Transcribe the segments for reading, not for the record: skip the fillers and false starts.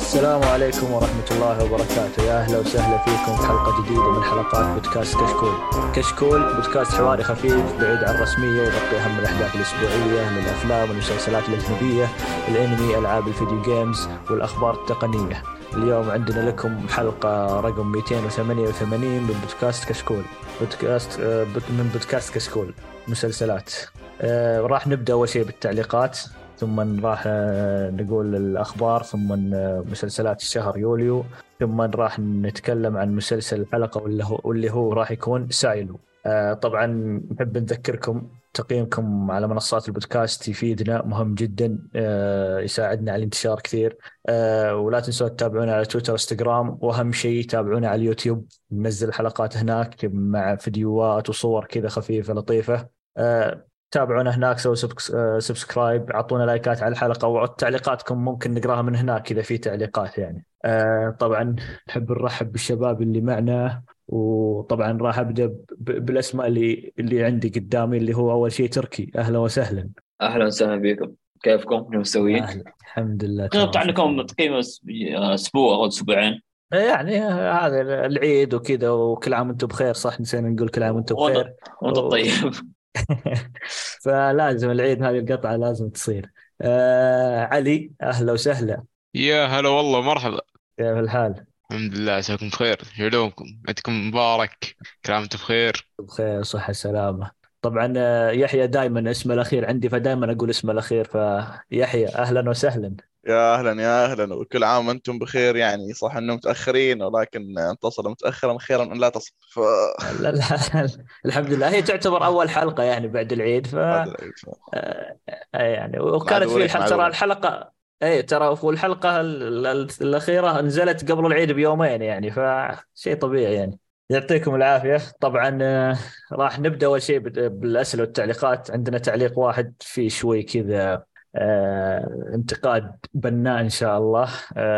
السلام عليكم ورحمة الله وبركاته، يا أهلا وسهلا فيكم في حلقة جديدة من حلقات بودكاست كشكول. كشكول بودكاست حواري خفيف بعيد عن الرسمية، يغطي أهم الأحداث الأسبوعية من الأفلام والمسلسلات الأجنبية، الأنمي، ألعاب الفيديو جيمز والأخبار التقنية. اليوم عندنا لكم حلقة رقم 288 من بودكاست كشكول. من بودكاست كشكول مسلسلات. راح نبدأ أول شيء بالتعليقات، ثم راح نقول الأخبار، ثم مسلسلات الشهر يوليو، ثم راح نتكلم عن مسلسل الحلقة واللي هو راح يكون سايلو. طبعا نحب نذكركم تقييمكم على منصات البودكاست يفيدنا، مهم جدا، يساعدنا على الانتشار كثير. ولا تنسوا تتابعونا على تويتر وانستغرام، وأهم شيء تابعونا على اليوتيوب، ننزل حلقات هناك مع فيديوهات وصور كذا خفيفة لطيفة. تابعونا هناك، سووا سبسكرايب، اعطونا لايكات على الحلقة، وتعليقاتكم ممكن نقراها من هناك إذا في تعليقات يعني. طبعا نحب نرحب بالشباب اللي معنا، وطبعا راح أبدأ بالأسماء اللي عندي قدامي، اللي هو أول شيء تركي. أهلا وسهلا. أهلا وسهلا بكم. كيفكم؟ شو يا مسوين؟ أهلا، الحمد لله تمام، قطع شكرا. لكم تقريبا أسبوع أو أسبوعين. يعني هذا العيد وكذا، وكل عام وانتم بخير. صح، نسينا نقول كل عام وانتم وأنت بخير. وأنت طيب. فلازم العيد هذه القطعة لازم تصير. علي، أهلا وسهلا. يا هلا والله مرحبا. كيف الحال؟ الحمد لله عساكم بخير، شلونكم؟ عيدكم مبارك، كل عام وانتم بخير. بخير، صحة سلامة. طبعا يحيى دائما اسمه الأخير عندي، فدائما أقول اسمه الأخير، فيحيى أهلا وسهلا. يا أهلا يا أهلا، وكل عام وأنتم بخير. يعني صح أنه متأخرين، ولكن أن تصل متأخرا خيرا أن لا تصل. لا لا الحمد لله، هي تعتبر أول حلقة يعني بعد العيد، بعد العيد يعني وكانت في معذورين ترى معذورين. الحلقة، اي ترى في الحلقة الأخيرة نزلت قبل العيد بيومين يعني، فشيء طبيعي يعني. يعطيكم العافية. طبعا راح نبدأ أول شيء بالأسئلة والتعليقات. عندنا تعليق واحد فيه شوي كذا انتقاد بناء إن شاء الله،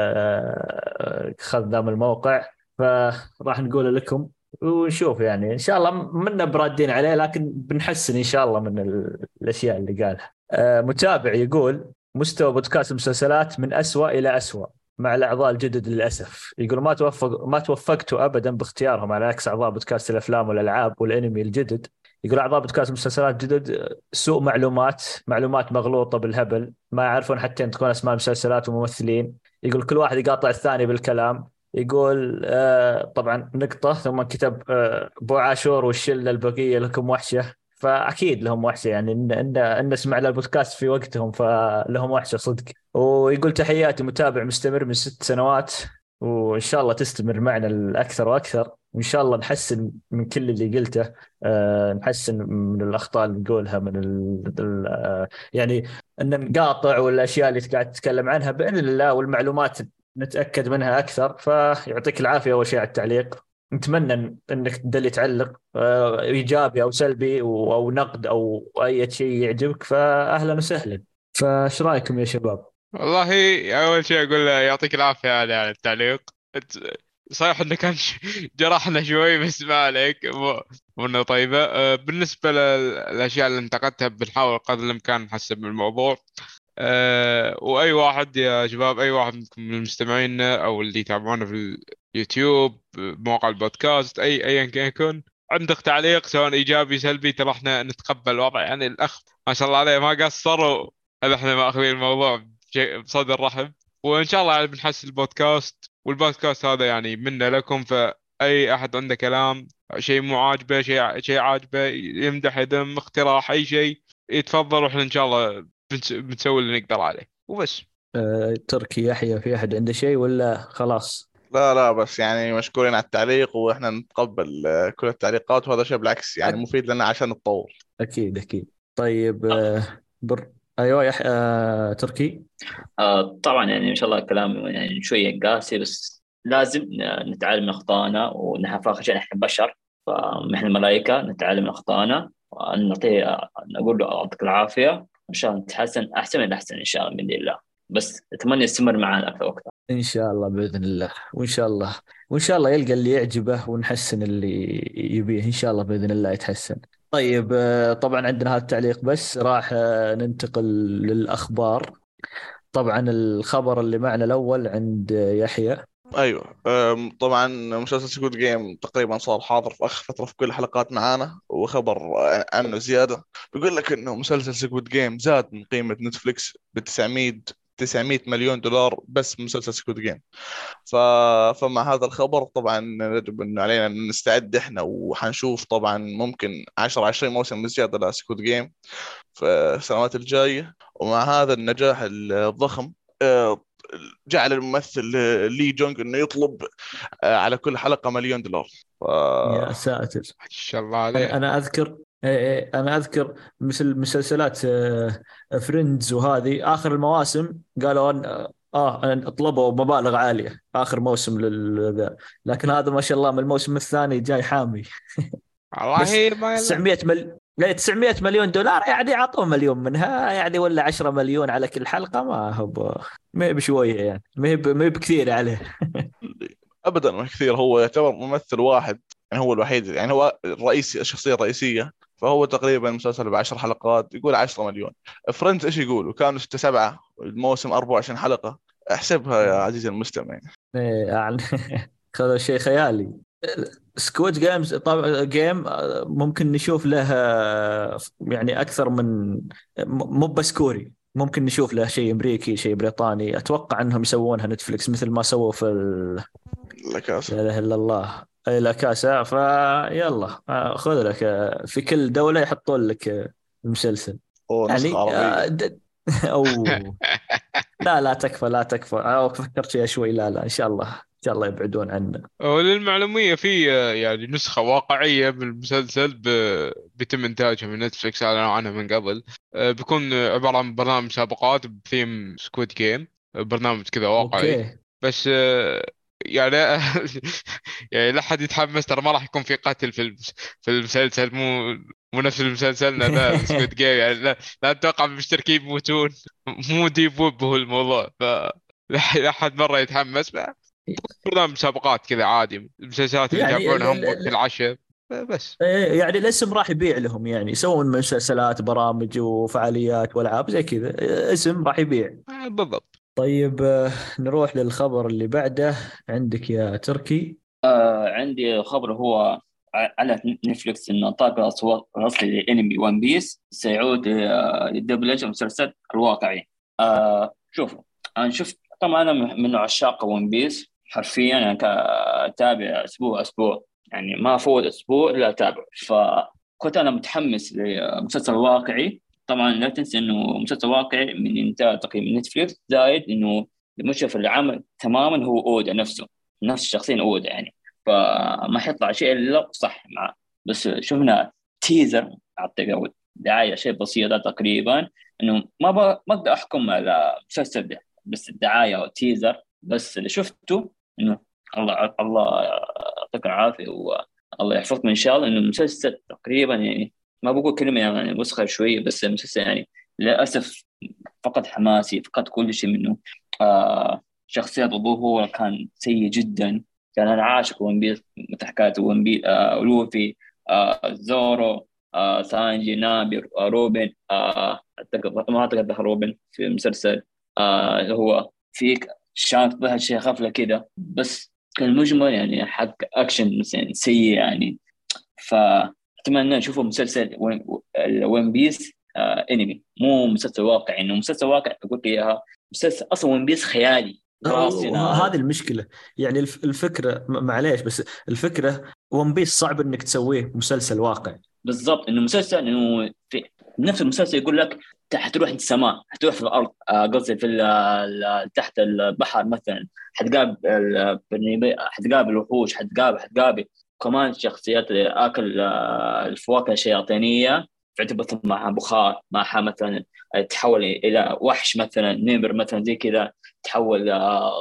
خذ من الموقع، فراح نقول لكم ونشوف يعني. إن شاء الله منا برادين عليه، لكن بنحسن إن شاء الله من الأشياء اللي قالها. متابع يقول: مستوى بودكاست المسلسلات من أسوأ إلى أسوأ مع الأعضاء الجدد للأسف. يقول ما توفقتوا أبدا باختيارهم، على عكس أعضاء بودكاست الأفلام والألعاب والأنمي الجدد. يقول أعضاء بودكاست المسلسلات الجدد سوء معلومات مغلوطة بالهبل، ما يعرفون حتى ينطقون أسماء المسلسلات وممثلين. يقول كل واحد يقاطع الثاني بالكلام. يقول طبعا نقطة، ثم كتب أبو عاشور والشلة البقية لكم وحشة. فأكيد لهم وحشة يعني، إن نسمع للبودكاست في وقتهم، فلهم وحشة صدق. ويقول تحياتي، متابع مستمر من 6 سنوات، وإن شاء الله تستمر معنا الأكثر وأكثر، وإن شاء الله نحسن من كل اللي قلته. نحسن من الأخطاء اللي نقولها، من يعني أن نقاطع والأشياء اللي قاعد تتكلم عنها بإذن الله، والمعلومات نتأكد منها أكثر. فيعطيك العافية أول شيء على التعليق. نتمنى انك تدلي تعلق ايجابي او سلبي او نقد او اي شيء يعجبك، فاهلا وسهلا. فايش رايكم يا شباب؟ والله أول شيء أقول له يعطيك العافية على التعليق. صحيح إنه كان جرحنا شوي، بس ما عليك، مو إنه طيبة. بالنسبة للأشياء اللي انتقدتها بنحاول قدر الإمكان نحسن من الموضوع. وأي واحد يا شباب، أي واحد منكم من المستمعين أو اللي يتابعونا في اليوتيوب، مواقع البودكاست، أيا كان يكون عندك تعليق سواء إيجابي سلبي، ترى إحنا نتقبل الوضع. يعني الأخ ما شاء الله عليه ما قصر، هذا احنا ماخذين الموضوع بصدر رحب. وان شاء الله يعني بنحسن البودكاست، والبودكاست هذا يعني منا لكم. فاي احد عنده كلام، شيء مو عاجبه، شيء عاجبه، يمدح، يذم، اقتراح، اي شيء يتفضل، واحنا ان شاء الله بنسوي اللي نقدر عليه وبس. تركي، يحيى، في احد عنده شيء ولا خلاص؟ لا لا، بس يعني مشكورين على التعليق، وإحنا نتقبل كل التعليقات، وهذا شيء بالعكس يعني أك- مفيد لنا عشان نتطور. اكيد اكيد. طيب ايوه تركي. طبعا يعني إن شاء الله كلام يعني شوية قاسي، بس لازم نتعلم من أخطائنا، ونحن في آخر شيء نحن بشر، فنحن ملائكة نتعلم من أخطائنا، ونعطيه نقول له يعطيك العافية، إن شاء الله نتحسن أحسن من الأحسن إن شاء الله بإذن الله. بس أتمنى يستمر معنا أكثر وأكثر. ان شاء الله باذن الله، وان شاء الله يلقى اللي يعجبه، ونحسن اللي يبيه ان شاء الله باذن الله يتحسن. طيب طبعا عندنا هذا التعليق، بس راح ننتقل للاخبار. طبعا الخبر اللي معنا الأول عند يحيى. ايوه، طبعا مسلسل سكوت جيم تقريبا صار حاضر في اخر فتره في كل الحلقات معانا، وخبر عنه زياده. بيقول لك انه مسلسل سكوت جيم زاد من قيمه نتفليكس ب 900 مليون دولار بس مسلسل سكوت جيم. ف... فمع هذا الخبر طبعا يجب انه علينا ان نستعد احنا، وحنشوف طبعا ممكن 10 20 موسم زياده لسكوت جيم في السنوات الجايه. ومع هذا النجاح الضخم، جعل الممثل لي جونغ انه يطلب على كل حلقة مليون دولار. ف... يا ساتر. ما شاء الله أنا عليه. أنا أذكر أنا أذكر مثل مسلسلات فريندز، وهذه آخر المواسم قالوا أن طلبوا مبالغ عالية آخر موسم لكن هذا ما شاء الله من الموسم الثاني جاي حامي. بس والله ما يلا. 900 مليون دولار يعني عطوا مليون منها يعني، ولا 10 مليون على كل حلقة، ما هي بشوية يعني، ما هي بكثير عليه. ابدا ما كثير، هو يعتبر ممثل واحد، يعني هو الوحيد، يعني هو الرئيسي، الشخصية الرئيسية. فهو تقريبا مسلسل ب10 حلقات يقول 10 مليون. فريندز ايش يقولوا؟ كانوا 6 7، الموسم 24 حلقة. احسبها يا عزيزي المستمع يعني. إيه يعني هذا شيء خيالي. سكوت جيمز طبعا جيم ممكن نشوف له يعني اكثر من مو بس كوري، ممكن نشوف له شيء امريكي شيء بريطاني. اتوقع انهم يسوونها نتفلكس مثل ما سووا في لكاسة. لا اله الا الله لا كاسا. فيلا خذ لك في كل دولة يحطون لك مسلسل هو نسخة يعني عربية. او لا تكفى لا تكفى. فكرت فيها شوي. لا ان شاء الله ان شاء الله يبعدون عنا. وللمعلومية في يعني نسخة واقعية من المسلسل بيتم إنتاجها من نتفلكس، أعلنوا عنها من قبل. بيكون عبارة عن برنامج مسابقات بثيم سكويد جيم، برنامج كذا واقعي. اوكي. بس يعني يعني لا حد يتحمس، ترى ما راح يكون في قتل في المسلسل. مو نفس مسلسلنا ذا سكويد جيم يعني. لا تتوقع المشتركين يموتون. مو ديب ويب هو الموضوع. لا حد مرة يتحمس. برنامج مسابقات كذا عادي، المسلسلات اللي يعني يتابعونها هم وقت العشاء بس. إيه، يعني الاسم راح يبيع لهم، يعني يسوون مسلسلات برامج وفعاليات والعاب زي كذا، اسم راح يبيع. بالضبط. طيب نروح للخبر اللي بعده. عندك يا تركي. عندي خبر هو على نتفلكس انه طاقم الاصوات الاصلي لانمي ون بيس سيعود للدبلجه المسلسل الواقعي. شوفوا، انا شفت طبعا، انا من عشاق ون بيس حرفيا. انا اتابع اسبوع اسبوع، يعني ما افوت اسبوع الا اتابع. فكنت انا متحمس لمسلسل واقعي. طبعا لا تنسى انه مسلسل واقعي من انتاج تقييم نتفلكس، زائد انه المشرف العمل تماما هو اودا نفسه، نفس الشخصين اودا يعني. فما حيطلع شيء الا صح معه. بس شفنا تيزر، اعطيك أول دعايه شيء بسيطه تقريبا. انه ما اقدر احكم على المسلسل ده، بس الدعايه والتيزر بس اللي شفته انه الله يعطيك العافيه والله يحفظكم ان شاء الله. انه المسلسل تقريبا يعني ما بقول كلمه يعني مسخر شويه، بس المسلسل يعني للاسف فقد حماسي، فقد كل شيء منه. شخصية الظهور كان سيء جدا. كان أنا عاشق ون بيس، مثل حكاية ون بيس، لوفي، زورو، سانجي، نابي، روبن، ما أعتقد روبن في المسلسل. اللي هو فيك شاف بها شيء غفلة كده، بس كان مجمل يعني حق أكشن مثلا سيء يعني. فأتمنى نشوفه مسلسل ون بيس انمي، مو مسلسل واقعي. انه مسلسل واقع اقول لك اياها، مسلسل اصلا ون بيس خيالي هذه راسنا. المشكلة. يعني الفكرة معليش، بس الفكرة ون بيس صعب انك تسويه مسلسل واقعي. بالضبط، انه مسلسل انه في نفس المسلسل يقول لك حتروح السماء، حتروح في الارض، قصدي في تحت البحر مثلا، حتقابل حتقابل وحوش، حتقابل كمان شخصيات اكل الفواكه الشياطينيه، تعتبر معها بخار، معها مثلا تحول الى وحش مثلا نمر مثلا زي كذا، تحول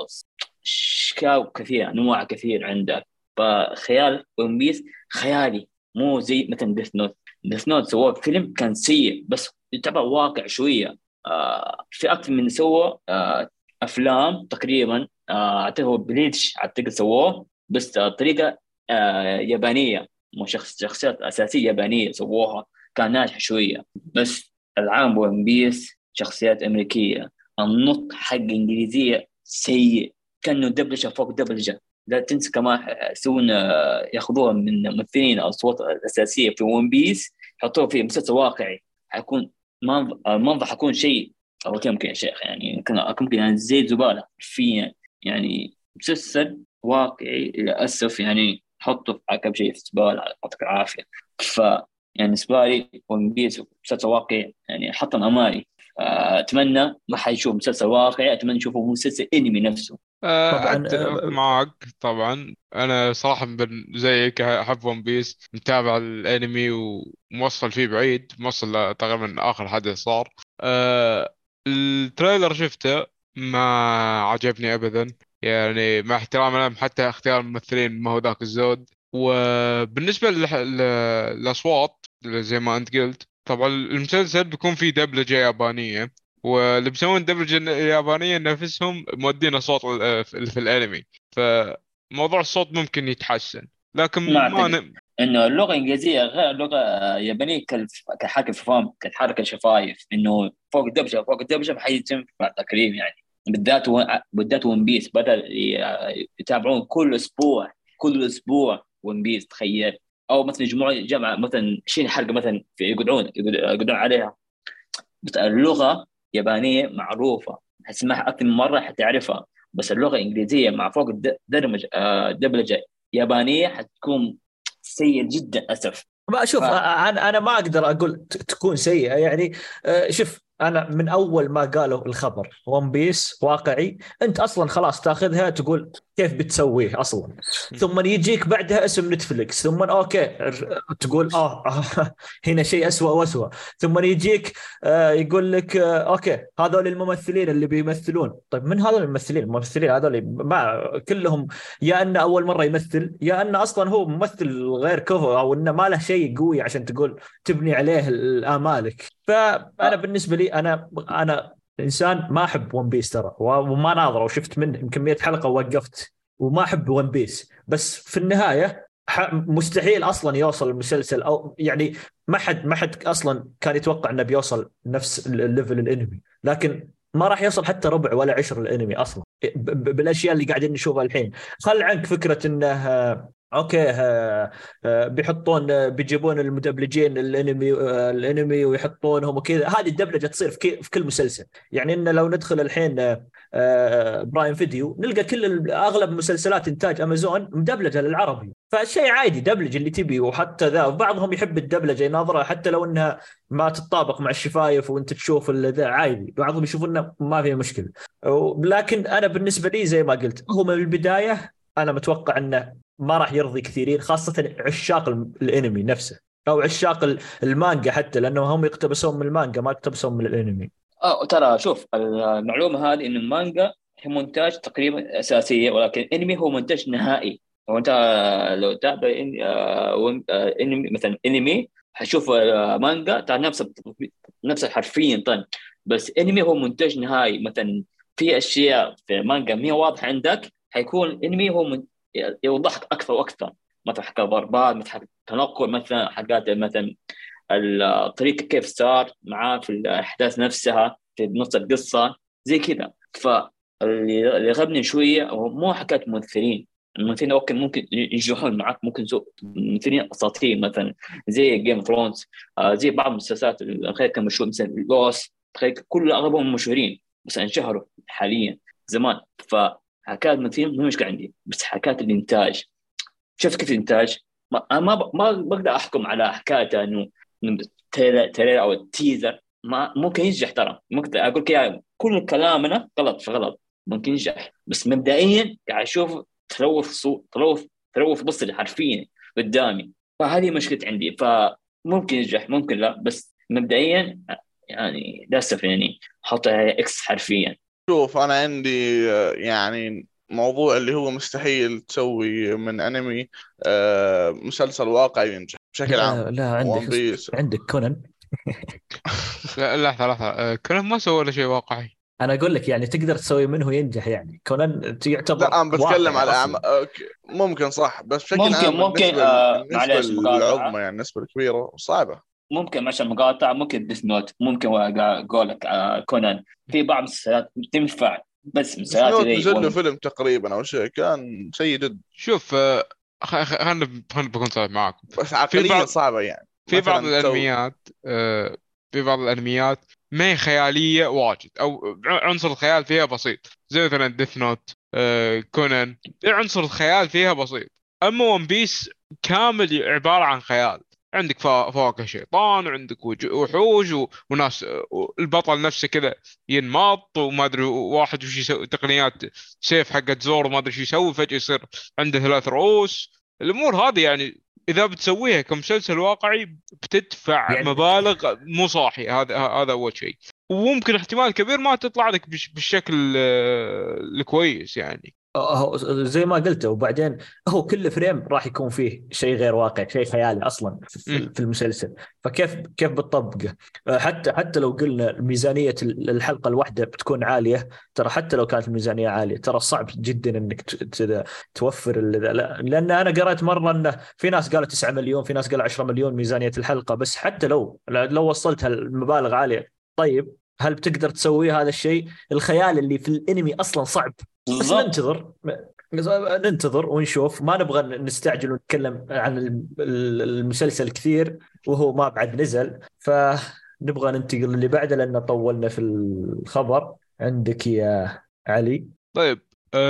اشكال كثيره، انواع كثير عندك. فخيال ون بيس خيالي، مو زي مثلا ديث نوت سووه فيلم كان سيء بس يعتبر واقع شويه. في اكثر من سووا افلام تقريبا. اعتقد بليتش اعتقد سووه بس طريقه يابانيه، مو شخصيات اساسيه يابانيه سووها، كان ناجح شويه. بس العالم ون بيس شخصيات امريكيه، النطق حق إنجليزية سيء، كأنه دبلجة فوق دبلجة. لا تنسى كمان يسوون ياخذوها من ممثلين الأصوات الأساسية في ون بيس يحطوها في مسلسل واقعي، حيكون المنظر حيكون شيء أو يمكن يا شيخ يعني ممكن يعني زي زبالة فيا يعني. مسلسل واقعي للأسف يعني حطوا على كم شيء في زبالة، يعطيك العافية. ف يعني بالنسبة لي ون بيس مسلسل واقعي يعني حطم أمالي. أتمنى ما حيشوف مسلسل واقعي، أتمنى نشوفه مسلسل أنمي نفسه. طبعا أتفق معك طبعا. أنا صراحة زيك أحب ون بيس، متابع الأنمي وموصل فيه بعيد، موصل تقريبا آخر حدث صار. التريلر شفته ما عجبني أبدا، يعني مع احترامي لهم حتى اختيار الممثلين ما هو ذاك الزود. وبالنسبة للأصوات زي ما أنت قلت، طبعا المسلسل بيكون فيه دبلجة يابانية، واللي بيسوون دبلجة اليابانية نفسهم مودين أصوات في الأنمي، فموضوع الصوت ممكن يتحسن، لكن ما ما أعتقد إنه اللغة الإنجليزية غير اللغة اليابانية كحركة فم كحركة شفايف، إنه فوق الدبجة فوق الدبجة ما حيتم تقريبا يعني. بالذات ون بيس بدل يتابعون كل أسبوع ون بيس، تخيل. أو مثلا جمعة مثلا 20 حلقة مثلا يقعدون عليها. بس اللغة يابانية معروفة، هتسمعها أكثر من مرة حتعرفها. بس اللغة الإنجليزية مع فوق دبلجة يابانية حتكون سيء جدا أسف. ما اشوف، انا ما اقدر اقول تكون سيئه يعني. شوف، انا من اول ما قالوا الخبر ون بيس واقعي، انت اصلا خلاص تاخذها تقول كيف بتسويه اصلا. ثم يجيك بعدها اسم نتفليكس، ثم اوكي تقول هنا شيء اسوأ واسوأ. ثم يجيك يقول لك اوكي هذول الممثلين اللي بيمثلون. طيب من هذول الممثلين هذول ما كلهم يا انه اول مره يمثل، يا انه اصلا هو ممثل غير كفو، او انه ما له شيء قوي عشان تقول تبني عليه امالك. فانا بالنسبه لي انا انسان ما احب ون بيس ترى، وما ناظره، وشفت منه كميه حلقه ووقفت، وما احب ون بيس. بس في النهايه مستحيل اصلا يوصل المسلسل، او يعني ما حد اصلا كان يتوقع انه بيوصل نفس الليفل الانمي، لكن ما راح يوصل حتى ربع ولا عشر الانمي اصلا بالاشياء اللي قاعدين نشوفها الحين. خل عنك فكره انه اوكي بيحطون بيجيبون المدبلجين الانمي ويحطونهم وكذا. هذه الدبلجه تصير في كل مسلسل. يعني ان لو ندخل الحين برايم فيديو نلقى اغلب مسلسلات انتاج امازون مدبلجه للعربي، فالشيء عادي دبلج اللي تبي. وحتى ذا بعضهم يحب الدبلجه يناظرها حتى لو انها ما تتطابق مع الشفايف وانت تشوف ذا عادي، بعضهم يشوفون ما في مشكله. لكن انا بالنسبه لي زي ما قلت، هو من البدايه انا متوقع انه ما راح يرضي كثيرين، خاصه عشاق الانمي نفسه او عشاق المانجا، حتى لانه هم يقتبسون من المانجا ما يقتبسون من الانمي. ترى شوف المعلومة هذه إن المانجا هي مونتاج تقريبا أساسية، ولكن الأنمي هو مونتاج نهائي. هو أنت لو تابع أنمي مثلا أنمي حتشوف مانجا تاع نفس حرفيا طن. بس أنمي هو مونتاج نهائي. مثلا في أشياء في مانجا ما هي واضحة عندك، حيكون أنمي هو يوضحك أكثر وأكثر. مثلا حكى ضربات، مثلا تنقل، مثلا حاجات مثلا الطريقة كيف صار معاه في الأحداث نفسها في نص القصة زي كذا. فاللي غبني شوية هو مو حكاية ممثلين. الممثلين أوكي ممكن ينجحون معك، ممكن ممثلين أساطير مثلا زي جيم اوف ثرونز، زي بعض المسلسلات الخير كان مشهور مثلا لوس، تخيل كل أغلبهم مشهورين بس انشهروا حاليا زمان. فحكاية الممثلين مو مشكلة عندي، بس حكاية الإنتاج. شفت كيف الإنتاج؟ ما بقدر أحكم على حكاية إنه تريلر او التيزر ما ممكن ينجح. ترى ممكن اقول لك كل كلامنا غلط في غلط، ممكن ينجح. بس مبدئيا قاعد اشوف تلوث بصري حرفيا قدامي. فهذه مشكلة عندي. فممكن ينجح ممكن لا، بس مبدئيا يعني للاسف يعني حط اكس حرفيا. شوف انا عندي يعني موضوع اللي هو مستحيل تسوي من انمي مسلسل واقعي ينجح بشكل عام. لا ون بيس عندك كونان. لا لحظة كلام ما سوى ولا شيء واقعي. انا اقول لك يعني تقدر تسوي منه ينجح، يعني كونان يعتبر لا انا بتكلم واقعي على اصلا. ممكن صح، بس بشكل ممكن عام ممكن بالنسبه معلش للعظمى مقاطعة. يعني النسبه الكبيره صعبه. ممكن عشان مقاطع، ممكن ديث نوت، ممكن قولك كونان. في بعض المسلسلات تنفع، بس ديث مسلسلات نوت زي نزل له ون. فيلم تقريبا او شيء، كان سيء جدا. شوف خلنا بكون صريح معاكم. بس في عقليا بعض صعبه يعني. في بعض مثلا تو الانميات في بعض الانميات ما هي خياليه واجد، او عنصر الخيال فيها بسيط، زي مثلا ديث نوت، كونان، عنصر الخيال فيها بسيط. اما ون بيس كامل عباره عن خيال. عندك فواكه شيطان، وعندك وحوش وناس، البطل نفسه كذا ينمط وما ادري واحد وش يسوي تقنيات سيف حقت زور وما ادري شو يسوي، فجأة يصير عنده 3 رؤوس. الامور هذه يعني اذا بتسويها كمسلسل واقعي بتدفع يعني مبالغ مو صاحي. هذا اول شيء. وممكن احتمال كبير ما تطلع لك بالشكل الكويس يعني. هو زي ما قلت، وبعدين هو كل فريم راح يكون فيه شيء غير واقعي، شيء خيالي اصلا امم في المسلسل. فكيف بتطبقه؟ حتى لو قلنا ميزانيه الحلقه الواحده بتكون عاليه، ترى حتى لو كانت الميزانيه عاليه ترى صعب جدا انك توفر لان انا قرأت مره انه في ناس قالوا 9 مليون، في ناس قالوا 10 مليون ميزانيه الحلقه. بس حتى لو وصلتها المبالغ عاليه، طيب هل بتقدر تسوي هذا الشيء؟ الخيال اللي في الانمي اصلا صعب. بس بالضبط. ننتظر ونشوف، ما نبغى نستعجل ونتكلم عن المسلسل كثير وهو ما بعد نزل. فنبغى ننتقل اللي بعده لأن طولنا في الخبر. عندك يا علي؟ طيب،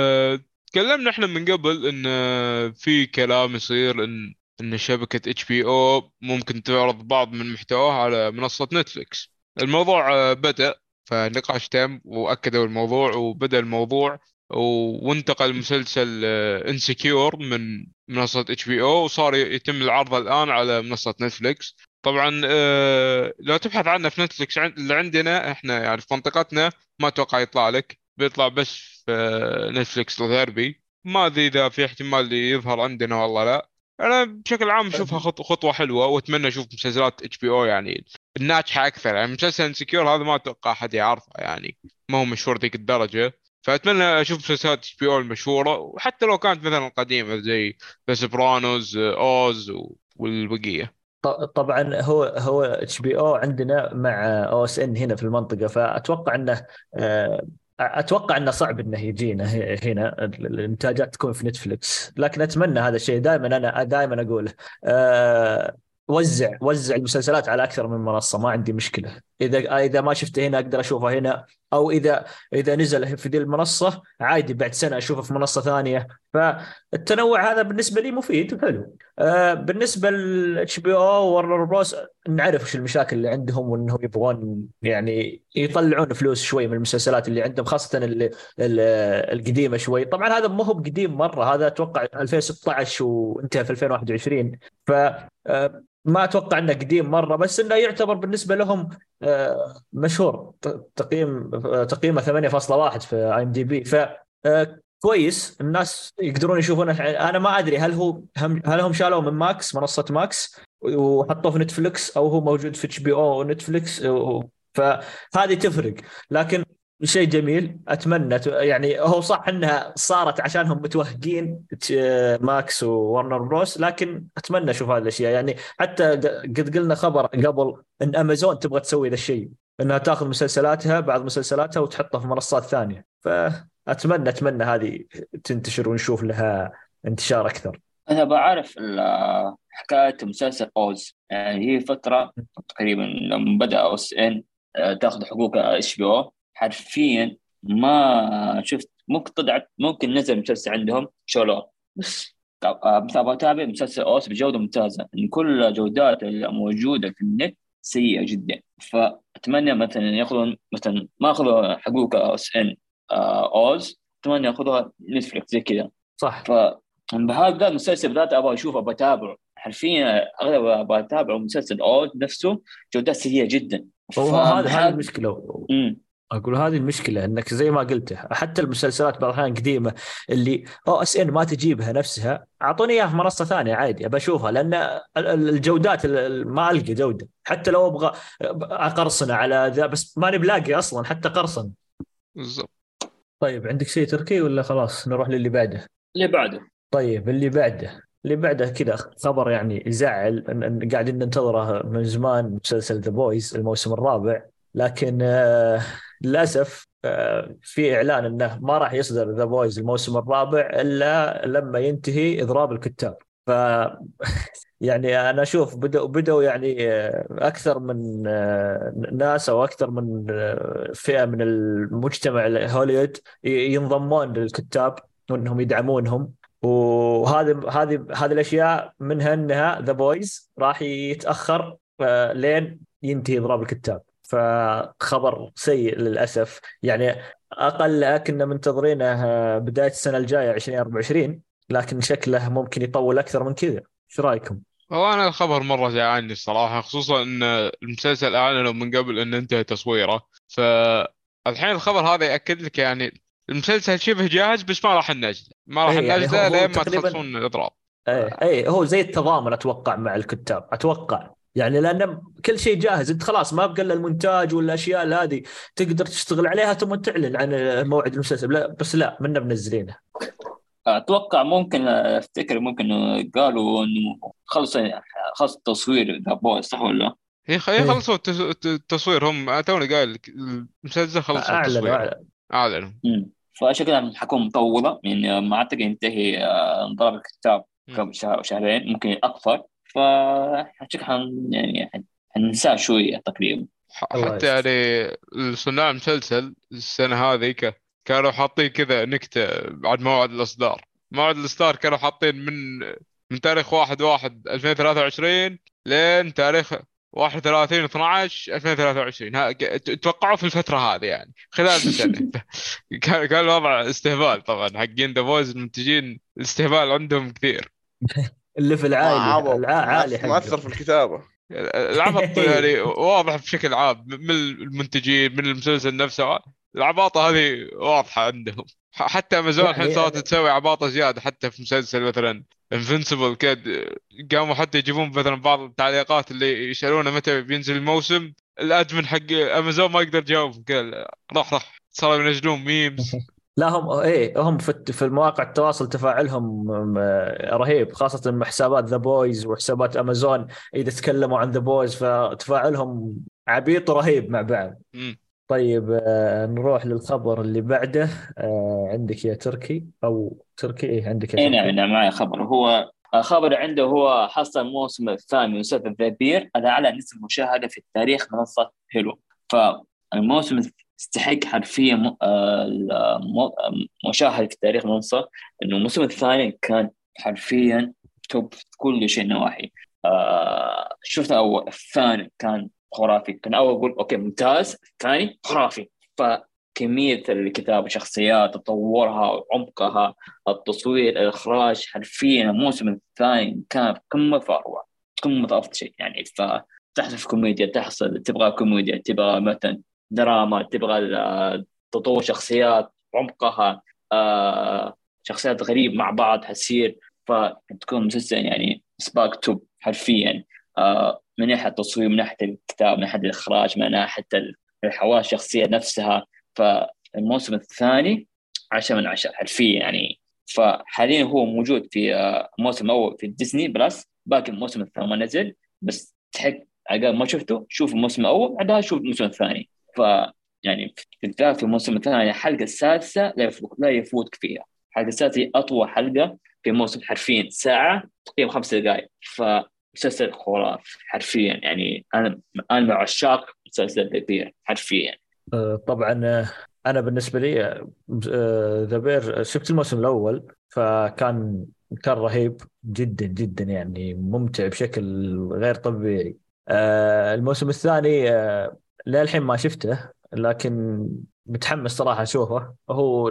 تكلمنا احنا من قبل ان في كلام يصير ان شبكة اتش بي او ممكن تعرض بعض من محتواها على منصة نتفليكس. الموضوع بدأ، فنقاش تم واكدوا الموضوع وبدأ الموضوع، وانتقل مسلسل انسكيور من منصة اتش بي او وصار يتم العرض الان على منصة نتفليكس. طبعا لو تبحث عنه في نتفليكس اللي عندنا احنا يعني في منطقتنا، ما اتوقع يطلع لك، بيطلع بس في نتفليكس الغربي. ما ادري اذا في احتمال يظهر عندنا والله لا. انا بشكل عام اشوفها خطوه حلوه، واتمنى اشوف مسلسلات اتش بي او يعني الناجحه اكثر. يعني مسلسل انسكيور هذا ما اتوقع احد يعرفه يعني، ما هو مشهور ذيك الدرجه. فاتمنى اشوف مسلسلات اتش بي او المشهوره، وحتى لو كانت مثلا قديمه زي ذا سوبرانوز، اوز والبقيه. طبعا هو اتش بي او عندنا مع او اس ان هنا في المنطقه، فاتوقع انه آه، اتوقع انه صعب انه يجينا هنا الانتاجات تكون في نتفلكس. لكن اتمنى هذا الشيء. انا دائما اقول آه، وزع المسلسلات على اكثر من منصه، ما عندي مشكله. اذا ما شفته هنا اقدر اشوفه هنا، او اذا نزل في ذي المنصه عادي بعد سنه اشوفه في منصه ثانيه. فالتنوع هذا بالنسبه لي مفيد وحلو. بالنسبه لاتش بي او ورنر بروس، نعرف وش المشاكل اللي عندهم، وانهم يبغون يعني يطلعون فلوس شوي من المسلسلات اللي عندهم، خاصه القديمه شوي. طبعا هذا ما هو بقديم مره، هذا اتوقع 2016 وانتهى في 2021. ف ما اتوقع انه قديم مره، بس انه يعتبر بالنسبه لهم مشهور. تقييمه 8.1 في اي ام دي بي. ف كويس، الناس يقدرون يشوفونه. انا ما ادري هل هم شالوه من ماكس، منصه ماكس، وحطوه في نتفلكس، او هو موجود في اتش بي او ونتفلكس. فهذه تفرق. لكن شيء جميل. اتمنى يعني هو صح انها صارت عشانهم متوهقين ماكس وورنر بروس، لكن اتمنى اشوف هذه الاشياء. يعني حتى قد قلنا خبر قبل ان امازون تبغى تسوي ذا الشيء، انها تاخذ بعض مسلسلاتها وتحطها في منصات ثانيه. اتمنى هذه تنتشر ونشوف لها انتشار اكثر. أنا بعرف حكاية مسلسل أوز. يعني هي فترة تقريبا لما بدأ أوس إن تاخذ حقوق اتش بي أو، حرفيا ما شفت. ممكن طلعت، ممكن نزل مسلسل عندهم شولو، بس مثلا بتابع مسلسل أوس بجودة ممتازة. إن كل جودات الموجودة في النت سيئة جدا. فأتمنى مثلا ياخذون، مثلا ما أخذوا حقوق أوس إن أوز، أتمنى ياخذوها نتفلكس زي كذا. صح. بهذا المسلسل بالذات ابغى اشوفه، بتابعه حرفيا. اغلب ابغى اتابعه مسلسل اود نفسه جودته سيئه جدا. هذه فمحاب. المشكله. امم اقول هذه المشكله، انك زي ما قلت حتى المسلسلات بعض الاحيان قديمه اللي او اس ان ما تجيبها نفسها، اعطوني اياها في منصه ثانيه عادي ابى اشوفها. لان الجودات ما القى جوده، حتى لو ابغى اقرصنه على ذا، بس ماني بلاقي اصلا حتى قرصن. بالضبط. طيب عندك شيء تركي ولا خلاص نروح للي بعده؟ اللي بعده. طيب اللي بعده اللي بعده كذا خبر يعني يزعل، إن قاعدين ننتظره من زمان، مسلسل ذا بويز الموسم الرابع. لكن للأسف في إعلان أنه ما راح يصدر ذا بويز الموسم الرابع إلا لما ينتهي إضراب الكتاب. ف يعني أنا أشوف بدأوا يعني أكثر من ناس، أو أكثر من فئة من المجتمع هوليوود ينضمون للكتاب وأنهم يدعمونهم. وهذه الاشياء منها انها ذا بويز راح يتاخر لين ينتهي اضراب الكتاب. فخبر سيء للاسف يعني. اقل كنا منتظرينه بدايه السنه الجايه 2024، لكن شكله ممكن يطول اكثر من كذا. ايش رايكم؟ هو أنا الخبر مرة زعلني الصراحة، خصوصا إن المسلسل أعلنوا من قبل إن انتهى تصويره. فالحين الخبر هذا يأكد لك يعني المسلسل شبه جاهز، بس ما راح ايه يعني هو ننزله هو لين ما تقريبا. تخلصون الإضراب. ايه هو زي التضامن اتوقع مع الكتاب، اتوقع يعني، لان كل شيء جاهز، انت خلاص ما بقى الا المونتاج والاشياء هذه تقدر تشتغل عليها ثم تعلن عن موعد المسلسل. لا بس لا، منا بنزلينه. اتوقع ممكن افتكر ممكن إنه قالوا انه خلص التصوير ذا بوي، صح ولا؟ هي ايه خلصوا التصوير، هم توني قايل لك المسلسل خلصوا اعلنوا تصويره. اعلن. أعلنوا. فشكلها حتكون مطوله، يعني ما اعتقد ينتهي نظام الكتاب مم. قبل شهر او شهرين، ممكن اكثر. فشكل يعني حننساه شويه تقريبا. الله حتى يستر. يعني صناع المسلسل السنة هذه كانوا حاطين كذا نكتة بعد موعد الإصدار. موعد الإصدار كانوا حاطين من تاريخ 1/1/2023 لين تاريخ 31/12/2023. توقعوا في الفترة هذه يعني خلال سنة. كان الوضع استهبال طبعا، حقين ذا بويز المنتجين الاستهبال عندهم كثير. الليفل ما عالي، عبط، عالي مؤثر حقه. في الكتابة. العبط يعني واضح بشكل عام من المنتجين، من المسلسل نفسه. العباطة هذه واضحة عندهم. حتى امازون الحين يعني صارت تسوي عباطة زيادة، حتى في مسلسل مثلا انفنسبل كد قاموا حتى يجيبون مثلا بعض التعليقات اللي يسألونه متى بينزل الموسم، الادمن حق امازون ما يقدر يجاوب، قال راح صاروا ينزلون ميمز. لا هم ايه هم في المواقع التواصل تفاعلهم رهيب، خاصة مع حسابات ذا بويز وحسابات امازون. اذا تكلموا عن ذا بويز فتفاعلهم عبيط رهيب مع بعض. طيب نروح للخبر اللي بعده. عندك يا تركي او تركي؟ ايه عندك يا اي نعم تركي. نعم، معي خبر. هو خبر عنده، هو حصل الموسم الثاني من مسلسل ذا بير على اعلى نسبة مشاهدة في التاريخ منصة هيلو. فالموسم استحق حرفيا مشاهدة في تاريخ المنصة، انه الموسم الثاني كان حرفيا توب في كل شيء نواحي. شفت اول الثاني كان خرافي، كان اول اقول اوكي ممتاز، الثاني خرافي. فكمية الكتابة، شخصيات، تطورها، عمقها، التصوير، الإخراج، حرفيا الموسم الثاني كان في قمة الروعة، قمة أفضل شيء يعني. فتحصل في كوميديا، تبغى كوميديا، تبغى مثلا دراما، تبغى تطور شخصيات، عمقها، شخصيات غريب مع بعض حتصير. فتكون مسلسل يعني سباك توب حرفيا، من ناحية التصوير، من ناحية الكتاب، من ناحية الإخراج، من ناحية الحواس الشخصية نفسها. فالموسم الثاني 10 من 10 حرفيا يعني. فحاليا هو موجود في الموسم الأول في ديزني بلس، باقي الموسم الثاني ما نزل. بس تحق عقال ما شفته، شوف الموسم الأول بعدها شوف الموسم الثاني. ف يعني بالذات في الموسم الثاني الحلقة السادسة لا يفوتك فيها. الحلقة السادسة هي أطول حلقة في الموسم، حرفيا ساعة تقريبا 5 دقائق. فمسلسل خرافي حرفيا يعني. أنا من عشاق مسلسل ذا بير حرفيا. طبعا انا بالنسبه لي ذا بير شفت الموسم الاول، كان رهيب جدا جدا يعني، ممتع بشكل غير طبيعي. الموسم الثاني للحين ما شفته، لكن متحمس صراحه اشوفه. هو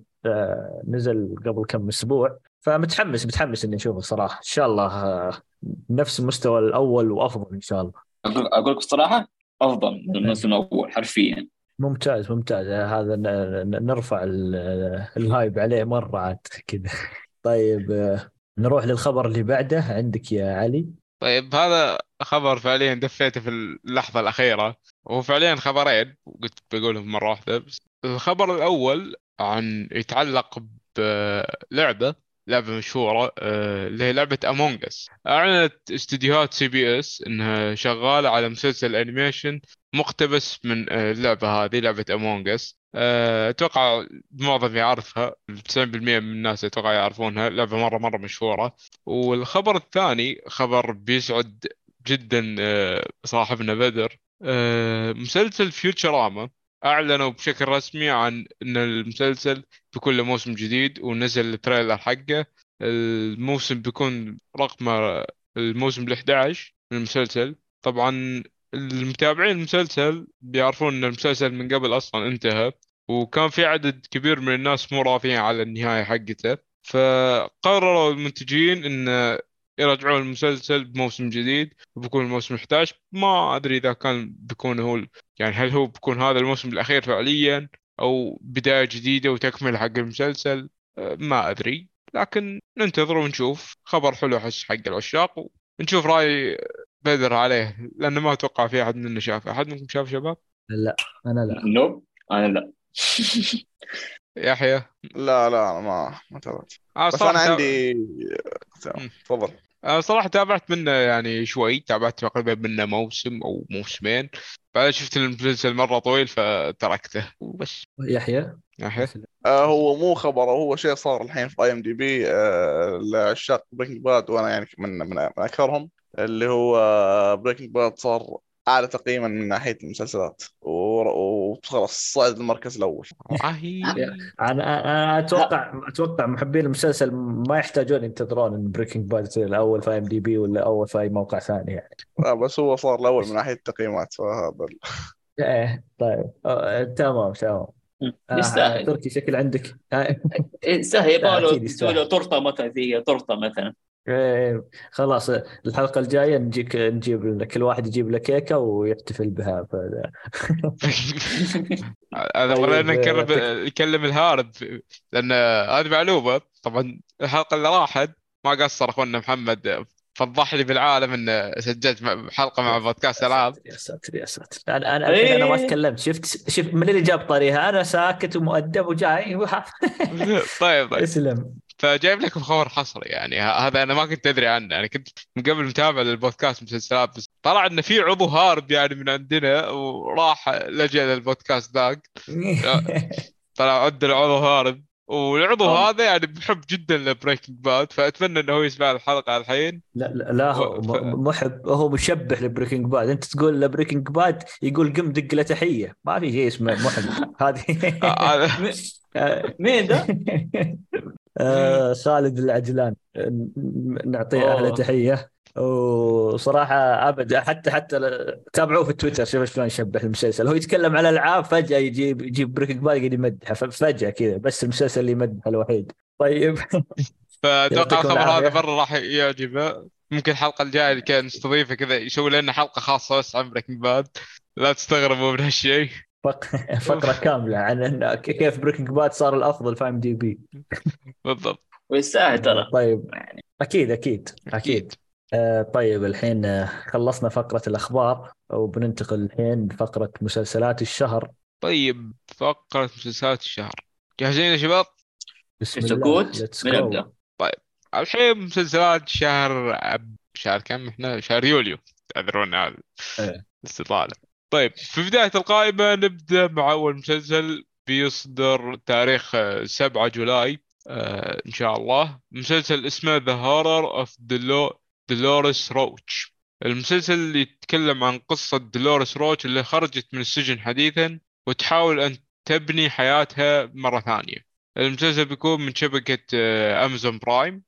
نزل قبل كم اسبوع، متحمس اني اشوفه صراحه. ان شاء الله نفس المستوى الاول وافضل ان شاء الله. أقول لك الصراحة أفضل من الموسم الأول حرفيا. ممتاز ممتاز. هذا نرفع الهايب عليه مرة عاد كذا. طيب نروح للخبر اللي بعده. عندك يا علي. طيب هذا خبر فعليا دفيته في اللحظة الأخيرة. هو فعليا خبرين قلت بقولهم مرة واحدة. بس الخبر الأول عن يتعلق بلعبة لعبة مشهورة اللي هي لعبة أمونج أس. أعلنت استديوهات سي بي اس إنها شغالة على مسلسل أنيميشن مقتبس من اللعبة هذه، لعبة أمونج أس. أتوقع معظم يعرفها، 90% من الناس أتوقع يعرفونها، لعبة مرة مشهورة. والخبر الثاني خبر بيسعد جدا صاحبنا بدر. مسلسل فيوتشراما أعلنوا بشكل رسمي عن أن المسلسل بيكون له موسم جديد، ونزل التريلر حقه. الموسم بيكون رقم الموسم ال11 من المسلسل. طبعا المتابعين المسلسل بيعرفون أن المسلسل من قبل أصلا انتهى، وكان في عدد كبير من الناس مو راضيين على النهاية حقته. فقرروا المنتجين أن يرجعون المسلسل بموسم جديد، وبيكون الموسم 11. ما أدري إذا كان بيكون هو، يعني هل هو بيكون هذا الموسم الأخير فعليا، أو بداية جديدة وتكمل حق المسلسل. ما أدري، لكن ننتظر ونشوف. خبر حلو حس حق العشاق، ونشوف رأي بدر عليه، لأنه ما أتوقع في أحد مننا شافه. أحد منكم شاف شباب؟ لا انا لا. نو انا لا. يحيى؟ لا أنا ما تابعت. بس صراحة أنا عندي مم. تفضل. صراحة تابعت منه يعني شوي، تابعت تقريبا منه موسم أو موسمين، بعد شفت المسلسل مرة طويل فتركته وبس. يحيى. يحيى؟ هو مو خبر، هو شيء صار الحين في اي ام دي بي لعشاق بريكنج باد، وانا يعني من اكثرهم. اللي هو بريكنج باد صار اعلى تقييما من ناحيه المسلسلات، وخلاص صعد المركز الاول. والله انا ها اتوقع محبين المسلسل ما يحتاجون ينتظرون ان بريكنج باد يصير الاول في ام دي بي ولا اول في اي موقع ثاني يعني. بس هو صار الاول من ناحيه التقييمات، فهذا ايه طيب تمام. يستاهل. تركي شكل عندك يستاهل، لا يبغى له اكيد تسوي يستاهل. له تورته مثلا، فيها تورته مثلا. خلاص الحلقة الجاية نجيب كل واحد يجيب له كيكة ويحتفل بها هذا طيب خلينا نكلم الهارب، لأن هذه معلومة. طبعا الحلقة اللي راحت ما قصر أخونا محمد، فضح لي بالعالم إن سجلت حلقة مع بودكاست يا ألعاب. ساتر يا ساتر يا ساتر، انا الحين انا ما ايه تكلمت، شفت من اللي جاب طريقها، انا ساكت ومؤدب وجاي طيب. اسلم. فجايب لكم خبر حصري، يعني هذا انا ما كنت ادري عنه. انا كنت من قبل متابع للبودكاست مسلسلات، بس طلع ان في عضو هارب يعني من عندنا وراح لجأ للبودكاست ذاك. طلع عندنا عضو هارب، والعضو طب هذا يعني بحب جدا لبريكنج باد، فاتمنى انه هو يسمع الحلقه الحين. لا هو و... ف... محب، هو مشبه لبريكنج باد، انت تقول لبريكنج باد يقول قم دق له تحية، ما في شيء اسمه محب هذه هذا م- مين ده؟ خالد العجلان، نعطيه احلى اوه تحيه. وصراحه ابدا، حتى تابعوه في تويتر، شوف شلون يشبه المسلسل، هو يتكلم على العاب فجاه يجيب بريكنج باد يقعد يمدحه فجاه كذا، بس المسلسل اللي يمدحه الوحيد. طيب فاتوقع يعطيكم الخبر هذا العافيه. مره راح يعجبه. ممكن الحلقه الجايه اللي كان نستضيفه كذا يسوي لنا حلقه خاصه بس عن بريكنج باد، لا تستغربوا من هالشيء. فق- فقره كامله عن كيف بريكنج باد صار الافضل في ام دي بي. بالضبط. ويستاهل ترى طيب يعني. اكيد. اكيد. طيب الحين خلصنا فقره الاخبار، وبننتقل الحين لفقره مسلسلات الشهر. طيب فقرة مسلسلات الشهر، جاهزين يا شباب؟ بسم الله سكوت ليتس من جو. ابدا. طيب الحين مسلسلات شهر شهر كم احنا؟ شهر يوليو، تعذرون على الاستطالة. طيب في بداية القائمة نبدأ مع أول مسلسل بيصدر تاريخ 7 جولاي إن شاء الله. مسلسل اسمه The Horror of Dolores Roach. المسلسل اللي يتكلم عن قصة دولوريس روتش اللي خرجت من السجن حديثا وتحاول أن تبني حياتها مرة ثانية. المسلسل بيكون من شبكة أمازون برايم.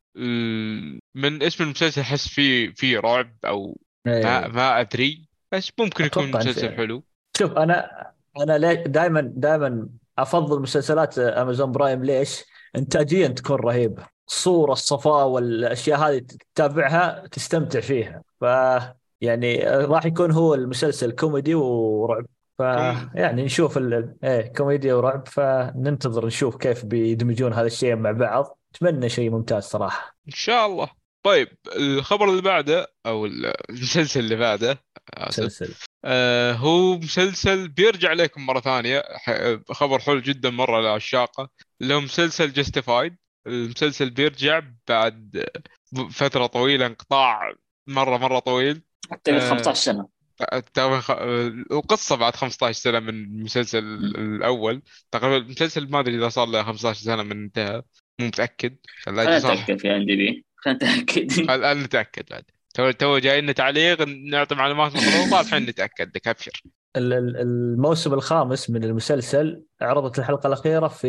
من اسم المسلسل أحس فيه رعب أو ايه ما أدري، بس ممكن يكون اتوقع مسلسل انت، حلو. شوف انا دائما افضل مسلسلات امازون برايم. ليش؟ انتاجيا تكون رهيبه، الصوره الصفاء والاشياء هذه تتابعها تستمتع فيها، يعني راح يكون هو المسلسل كوميدي ورعب. كم يعني نشوف كوميديا ورعب، فننتظر نشوف كيف بيدمجون هذا الشيء مع بعض. اتمنى شيء ممتاز صراحه. إن شاء الله. طيب الخبر اللي بعده أو المسلسل اللي بعده، آسف. مسلسل هو مسلسل بيرجع لكم مرة ثانية، خبر حلو جدا مرة لعشاقه، اللي هو مسلسل جاستيفايد. المسلسل بيرجع بعد فترة طويلة، انقطاع مرة طويل. اعتقد 15 سنه. تقريبا القصة بعد 15 سنة من المسلسل مم. الأول. تقريبا المسلسل ما أدري إذا صار له 15 سنة من انتهى، مو متأكد. ثلاجة خلينا صح. نتاكد في ام دي بي، خلينا نتاكد. الآن نتأكد بعد. تو جاي لنا تعليق نعطي معلومات مغلوطة، الحين نتأكد لك أبشر. الموسم الخامس من المسلسل عرضت الحلقة الأخيرة في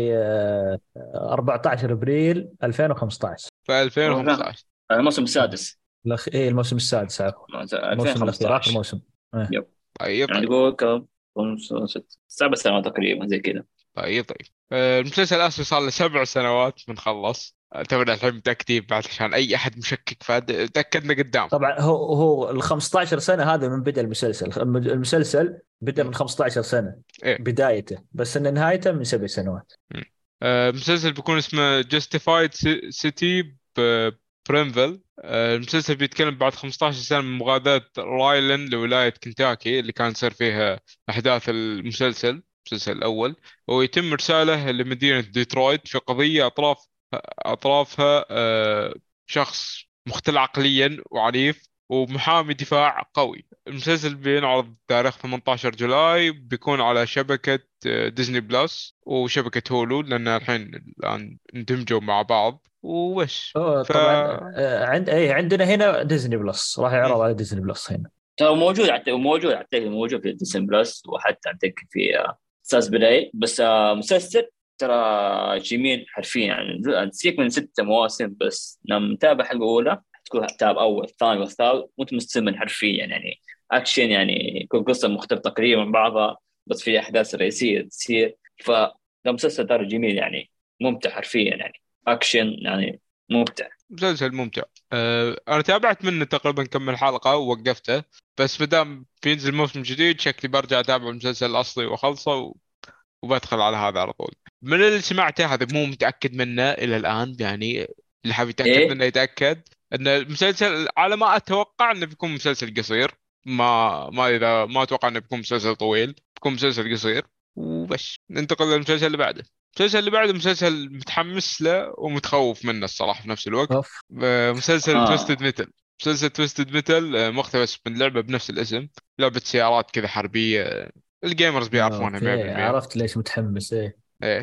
14 أبريل 2015. في 2015. الموسم السادس. إيه الموسم السادس عفوا. الموسم الأخير آخر 2015. موسم. إيه. يب. طيب يعني طيب نقول كم 7 سنوات تقريبا زي كذا. طيب. المسلسل الأصلي صار له 7 سنوات من خلص. تونا الحين متأكدين بعد عشان أي أحد مشكك تأكدنا قدام. طبعا هو ال 15 سنة هذا من بدء المسلسل. المسلسل بدأ من 15 سنة إيه. بدايته، بس إن نهايته من 7 سنوات. المسلسل بيكون اسمه Justified City برينفيل. المسلسل بيتكلم بعد 15 سنة من مغادرة رايلن لولاية كنتاكي اللي كان يصير فيها أحداث المسلسل الأول، ويتم إرساله لمدينة ديترويت في قضية أطرافها شخص مختل عقليا وعنيف ومحامي دفاع قوي. المسلسل بينعرض تاريخ 18 جولاي، بيكون على شبكة ديزني بلس وشبكة هولو، لأن الآن اندمجوا مع بعض وبس. طبعا عندنا هنا ديزني بلس راح يعرض على ديزني بلس هنا. ترى موجود اعتقد موجود في ديسن بلس، وحتى اعتقد في استاذ بلاي. بس مسلسل ترى جميل حرفيا يعني. تسيك من 6 مواسم بس، لما متابع حلقه اولى تكون تابع اول ثاني والثالث وانت مستمر حرفيا يعني. اكشن يعني، كل قصه مختلفه تقريبا من بعضها، بس في احداث رئيسيه تصير. فالمسلسل ترى جميل يعني، ممتع حرفيا يعني، اكشن يعني، ممتع. مسلسل ممتع. أنا تابعت منه تقريبا كم من حلقة ووقفته، بس مدام بينزل موسم جديد شكلي برجع أتابع المسلسل الأصلي وأخلصه وبدخل على هذا على طول. من اللي سمعته هذا مو متأكد منه إلى الآن، يعني اللي حاب يتأكد ايه. منه يتأكد أن المسلسل على ما أتوقع أنه بيكون مسلسل قصير. إذا ما أتوقع أنه بيكون مسلسل طويل، بيكون مسلسل قصير وبس. ننتقل للمسلسل اللي بعده. المسلسل اللي بعده مسلسل متحمس له ومتخوف منه الصراحة في نفس الوقت. أوف. مسلسل اه. تويستد ميتل. مسلسل تويستد ميتل مقتبس من لعبة بنفس الاسم، لعبة سيارات كذا حربية، الجيمرز بيعرفونها اوكي 100%. عرفت ليش متحمس. ايه. ايه.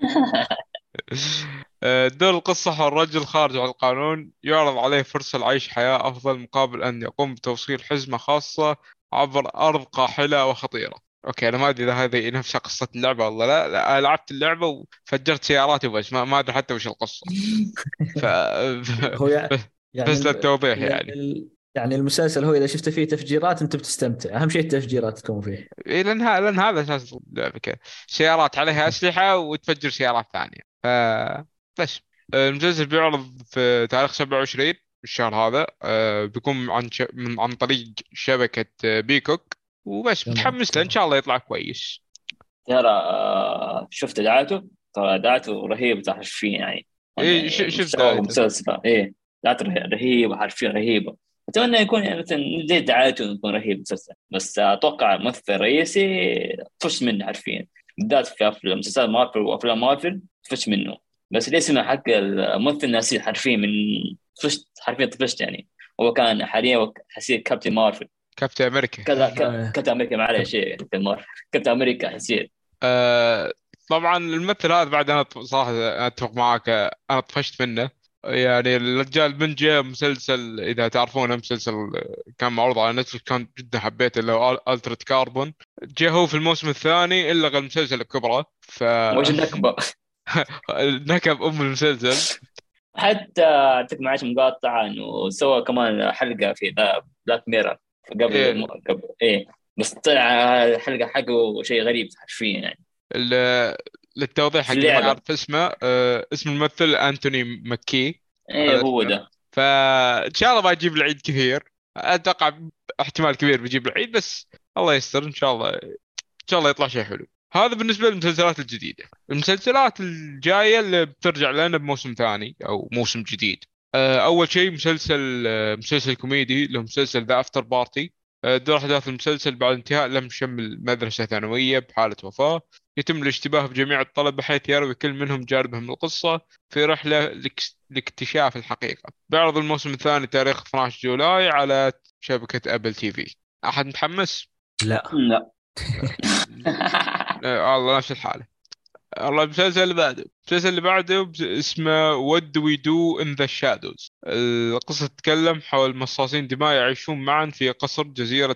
دور القصة هو الرجل خارج عن القانون يعرض عليه فرصة لعيش حياة أفضل مقابل أن يقوم بتوصيل حزمة خاصة عبر أرض قاحلة وخطيرة. أوكي أنا ما أدري إذا هذه نفس قصة اللعبة ولا لا. لا لعبت اللعبة وفجرت سياراتي وبس، ما أدري حتى وش القصة. ف... هو يعني بس للتوضيح يعني. يعني المسلسل هو اذا شفت فيه تفجيرات انت بتستمتع، اهم شيء التفجيرات تكون فيه. إيه لأن هذا أساس اللعبة كذا، سيارات عليها أسلحة وتفجر سيارات ثانية. بس المسلسل بيعرض في تاريخ 27 الشهر هذا. بيكون عن طريق شبكة بيكوك وبس. تمام. متحمس له إن شاء الله يطلع كويس. ترى شفت دعاته، ترى دعاته رهيبة حرفيا يعني. إيه يعني شفت مستوى دايته. مسلسل ايه، دعاته رهيبة حرفيا رهيبة. اتمنى يكون يعني مثلا زي دعاته يكون رهيب مسلسل، بس اتوقع ممثل رئيسي طفش منه حرفيا، بالذات في افلام مسلسلات مارفل وافلام مارفل طفش منه. بس الاسم حق الممثل ناسي حرفيا من، طفشت حرفيا طفشت يعني. هو كان حاليا حسيت كابتن مارفل، كابتن أمريكا. كذا آه. كابتن امريكا، معلش شيء كابتن مارفل، كابتن امريكا حسيت. آه طبعا الممثل هذا بعد أنا صراحة أنا أتفق معاك، أنا طفشت منه. يعني الرجال من جاء مسلسل إذا تعرفونه، مسلسل كان معروض على نتفلكس كان جدا حبيته اللي هو ألترت كاربون. جاء هو في الموسم الثاني إلا المسلسل بكبره وش النكبة. نكب أم المسلسل. حتى اعتقد معلش مقاطعة انه سوى كمان حلقة في بلاك ميرور إيه قبل ايه، بس طلع الحلقة حقه شيء غريب حرفيا يعني. للتوضيح حق في اللي ما اللعبة. يعرف اسمه، اسم الممثل أنتوني مكي. ايه هذا هو اسمه. ده. فإن شاء الله بيجيب العيد كثير، أتوقع احتمال كبير بيجيب العيد، بس الله يستر إن شاء الله. إن شاء الله يطلع شيء حلو. هذا بالنسبة للمسلسلات الجديدة. المسلسلات الجاية اللي بترجع لنا بموسم ثاني أو موسم جديد. أول شيء مسلسل كوميدي له مسلسل ذا أفتر بارتي. تدور أحداث المسلسل بعد انتهاء لم شمل مدرسة ثانوية بحالة وفاة. يتم الاشتباه بجميع الطلبة بحيث يروي كل منهم جانبه من القصة في رحلة لاكتشاف الحقيقة. بيعرض الموسم الثاني تاريخ 12 جولاي على شبكة أبل تي في. أحد متحمس؟ لا. لا. الله نفس الحالة. الله المسلسل اللي بعده اسمه What Do We Do in the Shadows. القصة تتكلم حول مصاصين دماء يعيشون معا في قصر جزيرة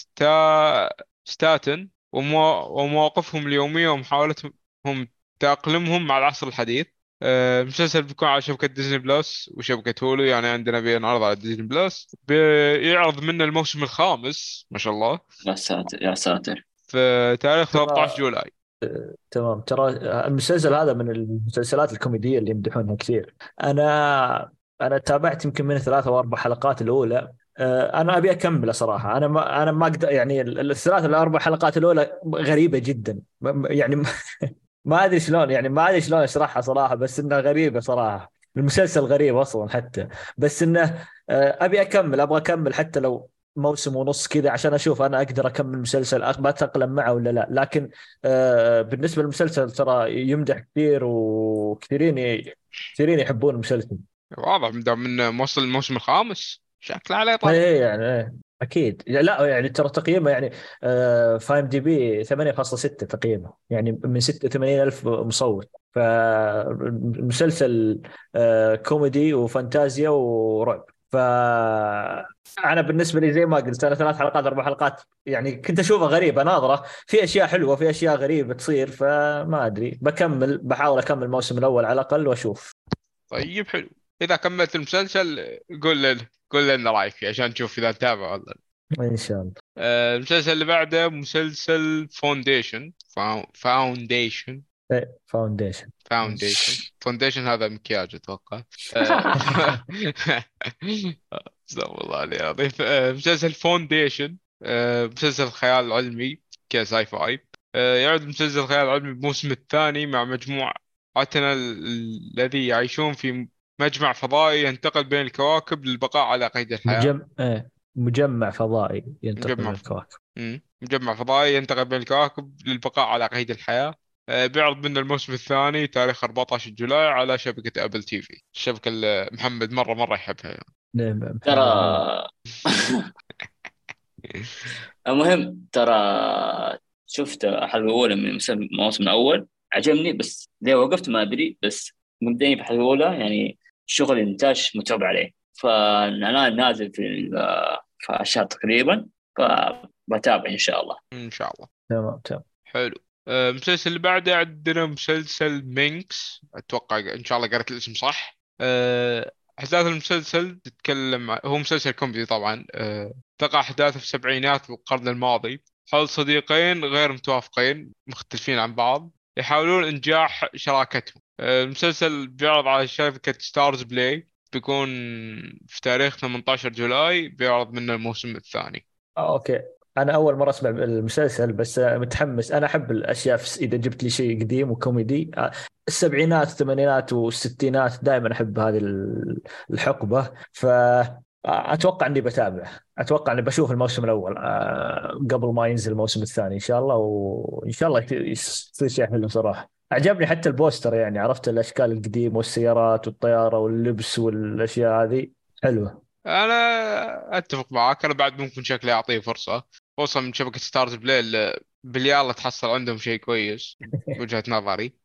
ستاتن، ومواقفهم اليومية ومحاولتهم تأقلمهم مع العصر الحديث. المسلسل بيكون على شبكة ديزني بلس وشبكة هولو، يعني عندنا بينعرض على ديزني بلس. بيعرض منه الموسم الخامس ما شاء الله يا ساتر يا ساتر. في تاريخ 13 ترى جولاي. تمام. ترى المسلسل هذا من المسلسلات الكوميدية اللي يمدحونها كثير. أنا تابعت يمكن من 3 أو 4 حلقات الأولى. أنا أبي أكمله صراحة. أنا ما أقدر يعني ال3 أو 4 حلقات الأولى غريبة جدا. يعني ما أدري شلون، يعني ما أدري شلون أشرحها صراحة، بس إنها غريبة صراحة. المسلسل غريب أصلا حتى. بس إنه أبي أكمل، أبغى أكمل حتى لو موسم ونص كذا عشان أشوف أنا أقدر أكمل مسلسل بتأقلم معه ولا لا. لكن بالنسبة للمسلسل ترى يمدح كثير، وكثيرين كثيرين يحبون المسلسل. واضح من دام من موصل الموسم الخامس شكله عليه طلب. ايه يعني اكيد. لا يعني ترى تقييمه يعني فايم دي بي 8.6 تقييمه، يعني من 86 ألف مصور. فمسلسل كوميدي وفانتازيا ورعب. فأنا بالنسبة لي زي ما قلت، أنا 3 حلقات 4 حلقات يعني كنت أشوفها غريبة ناظرة، في أشياء حلوة في أشياء غريبة تصير، فما أدري بكمل، بحاول أكمل الموسم الأول على الأقل وأشوف. طيب حلو. اذا كملت المسلسل قول لنا رايك فيه عشان نشوف اذا نتابع ولا لا. إن شاء الله. المسلسل اللي بعده مسلسل فاونديشن. إيه فاونديشن. فاونديشن هذا مكياج اتوقع. آه، استغفر الله عليه العظيم. مسلسل فاونديشن، مسلسل خيال علمي كساي فاي. يعد مسلسل الخيال العلمي بموسم الثاني مع مجموعتنا الذي يعيشون في مجمع فضائي ينتقل بين الكواكب للبقاء على قيد الحياة. مجمع فضائي ينتقل من مجمع الكواكب. مجمع فضائي ينتقل بين الكواكب للبقاء على قيد الحياة. بيعرض من الموسم الثاني تاريخ 14 جولاي على شبكة أبل تي في، الشبكة اللي محمد مرة يحبها يعني. نعم محمد ترى والله. المهم ترى شفت الحلقة الأولى من الموسم الأول، عجبني بس ليه وقفت ما أدري. بس مبدئيا في الحلقة الأولى يعني شغل الإنتاج متعب عليه، فأنا نازل في الشهر تقريبا، فبتابع إن شاء الله. إن شاء الله. تمام تمام. حلو. المسلسل اللي بعده عندنا مسلسل مينكس، أتوقع إن شاء الله قرأت الاسم صح. أحداث المسلسل هو مسلسل كوميدي طبعا. تقع أحداثه في السبعينات القرن الماضي حول صديقين غير متوافقين مختلفين عن بعض يحاولون إنجاح شراكتهم. المسلسل بيعرض على شبكة ستارز بلاي، بيكون في تاريخ 18 جولاي بيعرض منه الموسم الثاني. اوكي. انا اول مره اسمع المسلسل، بس متحمس. انا احب الاشياء اذا جبت لي شيء قديم وكوميدي. السبعينات والثمانينات والستينات دائما احب هذه الحقبه. اتوقع اني بتابع، اتوقع اني بشوف الموسم الاول قبل ما ينزل الموسم الثاني ان شاء الله. وان شاء الله يصير شيء حلو صراحه. عجبني حتى البوستر، يعني عرفت الاشكال القديمه والسيارات والطياره واللبس والاشياء هذه حلوه. انا اتفق معك. انا بعد ممكن شكلي اعطيه فرصه، خصوصا من شبكه ستارز بلاي اللي باليلا تحصل عندهم شيء كويس وجهه نظري.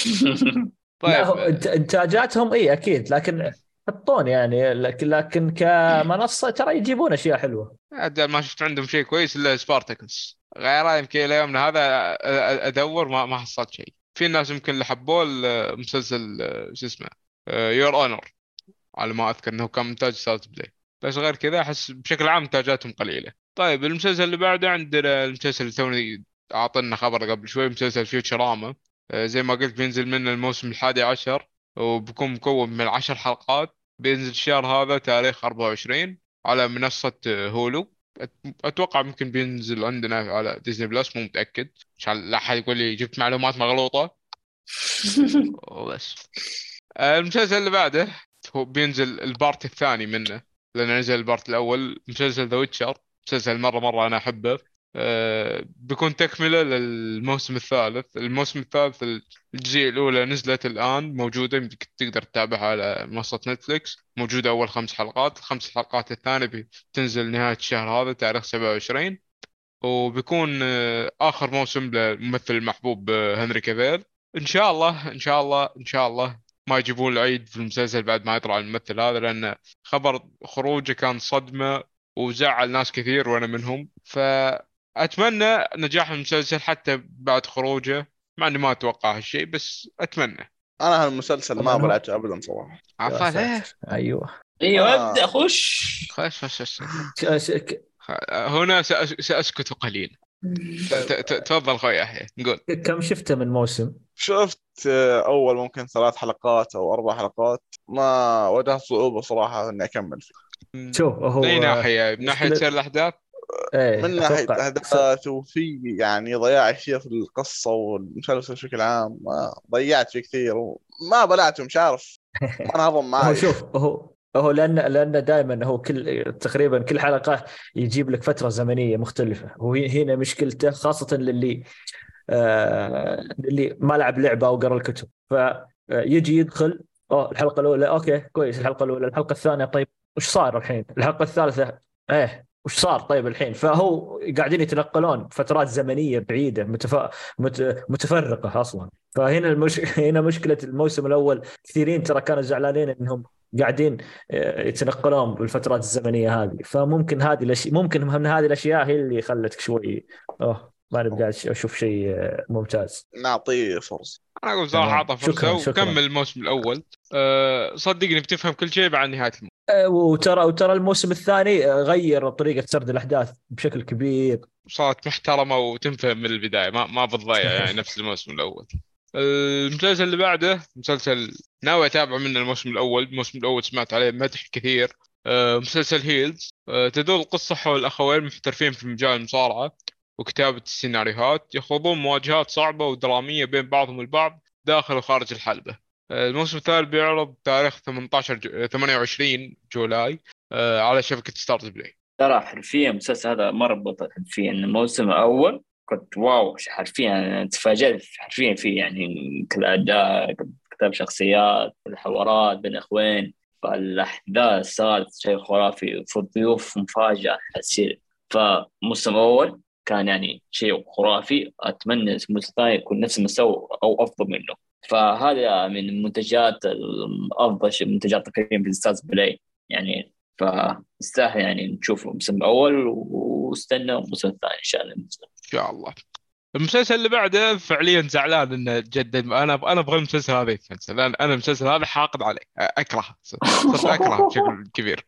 لا طيب. هو انتاجاتهم اي اكيد، لكن حطون يعني، لكن كمنصه ترى يجيبون اشياء حلوه. أدل ما شفت عندهم شيء كويس الا سبارتكس، غيره يمكن الى يومنا هذا ادور ما حصلت شيء. في ناس يمكن اللي حبوه المسلسل شو اسمه يور اونر، على ما اذكر انه كان انتاج ستارز بلاي، بس غير كذا احس بشكل عام انتاجاتهم قليله. طيب المسلسل اللي بعده عندنا المسلسل اللي توني اعطينا خبر قبل شوي، مسلسل فيوتشراما. زي ما قلت بينزل منه الموسم ال11 وبيكون مكون من 10 حلقات. بينزل الشهر هذا تاريخ 24 على منصة هولو. أتوقع ممكن بينزل عندنا على ديزني بلس، مو متأكد عشان لا أحد يقول لي جبت معلومات مغلوطة. وبس. المسلسل اللي بعده هو بينزل البارت الثاني منه، لأن نزل البارت الأول، مسلسل ذا ويتشر. مسلسل مرة أنا أحبه. بيكون تكملة للموسم الثالث. الموسم الثالث الجزء الأولى نزلت الآن، موجودة، يمكن تقدر تتابعها على منصة نتفليكس. موجودة أول 5 حلقات. ال5 حلقات الثانية بتنزل نهاية الشهر هذا تاريخ 27. وبيكون آخر موسم للممثل المحبوب هنري كافيل. إن شاء الله إن شاء الله إن شاء الله ما يجيبون العيد في المسلسل بعد ما يطلع الممثل هذا، لأن خبر خروجه كان صدمة وزعل ناس كثير وأنا منهم. فأتمنى نجاح المسلسل حتى بعد خروجه، مع إني ما أتوقع هالشيء، بس أتمنى. انا هالمسلسل ما طبعاً هو- بلعته ابدا صراحه. يا عفوا ليه؟ ساتر. ايوه. ايوه آه. ابدا خش. خلاص خلاص خلاص. ش- ش- هنا سأسكت قليلا. تفضل خوي يحيى، نقول. كم شفته من موسم؟ شفت اول ممكن 3 حلقات او 4 حلقات، ما واجهت صعوبه صراحه اني اكمل فيه. شوف من أي هو ناحية؟ من ناحية مشكلة. سير الأحداث؟ من ناحيه الاحداث وفي يعني ضياع اشياء في القصه والمسلسل بشكل عام، ما ضيعت فيه كثير وما بلعته، مش عارف ما نهضم هو معي. شوف هو لأن دائما هو تقريبا كل حلقة يجيب لك فترة زمنية مختلفة، وهنا مشكلته خاصة للي ما لعب لعبة أو قرأ الكتب، فيجي يدخل الحلقة الأولى أوكي كويس، الحلقة الأولى، الحلقة الثانية طيب وش صار الحين، الحلقة الثالثة وش صار طيب الحين. فهو قاعدين يتنقلون فترات زمنية بعيدة متفرقة أصلا. فهنا هنا مشكلة الموسم الأول، كثيرين ترى كانوا زعلانين إنهم قاعدين يتنقلون بالفترات الزمنية هذه. فممكن هذه الأشياء، ممكن من هذه الأشياء هي اللي خلتك شوي ما نبقى أشوف شيء ممتاز. نعطيه فرصة. أنا أقول صراحة تمام. أعطى فرصة شكرا. وكمل الموسم الأول. صدقني بتفهم كل شيء بعد نهاية الموسم. وترى الموسم الثاني غير طريقة سرد الأحداث بشكل كبير، صارت محترمة وتنفهم من البداية، ما بتضيع يعني نفس الموسم الأول. المسلسل اللي بعده مسلسل ناوي أتابعه من الموسم الأول. الموسم الأول سمعت عليه مدح كثير. مسلسل هيلز. تدور القصة حول أخوين محترفين في مجال المصارعة وكتابة السيناريوهات، يخوضون مواجهات صعبة ودرامية بين بعضهم البعض داخل وخارج الحلبة. الموسم الثالث بيعرض تاريخ 28 جولاي على شبكة ستارز بلاي. ترى حرفيا المسلسل هذا مرة بطل. حرفيا الموسم الأول كنت واو، حرفيا تفاجأت حرفيا فيه، يعني كالأداء، كتاب شخصيات، الحوارات بين أخوين، فالأحداث صارت شيء خرافي، في الضيوف مفاجأة حسيت. فالموسم الأول كان يعني شيء خرافي، أتمنى الموسم الثاني يكون نفس المستوى أو أفضل منه. فهذا من المنتجات الأفضل، منتجات تقريبا في ستارز بلاي يعني. فاستاهل يعني نشوف الموسم الأول، واستنى الموسم الثاني إن شاء الله. إن شاء الله. المسلسل اللي بعده فعليا زعلان انه جدد. انا ابغى المسلسل هذا يتكنسل. انا المسلسل هذا حاقد عليه، اكرهه، صرت اكرهه بشكل كبير.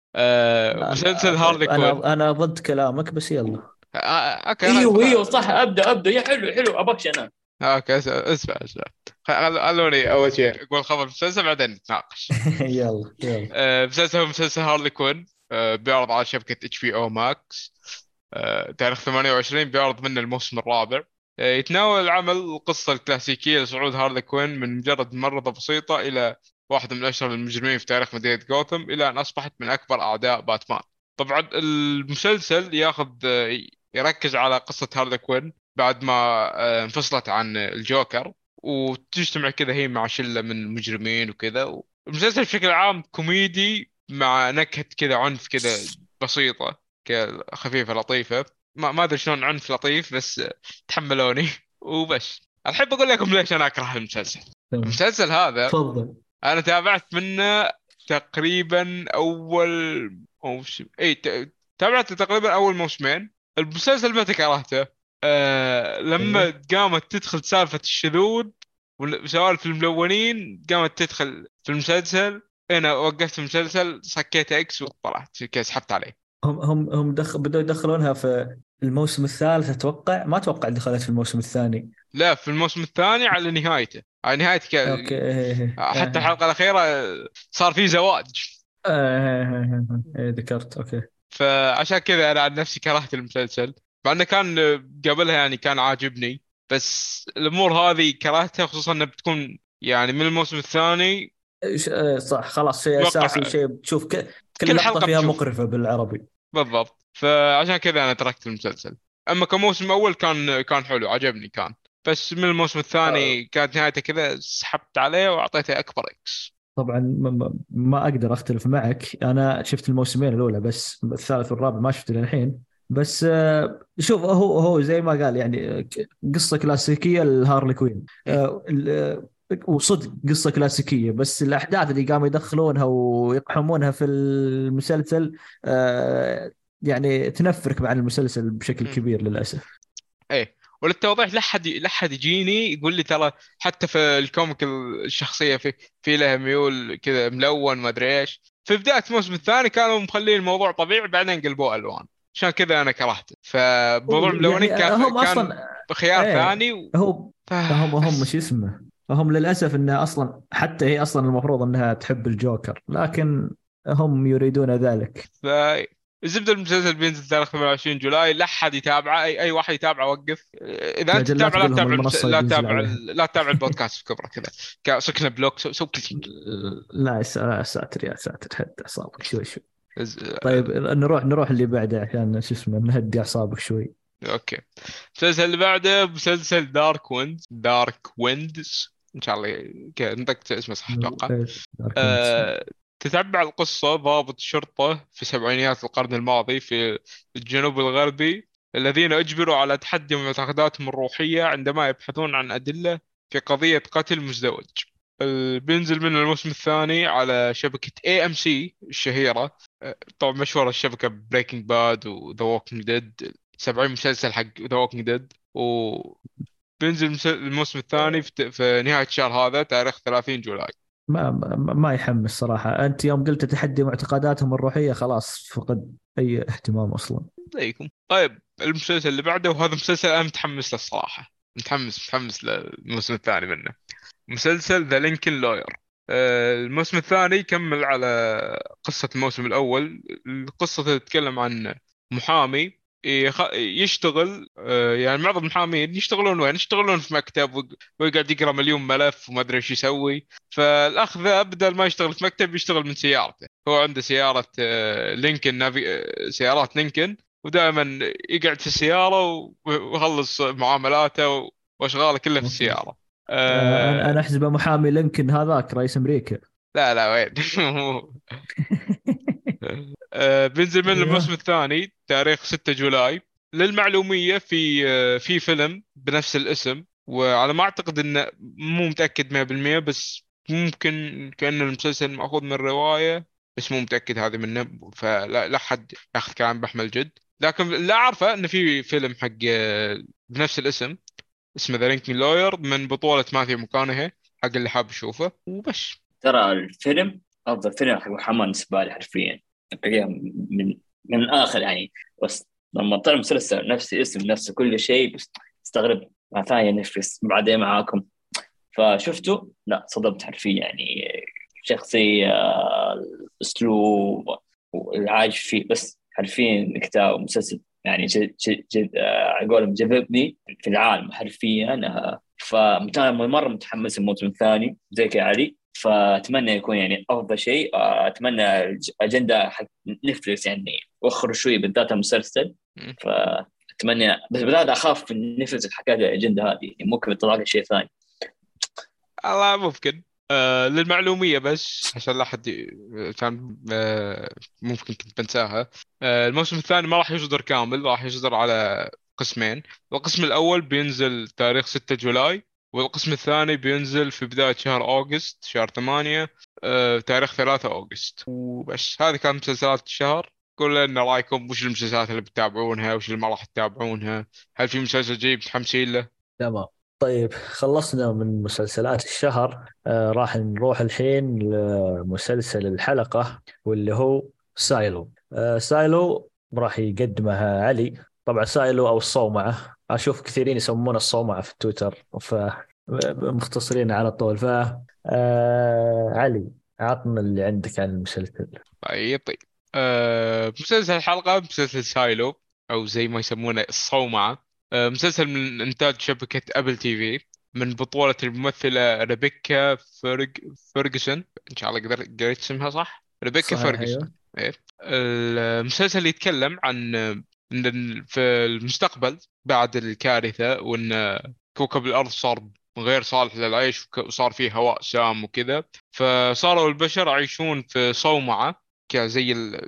مسلسل هارلي كوين. أنا ضد كلامك بس يلا. اوكي. ايوه صح، ابدا يا حلو ابغى انا. اوكي اسمع. خلوني اول شيء اقول خبر المسلسل بعدين نتناقش. يلا. مسلسل هارلي كوين بيعرض على شبكة HBO ماكس تاريخ 28. بيعرض منه الموسم الرابع. يتناول العمل القصة الكلاسيكية لصعود هارلي كوين من مجرد ممرضة بسيطة إلى واحدة من أشهر المجرمين في تاريخ مدينة غوثم، إلى أن أصبحت من أكبر أعداء باتمان. طبعا المسلسل يركز على قصة هارلي كوين بعد ما انفصلت عن الجوكر، وتجتمع كذا هي مع شلة من المجرمين وكذا. المسلسل بشكل عام كوميدي مع نكهة كذا عنف كذا بسيطة، خفيفة لطيفة. ما أدري شلون عنف لطيف، بس تحملوني وبس. أحب أقول لكم ليش أنا أكره المسلسل. المسلسل هذا تفضل. أنا تابعت منه تقريبا تابعت تقريبا أول موسمين. المسلسل متى كرهته؟ لما قامت تدخل سالفة الشذوذ وسوالف الملونين، قامت تدخل في المسلسل. أنا وقفت المسلسل، سكيت إكس وطلعت كذا، سحبت عليه. هم بدأوا يدخلونها في الموسم الثالث أتوقع، ما أتوقع دخلت في الموسم الثاني. لا، في الموسم الثاني على نهايته، على نهايته أوكي. حتى الحلقة الأخيرة صار في زواج. ذكرت. أوكي. فعشان كذا أنا عن نفسي كرهت المسلسل، مع أنه كان قبلها يعني كان عاجبني، بس الأمور هذه كرهتها، خصوصا أنها بتكون يعني من الموسم الثاني. صح، خلاص شيء أساسي، شيء تشوف كل لقطة حلقة فيها بتشوف. مقرفة بالعربي. بالضبط. فعشان كذا انا تركت المسلسل. اما كموسم اول كان حلو، عجبني كان. بس من الموسم الثاني كانت نهايته كذا، سحبت عليه واعطيته اكبر اكس. طبعا ما اقدر اختلف معك. انا شفت الموسمين الاولى بس، الثالث والرابع ما شفت للحين. بس شوف، هو زي ما قال يعني قصة كلاسيكية لهارلي كوين. وصدق قصة كلاسيكية، بس الأحداث اللي قاموا يدخلونها ويقحمونها في المسلسل يعني تنفرك مع المسلسل بشكل مم. كبير للأسف. ايه. وللتوضيح، لا حد يجيني يقول لي ترى حتى في الكوميك الشخصيه في لها ميول كذا ملون ما ادري ايش. في بدايه الموسم الثاني كانوا مخلين الموضوع طبيعي، بعدين قلبوه الوان، عشان كذا انا كرهته. فموضوع الملونين يعني هم كان أصلا خيار ايه. ثاني هو هم بس. شو اسمه، هم للاسف انها اصلا، حتى هي اصلا المفروض انها تحب الجوكر، لكن هم يريدون ذلك. ف الزبده المسلسل بينزل تاريخ 28 جولاي. لا حد يتابعه، اي واحد يتابعه وقف. اذا يا انت رجل لا تتابع لا تقول لهم تتابع المنصه اللي بينزل عليها. لا تتابع البودكاست في كبره كذا. سكن بلوك، سو كل شيء. لا يا ساتر يا ساتر، هد اعصابك شوي شوي. إز- طيب نروح اللي بعده عشان شو اسمه نهدي اعصابك شوي. اوكي. المسلسل اللي بعده مسلسل دارك ويندز ان شاء الله كذا نطقت اسمه صح اتوقع. دارك ويندز. أه... تتبع القصة ضابط شرطة في سبعينيات القرن الماضي في الجنوب الغربي، الذين أجبروا على تحدي معتقداتهم الروحية عندما يبحثون عن أدلة في قضية قتل مزدوج. بينزل من الموسم الثاني على شبكة AMC الشهيرة. طبعا مشهورة الشبكة بريكنج باد وذا ووكينج ديد، 70 مسلسل حق ذا ووكينج ديد. وبينزل الموسم الثاني في نهاية الشهر هذا تاريخ 30 جولاي. ما يحمس صراحه. انت يوم قلت تحدي معتقداتهم الروحيه خلاص فقد اي اهتمام اصلا. زيكم. طيب المسلسل اللي بعده، وهذا مسلسل أنا متحمس له الصراحة، متحمس للموسم الثاني منه. مسلسل ذا لينكن لوير. الموسم الثاني يكمل على قصة الموسم الأول. القصة تتكلم عن محامي يشتغل، يعني معظم المحامين يشتغلون وين؟ يشتغلون في مكتب ويقعد يقرأ مليون ملف وما أدري ايش يسوي. فالأخ ذا بدل ما يشتغل في مكتب يشتغل من سيارته. هو عنده سيارة لينكن سيارات لينكن، ودائما يقعد في السيارة ويخلص معاملاته وأشغاله كلها في اوكي. السيارة. انا احسبه محامي لينكن هذاك رئيس امريكا. لا لا وين. بينزل من الموسم ايوه. الثاني تاريخ 6 جولاي. للمعلومية في فيلم بنفس الاسم، وعلى ما أعتقد إنه مو متأكد 100%، بس ممكن كأن المسلسل مأخوذ من رواية، بس مو متأكد هذه منه. فلا حد ياخذ كلام بأحمل جد. لكن لا أعرفه إنه في فيلم حق بنفس الاسم اسمه ذا لينكن لوير من بطولة ماثيو ماكونهي، حق اللي حاب يشوفه وبس. ترى الفيلم افضل فيلم حق محمد بالنسبه لي حرفيا. تقريبا من الاخر يعني. بس لما طلع مسلسل نفس الاسم نفس كل شيء، بس استغرب ما ثانية نفس بعدين معاكم. فشفته لا صدمت حرفيا يعني. شخصية، الأسلوب والعايش فيه، بس حرفيا كتاب مسلسل يعني جد جد جد أقول جذبني في العالم حرفيا. فمتابع مرة متحمس الموسم الثاني زيك يا علي. فأتمنى يكون يعني أفضل شيء. أتمنى أجندة حق نتفلكس يعني وخروا شوي بالذات المسلسل. م. فأتمنى، بس بدأت أخاف من نتفلكس الحكاية الأجندة هذه يعني ممكن يطلع لي شيء ثاني. الله ممكن. للمعلومية بس عشان لا حد كان ممكن كنت بنساها. الموسم الثاني ما راح يصدر كامل، راح يصدر على قسمين. القسم الأول بينزل تاريخ 6 جولاي، والقسم الثاني بينزل في بداية شهر أوغست، شهر 8 تاريخ 3 أوغست. وبس هذه كانت مسلسلات الشهر. قول لنا رأيكم، وش المسلسلات اللي بتتابعونها وش اللي ما راح تتابعونها؟ هل في مسلسل جديد متحمسين له؟ تمام. طيب خلصنا من مسلسلات الشهر. راح نروح الحين لمسلسل الحلقة واللي هو سايلو. سايلو راح يقدمها علي. طبعا سايلو أو الصومعة، أشوف كثيرين يسمونه الصومعة في تويتر، فمختصرين على طول. علي عطنا اللي عندك عن المسلسل. طيب. مسلسل الحلقة مسلسل سايلو، أو زي ما يسمونه الصومعة. مسلسل من إنتاج شبكة أبل تي في، من بطولة الممثلة ريبيكا فيرجسون. إن شاء الله قريت اسمها صح، ريبيكا صحيح فيرجسون. أيوه. إيه. المسلسل يتكلم عن إن في المستقبل بعد الكارثة، وإن كوكب الأرض صار غير صالح للعيش، وصار فيه هواء سام وكذا. فصاروا البشر يعيشون في صومعة زي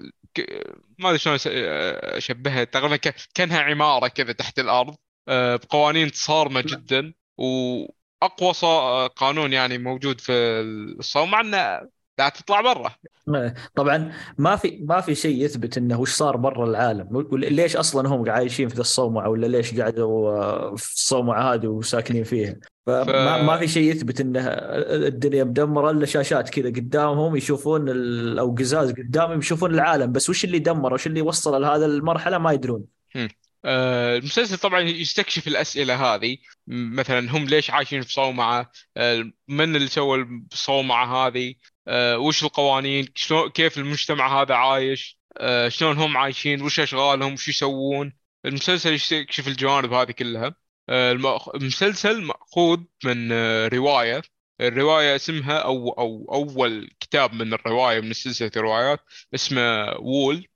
ما أدري شلون أشبهها. تقريبا كأنها عمارة كذا تحت الأرض، بقوانين صارمة جدا. وأقوى قانون يعني موجود في الصومعة إنه لا تطلع برا. طبعا ما في شيء يثبت انه وش صار برا العالم، ليش اصلا هم عايشين في ذا الصومعه، ولا ليش قعدوا في الصومعه هذه وساكنين فيها. فما في شيء يثبت انه الدنيا مدمره، الا شاشات كذا قدامهم يشوفون او قزاز قدامهم يشوفون العالم، بس وش اللي دمر وش اللي وصل لهذا المرحله ما يدرون. المسلسل طبعا يستكشف الأسئلة هذه. مثلا هم ليش عايشين في صومعة؟ من اللي سوى الصومعة هذه؟ وش القوانين؟ كيف المجتمع هذا عايش؟ شلون هم عايشين؟ وش أشغالهم؟ وش يسوون؟ المسلسل يستكشف الجوانب هذه كلها. المسلسل مأخوذ من رواية. الرواية اسمها أو أول كتاب من الرواية من سلسلة الروايات اسمه وول،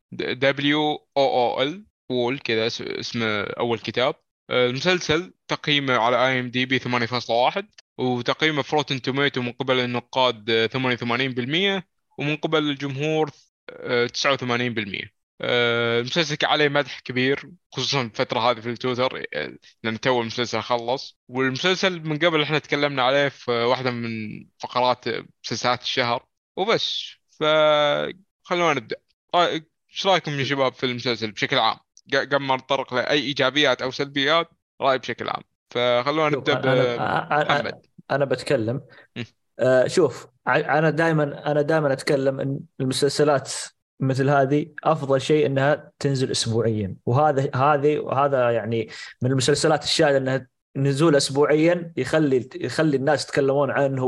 WOOL، وول كذا اسم أول كتاب. المسلسل تقييمه على اي ام دي بي 8.1، وتقييمه في روتن توميتو من قبل النقاد 88%، ومن قبل الجمهور 89%. المسلسل عليه مدح كبير، خصوصا الفترة هذه في التويتر، لأن تو المسلسل خلص. والمسلسل من قبل احنا تكلمنا عليه في واحدة من فقرات مسلسلات الشهر وبس. فخلونا نبدأ. ايش رايكم يا شباب في المسلسل بشكل عام، قبل ما نتطرق لأي إيجابيات أو سلبيات؟ رأي بشكل عام. فخلونا شوف نبدأ بمحمد. انا بتكلم. م. شوف، انا دائما اتكلم ان المسلسلات مثل هذه افضل شيء انها تنزل اسبوعيا، وهذا يعني من المسلسلات الشاهده انها نزول اسبوعيا يخلي الناس يتكلمون عنه،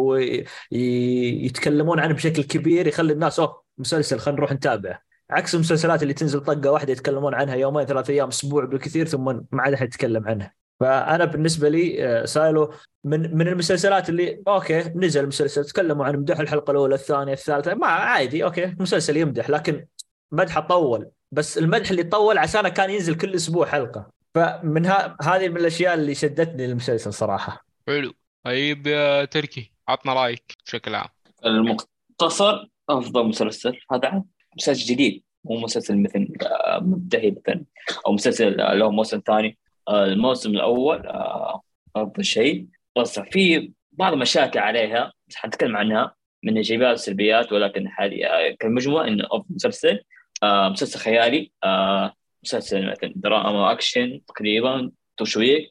ويتكلمون عنه بشكل كبير، يخلي الناس مسلسل خلينا نروح نتابعه. عكس المسلسلات اللي تنزل طقه واحده يتكلمون عنها يومين 3 ايام اسبوع بالكثير ثم ما عاد احد يتكلم عنها. فانا بالنسبه لي سايلو من المسلسلات اللي اوكي نزل مسلسل تكلموا عن مدح الحلقه الاولى الثانيه الثالثه ما عادي، اوكي مسلسل يمدح، لكن مدحه طول، بس المدح اللي طول عشانه كان ينزل كل اسبوع حلقه. فمن هذه من الاشياء اللي شدتني للمسلسل صراحه. حلو. طيب يا تركي، عطنا رأيك بشكل عام. المختصر أفضل مسلسل هذا عام. مسلسل جديد، مو مسلسل مثل منتهي مثلا، أو مسلسل له موسم ثاني. الموسم الأول أفضل شيء. بس في بعض المشاكل عليها بس حنتكلم عنها من الإيجابيات والسلبيات، ولكن كمجموعة إنه أفضل مسلسل. مسلسل خيالي، مسلسل مثلا دراما أكشن تقريبا تشويق.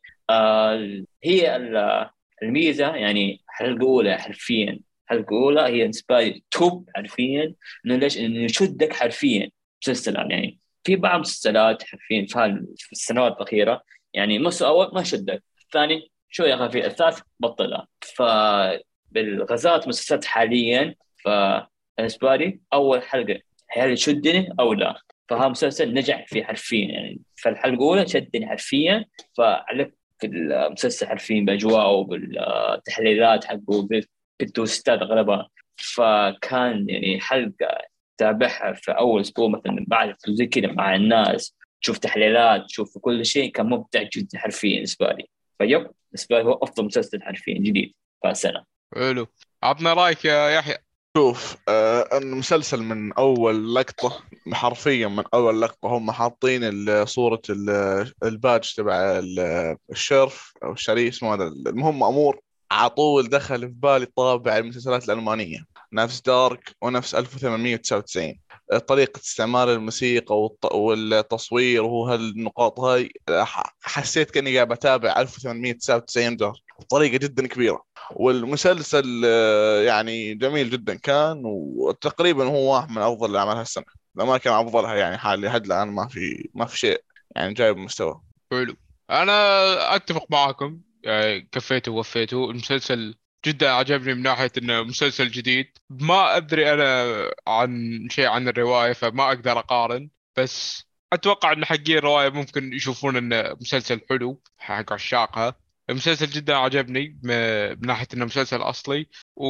هي الميزة يعني الحلقة الأولى حرفيا، الحلقة الأولى هي بالنسبة لي توب حرفيا. إنه ليش؟ إنه يشدك حرفيا مسلسل. يعني في بعض المسلسلات حرفيا في السنوات الأخيرة يعني الموسم الأول ما شدك، الثاني شوية خفيف، الثالث بطلها. فبالغازات مسلسلات حاليا فبالنسبة لي أول حلقة هل يشدني أو لا. فهذا مسلسل نجح فيه حرفيا، يعني فالحلقة الأولى شدني حرفيا، فعلقت في المسلسل حرفيا بأجواءه وبالتحليلات حقه بالتوستات أغلبها. فكان يعني حلقة تابعها في أول أسبوع مثلا، بعد زي كذا مع الناس تشوف تحليلات تشوف كل شيء، كان ممتع جدا حرفيا بالنسبة لي. بالنسبة لي هو أفضل مسلسل حرفيا جديد في السنة. حلو. عطنا رأيك يا يحيى. شوف، المسلسل من أول لقطة، حرفيا من أول لقطة هم حاطين صورة الباج تبع الشرف أو الشريف اسمه هذا، المهم مأمور. على طول دخل في بالي طابع المسلسلات الألمانية، نفس دارك ونفس 1899. طريقة استعمال الموسيقى والتصوير وهو هالنقاط هاي، حسيت كأني قاعد بتابع 1899 دار بطريقة جدا كبيرة. والمسلسل يعني جميل جدا كان، وتقريبا هو واحد من افضل الاعمال هالسنه، لو ما كان افضلها يعني. حالي لحد الان ما في شيء يعني جايب مستوى. حلو. أنا أتفق معاكم، يعني كفيته ووفيته. المسلسل جدا عجبني من ناحية إنه مسلسل جديد. ما أدري أنا عن شيء عن الرواية فما أقدر أقارن، بس أتوقع إن حقين الرواية ممكن يشوفون إنه مسلسل حلو حق عشاقها. المسلسل جدا عجبني من ناحية انه مسلسل اصلي،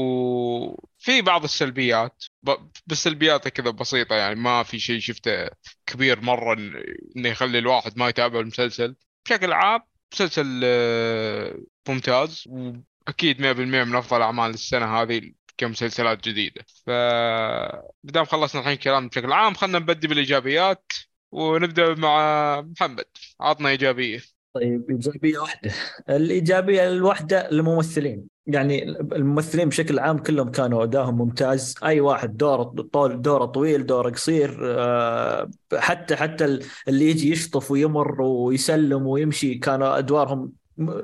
وفي بعض السلبيات، بس سلبياته كذا بسيطة، يعني ما في شيء شفته كبير مرة انه يخلي الواحد ما يتابع المسلسل. بشكل عام مسلسل ممتاز، واكيد 100% من افضل اعمال السنة هذه كمسلسلات جديدة. بدام خلصنا الحين كلام بشكل عام، خلنا نبدي بالايجابيات، ونبدأ مع محمد. عطنا ايجابية. طيب إيجابية واحدة. الإيجابية الواحدة الممثلين، يعني الممثلين بشكل عام كلهم كانوا أداهم ممتاز. أي واحد دوره طويل، دوره قصير، حتى اللي يجي يشطف ويمر ويسلم ويمشي كانوا أدوارهم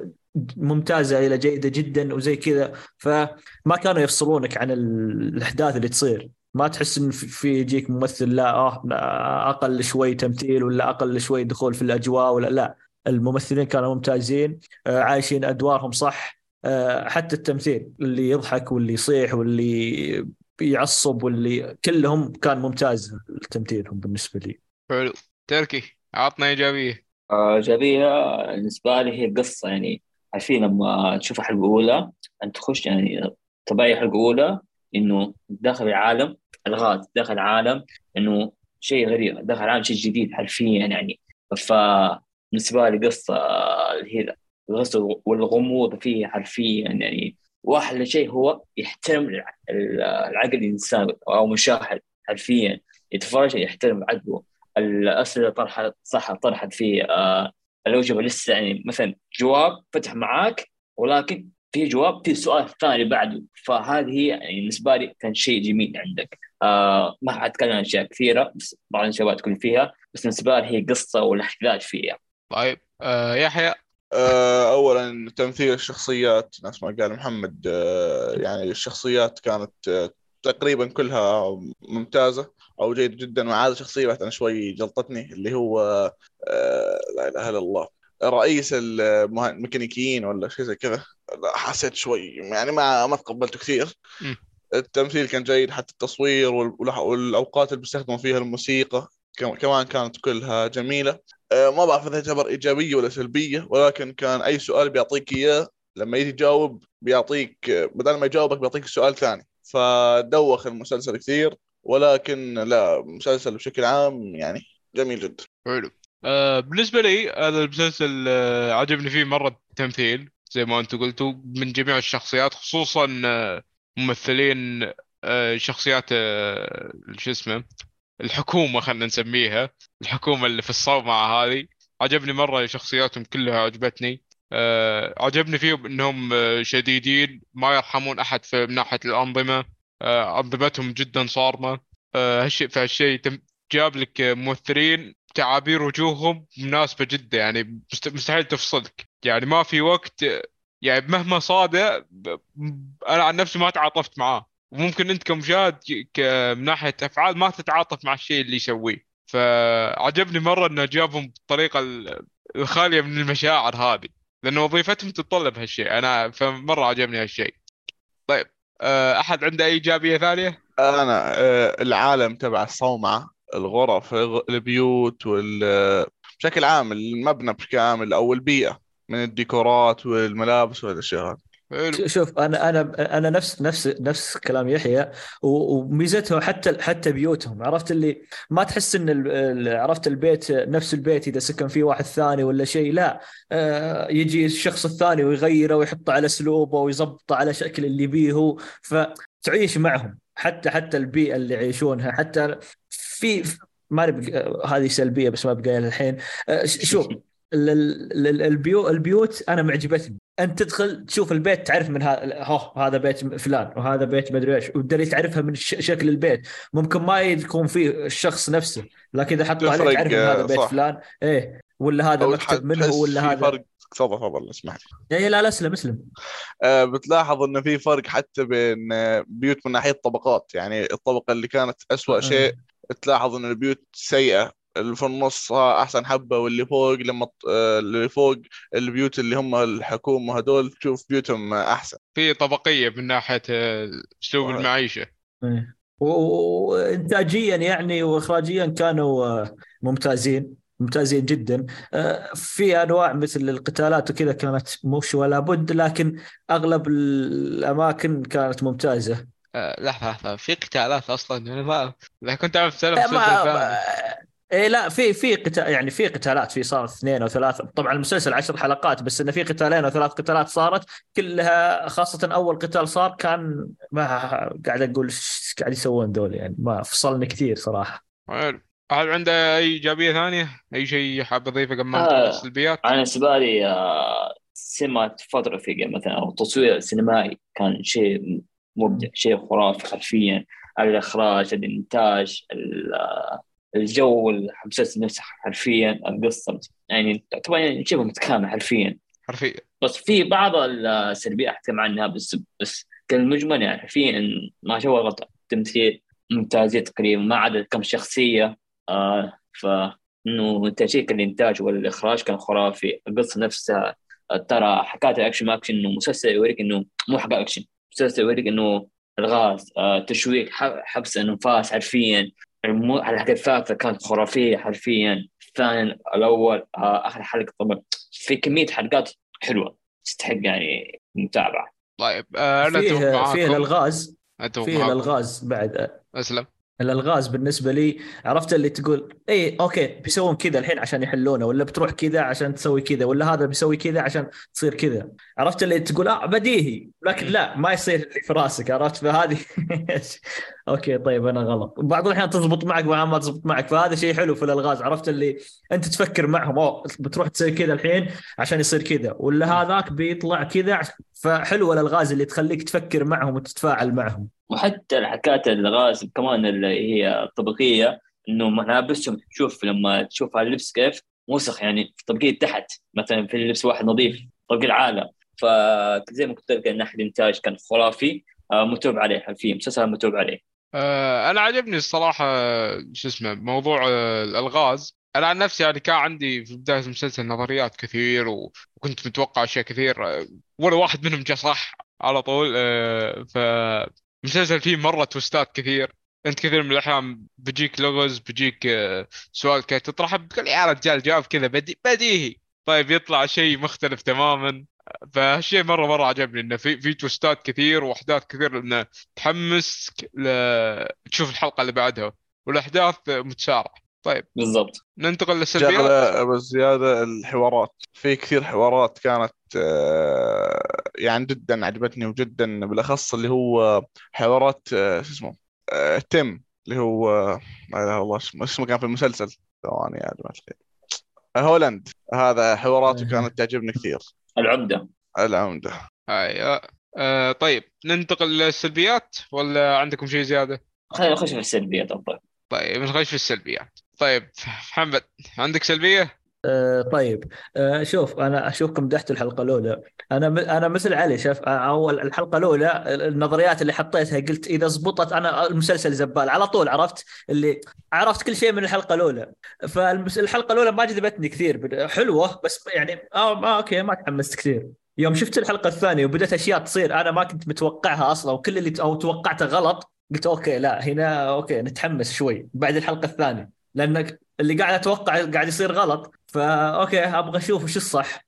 ممتازة إلى جيدة جدا وزي كذا. فما كانوا يفصلونك عن الأحداث اللي تصير. ما تحس ان في يجيك ممثل لا اقل شوي تمثيل ولا اقل شوي دخول في الاجواء ولا لا. الممثلين كانوا ممتازين، عايشين أدوارهم صح. حتى التمثيل اللي يضحك واللي يصيح واللي يعصب واللي كلهم كان ممتاز تمثيلهم بالنسبة لي. حلو. تركي، عطنا ايجابية. إيجابية بالنسبة لي هي القصة. يعني عارفين لما تشوف الحلقة الأولى أنت تخش يعني طبيعي الحلقة الأولى إنه داخل العالم الغاز، داخل عالم إنه شيء غريب، داخل عالم شيء جديد حرفيا يعني. فبالنسبة لي قصة اللي هي القصة والغموض فيه حرفيا يعني. وأحلى شيء هو يحترم العقل الإنسان أو مشاهد حرفيا يتفرج يحترم عقله. الأسئلة طرحت في الأوجبة لسه يعني مثلا جواب فتح معاك، ولكن في جواب في سؤال ثاني بعده. فهذه هي يعني بالنسبة لي كان شيء جميل عندك. ما حتكلم عن أشياء كثيرة بس بعض الشباب تكون فيها، بس بالنسبة لي هي قصة والأحداث فيها. طيب يحيى. اولا تمثيل الشخصيات نفس ما قال محمد، يعني الشخصيات كانت تقريبا كلها ممتازة او جيدة جدا، ما عدا شخصية واحدة انا شوي جلطتني اللي هو لا اله الا الله، رئيس الميكانيكيين ولا شيء زي كذا. لا، حسيت شوي يعني ما تقبلته كثير. مم. التمثيل كان جيد، حتى التصوير والاوقات اللي بيستخدموا فيها الموسيقى كمان كانت كلها جميلة. ما بعرف إذا تعتبر إيجابية ولا سلبية، ولكن كان أي سؤال بيعطيك إياه لما يجي تجاوب بيعطيك بدل ما يجاوبك بيعطيك سؤال ثاني، فدوخ المسلسل كثير. ولكن لا، مسلسل بشكل عام يعني جميل جدا. حلو. بالنسبة لي هذا المسلسل عجبني فيه مرة التمثيل زي ما أنتم قلتوا من جميع الشخصيات، خصوصا ممثلين شخصيات شو اسمه الحكومة، خلينا نسميها الحكومة اللي في الصومعة هذه. عجبني مرة شخصياتهم كلها عجبتني. عجبني فيهم انهم شديدين، ما يرحمون احد في من ناحية الأنظمة. أنظمتهم جدا صارمة. فهالشيء جاب لك ممثلين تعابير وجوههم مناسبة جدا، يعني مستحيل تفصلك، يعني ما في وقت، يعني مهما صادق انا عن نفسي ما تعاطفت معاه. وممكن انت كمشاهد من ناحية افعال ما تتعاطف مع الشيء اللي يسويه. فعجبني مرة انه جابهم بالطريقة الخالية من المشاعر هذه، لأن وظيفتهم تتطلب هالشيء. أنا فمرة عجبني هالشيء. طيب أحد عنده أي إيجابية ثانية؟ أنا العالم تبع الصومعة، الغرف، البيوت بشكل عام المبنى بشكل عام أو البيئة من الديكورات والملابس والأشياء هذه. حلو. شوف انا نفس كلام يحيى. وميزتها حتى بيوتهم، عرفت اللي ما تحس ان عرفت البيت نفس البيت اذا سكن فيه واحد ثاني ولا شيء، لا. يجي الشخص الثاني ويغيره ويحطه على اسلوبه ويظبطه على شكل اللي يبيه هو، فتعيش معهم. حتى البيئة اللي يعيشونها، حتى في ما هذه سلبية بس ما بقى الحين. شوف البيوت انا معجبتني. انت تدخل تشوف البيت تعرف من هذا بيت فلان وهذا بيت مدري ايش، وتدري تعرفها من شكل البيت. ممكن ما يكون فيه الشخص نفسه، لكن اذا حطوا عليه تفرق تعرف ان هذا بيت صح. فلان، ايه، ولا هذا أو مكتب منه تحس ولا في هذا. فرق. تفضل اسمح لي. ايه لا اسلم. بتلاحظ انه في فرق حتى بين بيوت من ناحية الطبقات، يعني الطبقة اللي كانت أسوأ شيء تلاحظ ان البيوت سيئة، اللي في النص احسن حبة، واللي فوق لما اللي فوق البيوت اللي هم الحكومة هدول تشوف بيوتهم احسن. في طبقية من ناحية أسلوب صحيح. المعيشة. إيه. وإنتاجيا يعني وإخراجيا كانوا ممتازين. ممتازين جدا. في انواع مثل القتالات وكذا كانت مش ولا بد، لكن اغلب الاماكن كانت ممتازه. لحظة في قتالات أصلا أنا ما لا كنت أعرف سلام آه، مسلسل ما ثاني. إيه لا، في قتال، يعني في قتالات، في صارت 2 أو 3. طبعا المسلسل 10 حلقات بس، انه في 2 أو 3 قتالات صارت كلها. خاصة اول قتال صار كان ما قاعد اقول إيش قاعد يسوون دول، يعني ما فصلني كثير صراحة. حلو. هل عنده أي إيجابية ثانية؟ أي شيء حاب أضيفه قبل ما ننتقل آه للسلبيات؟ أنا بالنسبة لي سينما فوتوغرافية مثلا أو تصوير سينمائي كان شيء مبدع، شيء خرافي حرفيا. الإخراج، الإنتاج، الجو، المسلسل نفسه حرفيا، القصة يعني طبعا يعني شبه متكامل حرفيا. حرفيا. بس في بعض السلبيات أحكم عنها، بس كالمجمل يعني حرفيا ما شاء الله غلط تمثيل ممتازين تقريبا ما عدا كم شخصية. إنه تشيك الإنتاج والإخراج كان خرافي. القصة نفسها ترى حكاية الأكشن ما أكشن، إنه مسلسل يوريك إنه مو حكاية أكشن، مسلسل يوريك إنه الغاز، تشويق، حبس الأنفاس حرفيا. الحلقة الثالثة كانت خرافية حرفيا. الثاني الأول آخر حلقة طبعا في كمية حلقات حلوة تستحق يعني المتابعة. طيب أنا أتفق فيه معاكم. الالغاز، أتفق فيه معاكم. الالغاز بعد. أسلم. الالغاز بالنسبه لي، عرفت اللي تقول اي اوكي بيسوون كذا الحين عشان يحلونه، ولا بتروح كذا عشان تسوي كذا، ولا هذا بيسوي كذا عشان تصير كذا. عرفت اللي تقول بديهي، لكن مم. لا ما يصير اللي في راسك، عرفت؟ فهذه اوكي طيب انا غلط. بعض الاحيان تزبط معك وبعض ما تزبط معك، فهذا شيء حلو في الالغاز. عرفت اللي انت تفكر معهم، او بتروح تسوي كذا الحين عشان يصير كذا، ولا مم. هذاك بيطلع كذا فحلو الالغاز اللي تخليك تفكر معهم وتتفاعل معهم. وحتى الحكاية الغاز كمان اللي هي الطبقية، إنه ملابسهم شوف لما تشوف اللبس كيف موسخ، يعني في طبقية تحت مثلا في اللبس واحد نظيف طبقية العالة. فزي ما قلت لك الناحية الإنتاج كان خرافي. متوب عليه حرفيا، مسلسل متوب عليه. انا عجبني الصراحه شو اسمه موضوع الالغاز. انا عن نفسي يعني كان عندي في بدايه المسلسل نظريات كثير وكنت متوقع اشياء كثير، ولا واحد منهم جاء صح على طول. فمسلسل فيه مره توستات كثير. انت كثير من الاحيان بيجيك لغز، بيجيك سؤال كذا تطرحه بتقول يا رجال جواب كذا بديهي، طيب يطلع شيء مختلف تماما. فهالشيء مره عجبني انه في توستات كثير واحداث كثير، انه تحمس تشوف الحلقة اللي بعدها، والأحداث متسارعة. طيب بالضبط. ننتقل للسلبيات. شغلة بزيادة، الحوارات في كثير حوارات كانت يعني جدا عجبتني، وجدا بالأخص اللي هو حوارات شو اسمه تيم، اللي هو لا إله إلا الله، اسمه كان في المسلسل ثواني يا جماعة الخير، هولاند. هذا حواراته كانت تعجبني كثير. العمدة. العمدة. أيوة. طيب ننتقل للسلبيات ولا عندكم شيء زيادة؟ خلينا نخش في السلبيات أفضل. طيب نخش في السلبيات. طيب محمد عندك سلبية؟ طيب. شوف انا اشوفكم مدحتوا الحلقه الاولى. انا مثل علي، شاف اول الحلقه الاولى النظريات اللي حطيتها قلت اذا زبطت انا المسلسل زبال على طول. عرفت اللي عرفت كل شيء من الحلقه الاولى. فالحلقه الاولى ما جذبتني كثير، حلوه بس يعني اوكي ما تحمست كثير. يوم شفت الحلقه الثانيه وبدأت اشياء تصير انا ما كنت متوقعها اصلا، وكل اللي او توقعته غلط، قلت اوكي لا هنا اوكي نتحمس شوي بعد الحلقه الثانيه، لانك اللي قاعد اتوقع قاعد يصير غلط. فاوكي ابغى اشوف وش الصح.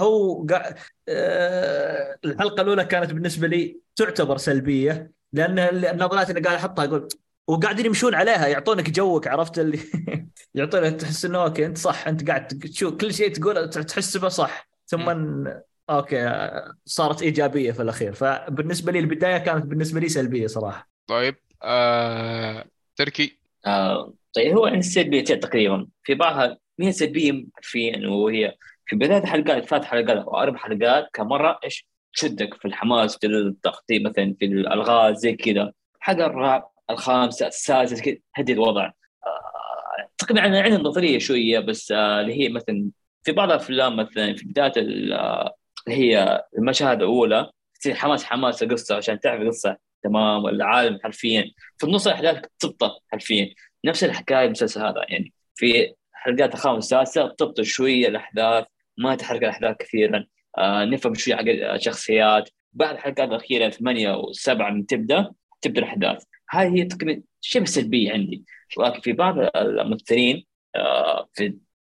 الحلقه الاولى كانت بالنسبه لي تعتبر سلبيه، لان النظرات اللي قاعد احطها اقول وقاعدين يمشون عليها يعطونك جوك. عرفت اللي يعطونك تحس انه اوكي انت صح، انت قاعد تشوف كل شيء تقول تحس به صح، ثم مم. اوكي صارت ايجابيه في الاخير. فبالنسبه لي البدايه كانت بالنسبه لي سلبيه صراحه. طيب تركي. طيب هو عند السلبيتين تقريبا، في بعضها هي سلبية حرفيا، وهي في بداية الحلقات 3 حلقات أو 4 حلقات كمرة إيش تشدك في الحماس، في التخطيط مثلا، في الألغاز زي كذا. حلقة الرابع الخامسة السادسة كذا هدي الوضع. تقريبا عندنا نظرية شوية بس، اللي هي مثلا في بعض الأفلام مثلا في بداية اللي هي المشاهد الأولى تصير حماس القصة عشان تعرف القصة تمام والعالم حرفيا. في النص الأحداث تبطأ حرفيا. نفس الحكاية المسلسل هذا يعني في حلقات الخامسة السادسة تبطأ شوية الأحداث، ما تحرك الأحداث كثيرا. نفهم شوية عن الشخصيات. بعد الحلقات الأخيرة 8 و7 من تبدأ الأحداث. هذه هي تقريبا شبه سلبية عندي. ولكن في بعض الممثلين في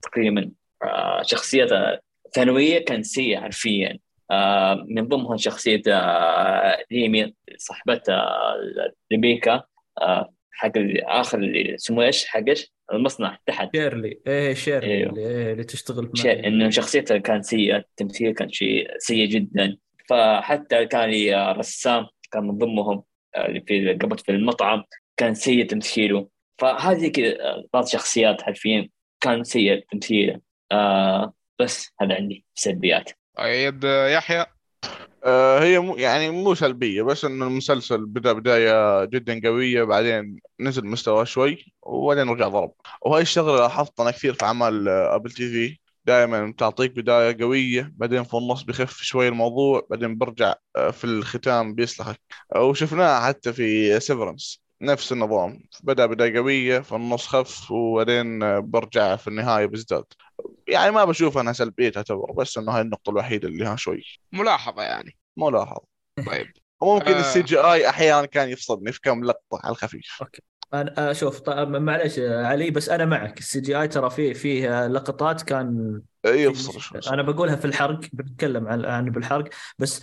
تقريبا شخصيتها ثانوية كان سيئة حرفيا. من ضمنها شخصية ريمي صاحبتها ريبيكا، حق آخر اللي اسمه إيش حقش المصنع تحت. شيرلي، ايه شيرلي أيوه، اللي تشتغل شيء إنه شخصيته كان سيئة، التمثيل كان شيء سيء جدا. فحتى كان رسام كان من ضمنهم، اللي في قبض في المطعم كان سيء تمثيله. فهذه كذا بعض شخصيات حرفيا كان سيء تمثيله. بس هذا عندي سلبيات. طيب يحيى. هي يعني مو سلبية، بس إنه المسلسل بدأ بداية جدا قوية، بعدين نزل مستوى شوي وبعدين رجع ضرب. وهاي الشغلة لاحظت أنا كثير في أعمال أبل تي في، دائما تعطيك بداية قوية، بعدين في النص بيخف شوي الموضوع، بعدين برجع في الختام بيسلخك. وشفناها حتى في سيفرنس نفس النظام، بدأ بداية قوية في النص خف، وبعدين برجع في النهاية بيزداد. يعني ما بشوف أنها سلبية تعتبر، بس إنه هاي النقطة الوحيدة اللي ها شوي ملاحظة يعني. ملاحظ. طيب. وممكن السي جي اي احيانا كان يفصلني في كم لقطه على الخفيف. اوكي. انا اشوف معلش علي، بس انا معك. السي جي اي ترى فيه لقطات كان يفصل شوي انا صح. بقولها في الحرق، بنتكلم عن بالحرق بس.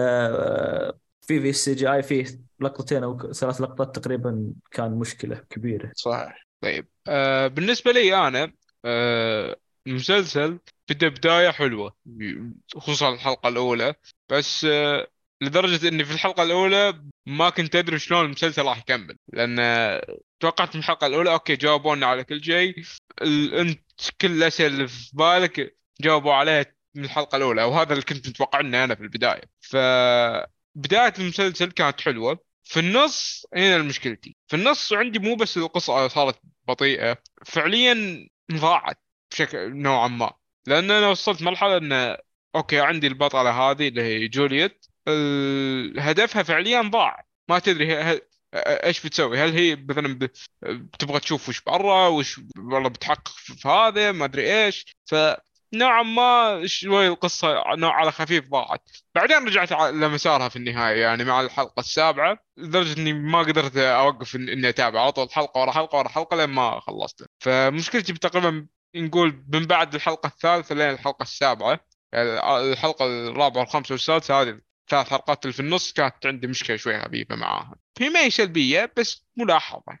في السي جي اي فيه لقطتين او 3 لقطات تقريبا كان مشكلة كبيرة. صحيح. طيب بالنسبة لي أنا المسلسل بداية حلوة، خصوصا الحلقة الأولى. بس لدرجة إني في الحلقة الأولى ما كنت أدري شلون المسلسل راح يكمل، لأن توقعت من الحلقة الأولى أوكي جاوبونا على كل شيء. أنت كل الأسئلة اللي في بالك جاوبوا عليها من الحلقة الأولى، أو هذا اللي كنت متوقع أنا في البداية. فبداية المسلسل كانت حلوة. في النص هنا المشكلتي، في النص عندي مو بس القصة صارت بطيئة، فعليا ضاعت بشكل نوعا ما. لأن أنا وصلت مرحلة أن أوكي عندي البطلة هذه اللي هي جولييت، هدفها فعليا ضاع. ما تدري ايش بتسوي. هل هي مثلا بتبغى تشوف وش برا، وش والله بتحقق في هذا ما ادري ايش. فنوعا ما شوي القصة نوع على خفيف ضاعت. بعدين رجعت لمسارها في النهاية، يعني مع الحلقة السابعة، لدرجة اني ما قدرت اوقف اني اتابع على طول حلقة ورا حلقة ورا حلقة لين ما خلصت. فمشكلتي تقريبا نقول من بعد الحلقة الثالثة لين الحلقة السابعة، يعني الحلقة الرابعة والخامسة والسادسة، هذه 3 حلقات اللي في النص كانت عندي مشكلة شوي خفيفة معاها. هي ما هي سلبية بس ملاحظة.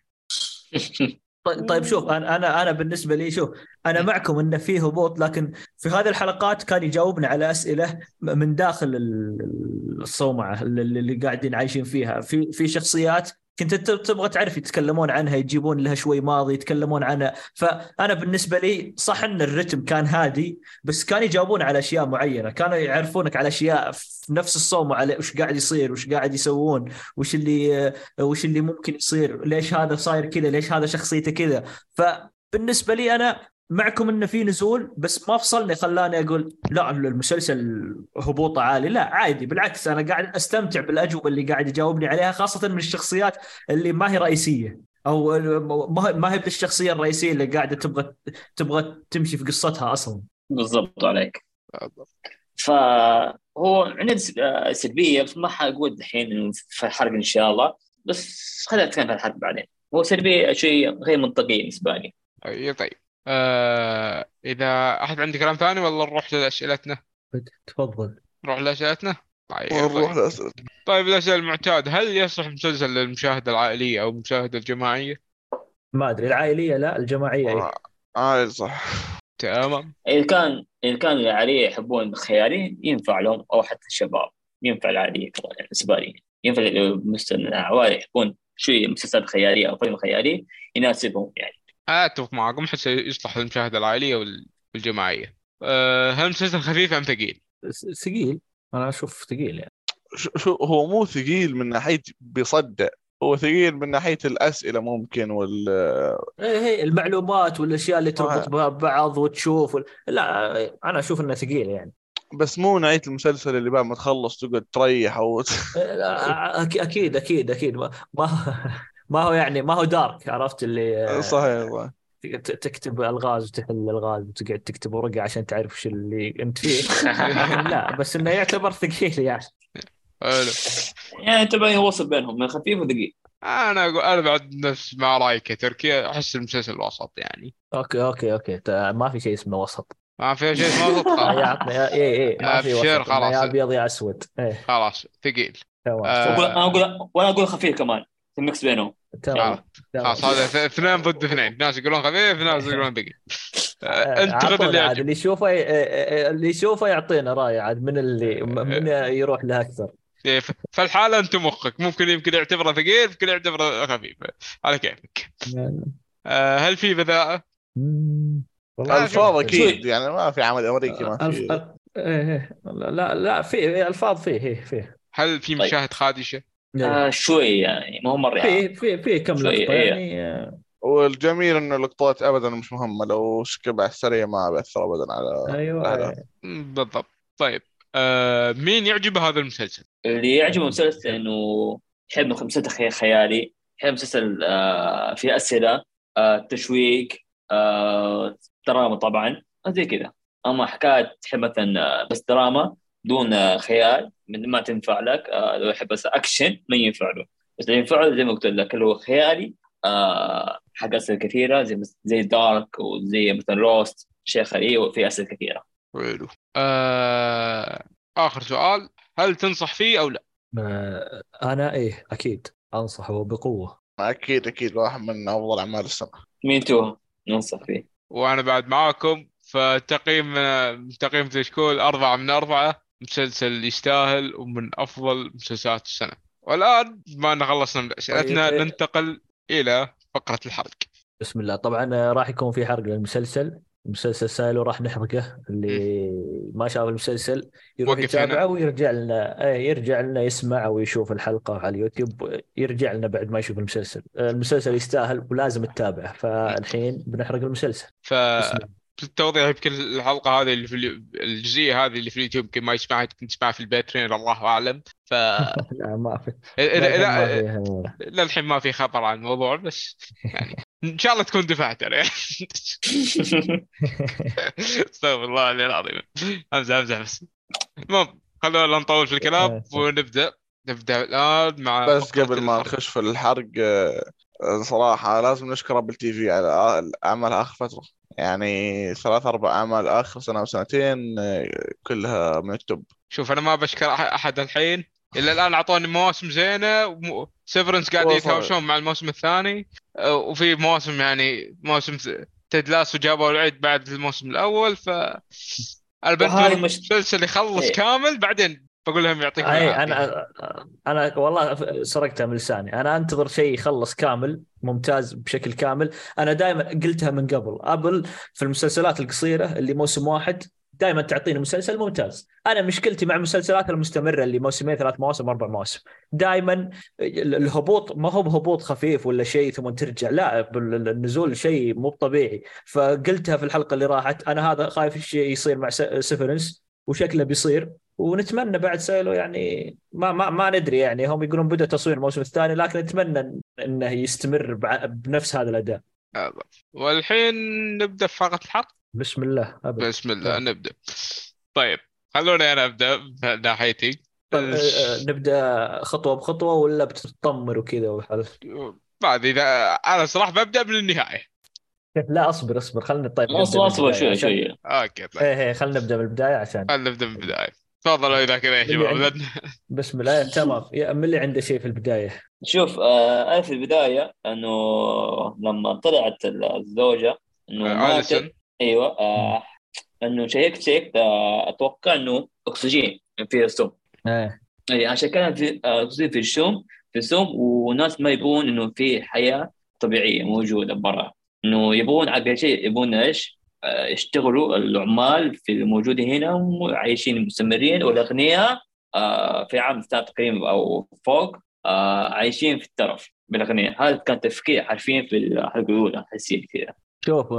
طيب شوف، انا بالنسبه لي، شوف انا معكم انه فيه هبوط، لكن في هذه الحلقات كان يجاوبنا على اسئله من داخل الصومعه اللي قاعدين عايشين فيها. في شخصيات كنت تبغى تعرف يتكلمون عنها، يجيبون لها شوي ماضي يتكلمون عنها. فانا بالنسبه لي صح ان الرتم كان هادي، بس كان يجاوبون على اشياء معينه، كانوا يعرفونك على اشياء في نفس الصومعه، وش قاعد يصير، وش قاعد يسوون، وش اللي ممكن يصير، ليش هذا صاير كذا، ليش هذا شخصيته كذا. فبالنسبة لي أنا معكم إنه في نزول، بس ما فصلني خلاني أقول لا المسلسل هبوطه عالي. لا عادي، بالعكس أنا قاعد أستمتع بالأجوبة اللي قاعد يجاوبني عليها، خاصة من الشخصيات اللي ما هي رئيسية، أو ما هي بالشخصية الرئيسية اللي قاعدة تبغى تمشي في قصتها أصلا. بالضبط عليك. فهو عندنا سلبية، بس ما حقول الحين إنه في الحرق إن شاء الله، بس خلينا نتكلم في الحرق بعدين. هو سلبي شيء غير منطقي بالنسبة لي. أي طيب. إذا أحد عنده كلام ثاني ولا نروح لأسئلتنا؟ تفضل. نروح لأسئلتنا. طيب. ونروح لأسئلة. طيب الأسئلة المعتاد، هل يصلح مسلسل للمشاهدة العائلية أو المشاهدة الجماعية؟ ما أدري، العائلية لا، الجماعية إيه. صح. تمام. إذا كان العائلية يحبون الخيالي ينفع لهم، أو حتى الشباب ينفع العائلية كمان. يعني بالنسبة لي ينفع العوائل يحبون شيء مسلسلات خيالية أو فيلم خيالي يناسبهم يعني. أتفق معكم، حتى يصلح للمشاهدة العائلية والجماعية. هل مسلسل خفيف أم ثقيل؟ ثقيل، أنا أشوف ثقيل يعني. شو هو مو ثقيل من ناحية بيصدق، هو ثقيل من ناحية الأسئلة ممكن هي المعلومات والاشياء اللي صحيح. تربط ببعض وتشوف لا انا اشوف انه ثقيل يعني. بس مو نوعية المسلسل اللي بعد ما تخلص تقعد تريح أو اكيد اكيد اكيد ما ما هو يعني ما هو دارك، عرفت اللي صحيح. تكتب الغاز وتحل الغاز وتقعد تكتب ورقه عشان تعرف وش اللي انت فيه. لكن لا، بس انه يعتبر ثقيل يعني. حلو. يعني تبعي هو وسط بينهم من خفيف وثقيل. انا بعد نفس ما رايك يا تركي، احس المسلسل وسط يعني. اوكي ما في شيء اسمه وسط. ما في شيء اسمه وسط خلاص. يعطني ايه ما في ابشر وسط، انه يا خلاص. ابيض يا اسود. ايه خلاص ثقيل. تمام اقول آه انا اقول وانا اقول خفيف كمان، في ميكس بينهم. خلاص. تمام تمام. خلاص هذا اثنين ضد اثنين، ناس يقولون خفيف ناس يقولون ثقيل. انت خذ اللي اعطونا عاد يعجبك. اللي يشوفه اللي يشوفه يعطينا راي عاد من يروح له اكثر. إيه، فالحالة انت مخك ممكن يمكن يعتبره ثقيل، يمكن يعتبره خفيف، على كيفك. هل في بذاءة؟ والله شوف. الفاظ شوي اكيد يعني، ما في عمل امريكي ما في. لا في الفاظ فيه هل في طيب. مشاهد خادشة؟ شوي يعني، ما هو مرة يعني. في كم شوي لقطة ايه. يعني والجميل انه اللقطات ابدا مش مهمه، لو شكب على السريع ما بيأثر ابدا على ايوه الاحداث. بالضبط. طيب مين يعجبه هذا المسلسل؟ اللي يعجبه المسلسل انه يحب مسلسل خيالي، يحب مسلسل فيه اسئله، تشويق، دراما طبعا زي كذا. اما حكايه تحب مثلا بس دراما دون خيال من ما تنفع لك. لو يحب بس اكشن ما ينفع له. بس اللي ينفع له زي ما قلت لك اللي هو خيالي، حق اسئله كثيره زي دارك وزي مثلا روست شيخ علي، وفي اسئله كثيره. حلو. آخر سؤال، هل تنصح فيه أو لا؟ انا ايه اكيد انصحه بقوة. اكيد اكيد واحد من افضل اعمال السنه. مين تو ننصح فيه؟ وأنا بعد معاكم. تقييم تشكول 4 من 4، مسلسل يستاهل ومن أفضل مسلسلات السنة. والآن ما أن خلصنا من طيب أسئلتنا ننتقل إلى فقرة الحرق. بسم الله. طبعا راح يكون في حرق للمسلسل. مسلسل سايلو راح نحرقه. مم. اللي ما شاف المسلسل يروح وقف هنا. يتابعه ويرجع لنا، يرجع لنا يسمع او يشوف الحلقة على اليوتيوب، يرجع لنا بعد ما يشوف المسلسل. المسلسل يستاهل ولازم تتابعه. فالحين بنحرق المسلسل. بسم الله. التوضيح يمكن الحلقة هذه اللي في الجزئية هذه اللي في اليوتيوب يمكن ما يسمعها، يمكن تسمعها في الباتريون الله أعلم. ف لا ما في. إذا للحين ما إذا في. للحين ما في خبر عن الموضوع، بس يعني إن شاء الله تكون دفعت يعني. استغفر الله العلي العظيم. امزح بس. المهم خلونا لا نطول في الكلام ونبدأ. نبدأ الآن مع بس فقرة قبل ما الحرق. نخش في الحرق، صراحه لازم نشكر ابل تي في على اعمالها اخر فتره. يعني 3 4 اعمال اخر سنه وسنتين كلها من التوب. شوف أنا ما بشكر أحد الحين. إلا الآن أعطوني مواسم زينة، سيفرنس قاعد وصل. يتهاوشون مع الموسم الثاني. وفي مواسم يعني موسم تدلاس وجابوا العيد بعد الموسم الأول. أنا بنتظر وهذه مش المسلسل يخلص إيه. كامل بعدين بقول لهم يعطيكم اي العافية. انا والله سرقتها من لساني. انا انتظر شيء يخلص كامل ممتاز بشكل كامل. انا دائما قلتها من قبل في المسلسلات القصيره اللي موسم واحد دائما تعطيني مسلسل ممتاز. انا مشكلتي مع المسلسلات المستمره اللي موسمين 3 مواسم 4 مواسم. دائما الهبوط ما هو بهبوط خفيف ولا شيء ثم ترجع، لا النزول شيء مو طبيعي. فقلتها في الحلقه اللي راحت، انا هذا خايف الشيء يصير مع سيفرنس وشكله بيصير. ونتمنى بعد سايلو يعني ما ندري يعني. هم يقولون بدأ تصوير الموسم الثاني، لكن نتمنى انه يستمر بنفس هذا الاداء. والحين نبدأ في فقرة الحرق. بسم الله ابد. بسم الله نبدأ. طيب خلوني أنا أبدأ من ناحيتي. طب نبدأ خطوة بخطوة ولا بتتطمر وكذا وحالف؟ بعد إذا أنا صراحة ببدأ من النهاية. لا اصبر خلينا طيب نبدأ من اصبر البداية شوي عشان شوي. أوكي طيب. ايه خلينا نبدأ من البداية عشان خلينا نبدأ من البداية. تفضلوا إذا كذا يا من اللي شباب عند... بسم الله تمام. من اللي عنده شيء في البداية؟ شوف انا في البدايه انه لما طلعت الزوجه انه أليسون. ماتت. ايوه انه شيكت اتوقع انه اكسجين في السم. ايه اي عشان كان في اكسجين في السم، وناس ما يبون انه في حياه طبيعيه موجوده برا. انه يبون على شيء، يبون ايش؟ يشتغلوا العمال في الموجودين هنا وعايشين مستمرين، والاغنياء في عام ثالث تقريبا او فوق عايشين في الترف بالاغنياء. هذا كان تفكير حرفيا في الحلقه الاولى، حسيت كذا. شوف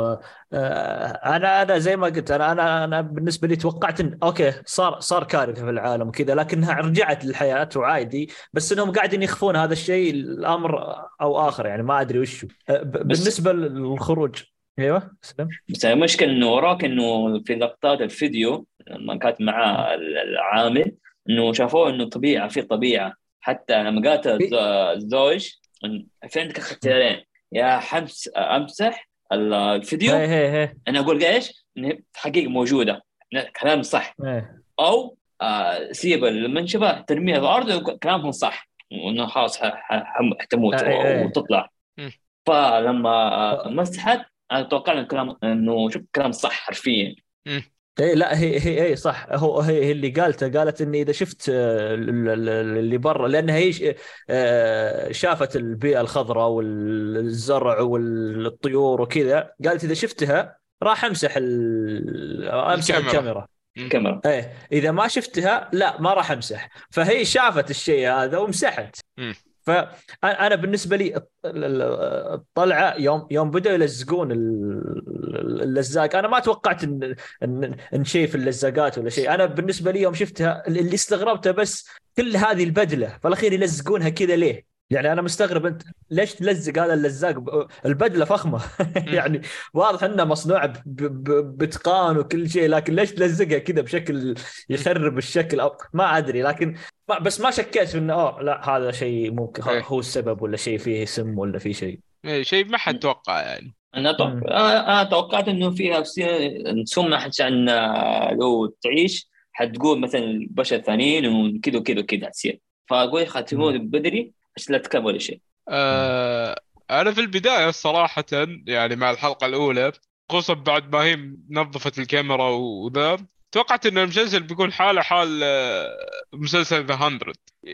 انا زي ما قلت، انا بالنسبه لي توقعت ان اوكي صار كارثه في العالم وكذا، لكنها رجعت للحياه وعادي. بس انهم قاعدين يخفون هذا الشيء الامر او اخر يعني ما ادري وشو. بس بالنسبه للخروج. ايوه سلام. بس المشكله انه وراك انه في لقطات الفيديو لما كانت مع العامل انه شافوه انه طبيعه في طبيعه. حتى لما قالت الزوج في عندك اختيارين، يا حمس امسح الفيديو، هي انا اقول ايش إن في حقيقه موجوده كلام صح، هي او سيب المنشبه ترميها في الارض وكلامهم صح وانه خلاص حتموت ايه وتطلع. مم. فلما مسحت انا اتوقع ان الكلام انه شوف كلام صح حرفيا. مم. ايه لا هي صح. هي اللي قالت اني اذا شفت اللي برا، لان هي شافت البيئه الخضراء والزرع والطيور وكذا، قالت اذا شفتها راح امسح الكاميرا. الكاميرا. مم. كاميرا. ايه اذا ما شفتها لا ما راح امسح. فهي شافت الشيء هذا ومسحت. مم. فانا بالنسبه لي الطلعه يوم بدأوا يلزقون اللزاق، انا ما توقعت ان شيء في اللزاقات ولا شيء. انا بالنسبه لي يوم شفتها اللي استغربته بس كل هذه البدله في الاخير يلزقونها كذا ليه؟ يعني انا مستغرب انت ليش تلزق هذا اللزاق البدله فخمه مم. يعني واضح انها مصنوعه باتقان وكل شيء، لكن ليش تلزقها كذا بشكل مم. يخرب الشكل او ما ادري. لكن بس ما شكيت انه لا هذا شيء ممكن إيه. هو السبب ولا شيء فيه سم ولا فيه شيء. إيه شيء ما حد توقع يعني. مم. انا توقعت انه فيها سمنه عشان لو تعيش حتقول مثلا البشر الثانيين وكذا وكذا وكذا تصير، فاقول ختموه مم. بدري عشان لا تكمل ولا شيء. مم. أنا في البداية صراحة يعني مع الحلقة الأولى، خصوصا بعد ما هي نظفت الكاميرا وذا، توقعت إن المسلسل بيكون حاله حال مسلسل ذا 100.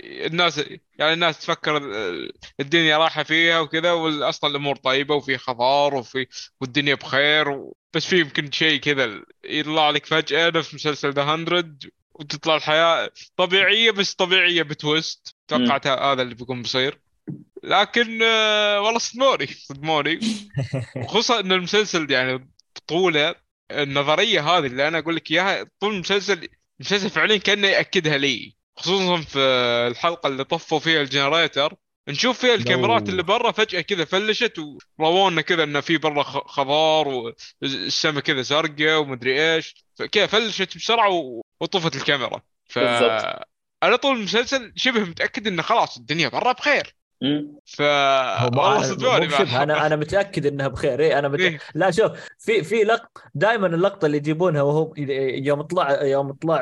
الناس تفكر الدنيا رايحة فيها وكذا، والأصل الأمور طيبة وفي خضار والدنيا بخير بس في يمكن شيء كذا يطلع لك فجأة نفس مسلسل ذا 100، وتطلع الحياة طبيعية، بس طبيعية بتويست. مم. توقعت هذا اللي بيكون بيصير، لكن والله صدموني. وخصوصا ان المسلسل يعني طوله، النظريه هذه اللي انا اقول لك اياها طول المسلسل فعليا كانه ياكدها لي، خصوصا في الحلقه اللي طفوا فيها الجنريتر، نشوف فيها الكاميرات اللي لو برا فجاه كذا فلشت، وروونا كذا ان في برا خضار والسماء كذا زرقاء ومدري ايش، كذا فلشت بسرعه وطفت الكاميرا. بالضبط. انا طول المسلسل شبه متاكد ان خلاص الدنيا برا بخير. مم. ف هو والله مو صدقوني مع بشبه، الحلقة. انا متاكد انها بخير. ايه إيه. لا شوف، في دائما اللقطه اللي يجيبونها وهو يوم طلع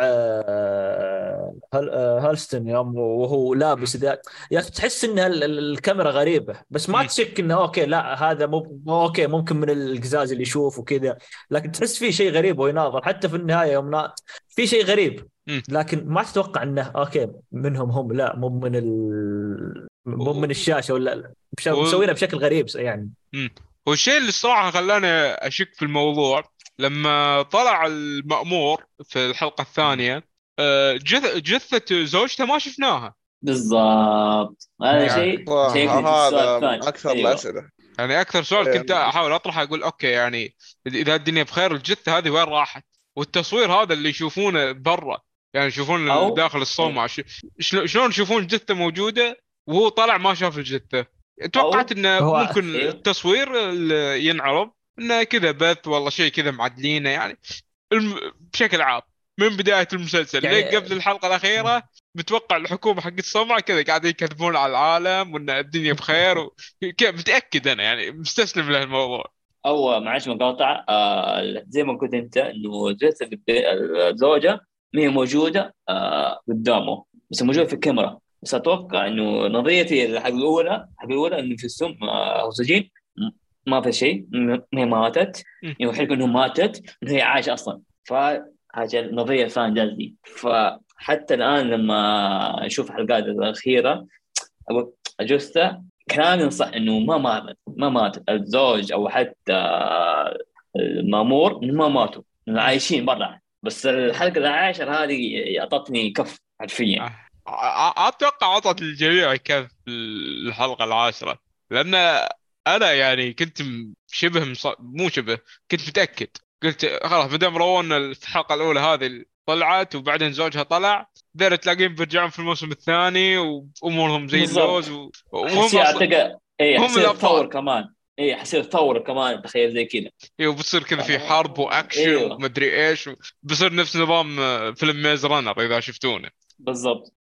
هالستون يوم وهو لابس ذا، يا أخي تحس ان الكاميرا غريبه، بس ما مم. تشك انه اوكي لا هذا اوكي ممكن من القزاز اللي يشوف وكذا، لكن تحس في شيء غريب ويناظر حتى في النهايه في شيء غريب. مم. لكن ما تتوقع انه اوكي منهم هم، لا مو من الشاشه ولا و... مسوينها بشكل غريب يعني. مم. والشيء اللي الصراحة خلاني أشك في الموضوع لما طلع المأمور في الحلقة الثانية، جثة زوجته ما شفناها. بالضبط هذا ايه شيء صح، شيء السؤال هذا من الثاني. اكثر ايوه الاسئله. يعني أكثر سؤال كنت يعني أحاول أطرحه، أقول أوكي يعني إذا الدنيا بخير الجثة هذه وين راحت؟ والتصوير هذا اللي يشوفونه برا، يعني يشوفون او داخل الصومعة، شلون يشوفون الجثة موجودة وهو طالع ما شاف الجثة؟ توقعت او انه هو ممكن ايوه التصوير اللي ينعرض انه كذا بث والله شيء كذا معدلينه يعني. بشكل عام من بداية المسلسل لين يعني قبل الحلقة الأخيرة متوقع الحكومة حقت الصومعة كذا قاعدين يكذبون على العالم وان الدنيا بخير كذا متأكد انا يعني مستسلم له او معلش مقاطعه، زي ما قلت انت انه جلسه الزوجه ما هي موجوده قدامه بس موجوده في الكاميرا. بس اتوقع انه نظريتي الحق الاولى انه في السم اكسجين ما في شيء، ما هي ماتت، يعني يحرق انه ماتت انه هي عايشه اصلا. فهذه النظريه الثانيه جالسة. فحتى الان لما اشوف الحلقات الاخيره اقول الجثه كلامي صح انه ما مات الزوج او حتى المامور، إنه ما ماتوا، إنه عايشين برا. بس الحلقه العاشر هذه اعطتني كف حرفيا. اتوقع عطت الجميع كيف الحلقه العاشره، لان انا يعني كنت شبه مو شبه، كنت متاكد. قلت خلاص ما دام رونا في الحلقه الاولى هذه طلعت وبعدين زوجها طلع، ذول تلاقيهم بيرجعون في الموسم الثاني وامورهم زي اللوز بالضبط. وهم حسي اصلا اعتقد اي هم حسيت الابطال. تطور كمان. اي حسيت تطور كمان، تخيل زي كذا. ايوه بتصير كذا في حرب واكشن ايوه ومدري ايش، بصير نفس نظام فيلم ميز رانر اذا شفتونه. بالضبط.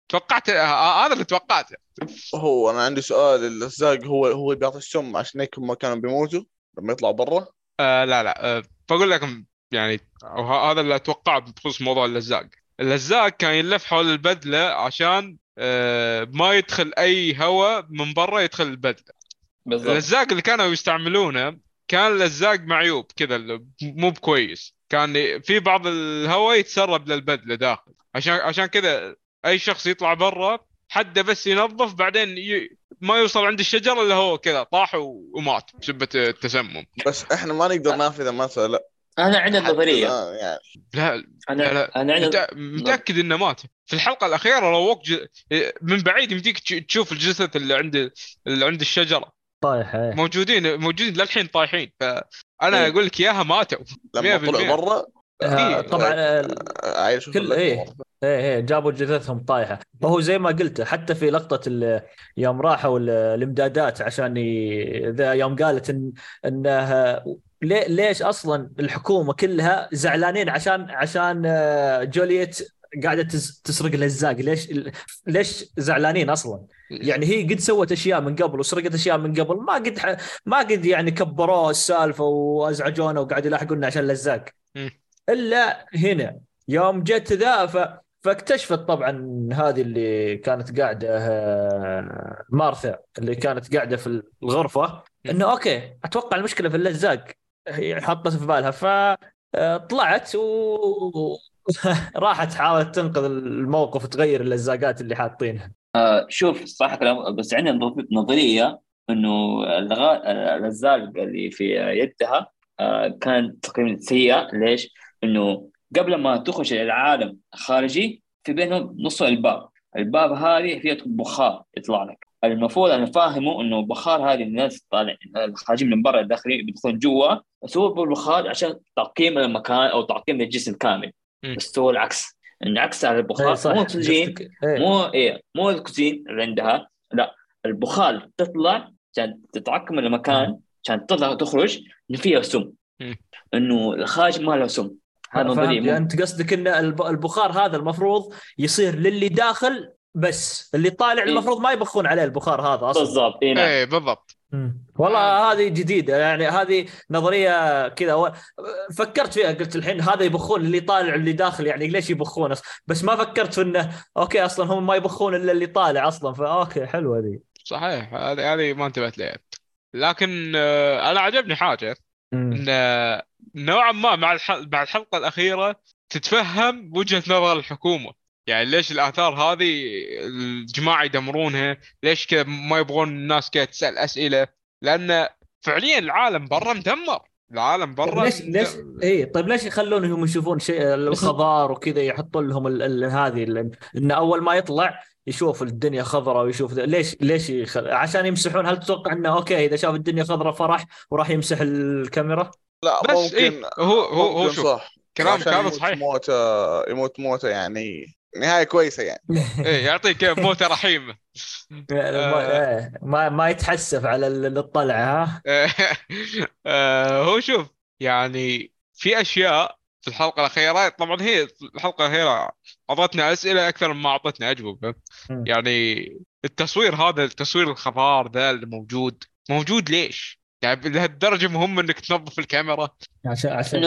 توقعت هذا اللي توقعته. هو انا عندي سؤال، اللزاق هو بيعطي السم عشان هيك هم كانوا بيموتوا لما يطلعوا برا؟ لا لا، بقول لكم يعني، هذا اللي اتوقعه بخصوص موضوع اللزاق. اللزاق كان يلف حول البدله عشان ما يدخل اي هواء من برا يدخل البدله. بالضبط. اللزاق اللي كانوا يستعملونه كان لزاق معيوب كذا، مو بكويس، كان في بعض الهواء يتسرب للبدله داخل، عشان كذا اي شخص يطلع برا حده بس ينظف، بعدين ما يوصل عند الشجره الا هو كذا طاح ومات بسبه التسمم. بس احنا ما نقدر نافذ مثلا انا عندي حتى نظريه. الآن يعني. لا لا انا لا، انا عندي متاكد انه مات في الحلقه الاخيره. لو وقت من بعيد يمديك تشوف الجثث اللي عند الشجره طايح ايه. موجودين للحين طايحين، فانا إيه. اقول لك اياها ماتوا لما طلعوا 100%. برا إيه. طبعا عايز اشوف كل اللقطة ايه مرة. ايه جابوا جثثهم طايحه. وهو زي ما قلت حتى في لقطه يوم راحوا الامدادات عشان ذا يوم قالت انه ليش اصلا الحكومه كلها زعلانين عشان جولييت قاعده تسرق الهزاق. ليش زعلانين اصلا؟ يعني هي قد سوت اشياء من قبل وسرقت اشياء من قبل، ما قد يعني كبروه السالفه وازعجونا وقاعد يلاحقونا عشان لزاق. الا هنا يوم جت ذا فاكتشفت طبعا هذه اللي كانت قاعده مارثا اللي كانت قاعده في الغرفه انه اوكي اتوقع المشكله في اللزاق. هي حطت في بالها فطلعت راحت حاولت تنقذ الموقف وتغير اللزاقات اللي حاطينها. شوف صح كلام، بس عندنا نظريه انه الرزاق اللي في يدها كان تقريبا سيئه. ليش؟ انه قبل ما تخرج العالم الخارجي في بينهم نص الباب هذه فيها بخار يطلع لك. المفروض انا فاهمه انه بخار هذه الناس طالع الخارجين من برا الداخلين بيدخلون جوا، بس هو بالبخار عشان تعقيم المكان او تعقيم الجسم كامل. بس هو العكس، انعكس على البخار. مو اكسجين، مو الاكسجين اللي عندها، لا، البخار تطلع عشان تتعقم المكان، عشان تطلع تخرج إن فيها سم، انه الخارج ما له سم. هذا نظريه. يعني انت قصدك ان البخار هذا المفروض يصير للي داخل بس، اللي طالع المفروض ما يبخون عليه البخار هذا اصلا. بالضبط. ايه بالضبط. والله هذه جديده، يعني هذه نظريه كذا فكرت فيها قلت الحين هذا يبخون اللي طالع اللي داخل، يعني ليش يبخون بس ما فكرت في انه اوكي اصلا هم ما يبخون الا اللي طالع اصلا. فاوكي حلوه ذي. صحيح، هذه ما انتبهت لها. لكن انا عجبني حاجه ان نوعا ما مع الحلقه الاخيره تتفهم وجهه نظر الحكومه. يعني ليش الآثار هذه الجماعة يدمرونها؟ ليش كذا ما يبغون الناس كذا تسأل أسئلة؟ لأن فعليا العالم برا مدمر. العالم برا ليش طيب ليش يخلونهم يشوفون شيء الخضار وكذا، يحطون لهم هذه إن أول ما يطلع يشوف الدنيا خضراء ويشوف ليش عشان يمسحون؟ هل تتوقع انه اوكي اذا شاف الدنيا خضراء فرح وراح يمسح الكاميرا؟ لا بس ممكن. إيه هو ممكن شوف صح. كلامك هذا صحيح. يموت موته يعني نهاية كويسة يعني. ايه يعطيك موتة رحيمة. ما يتحسف على الطلعة. هو شوف يعني في أشياء في الحلقة الأخيرة، طبعا هي الحلقة الأخيرة أعطتنا أسئلة أكثر مما أعطتنا أجوبة. يعني التصوير هذا، التصوير الخضار ذا اللي موجود ليش؟ يعني لهالدرجة مهم إنك تنظف الكاميرا عشان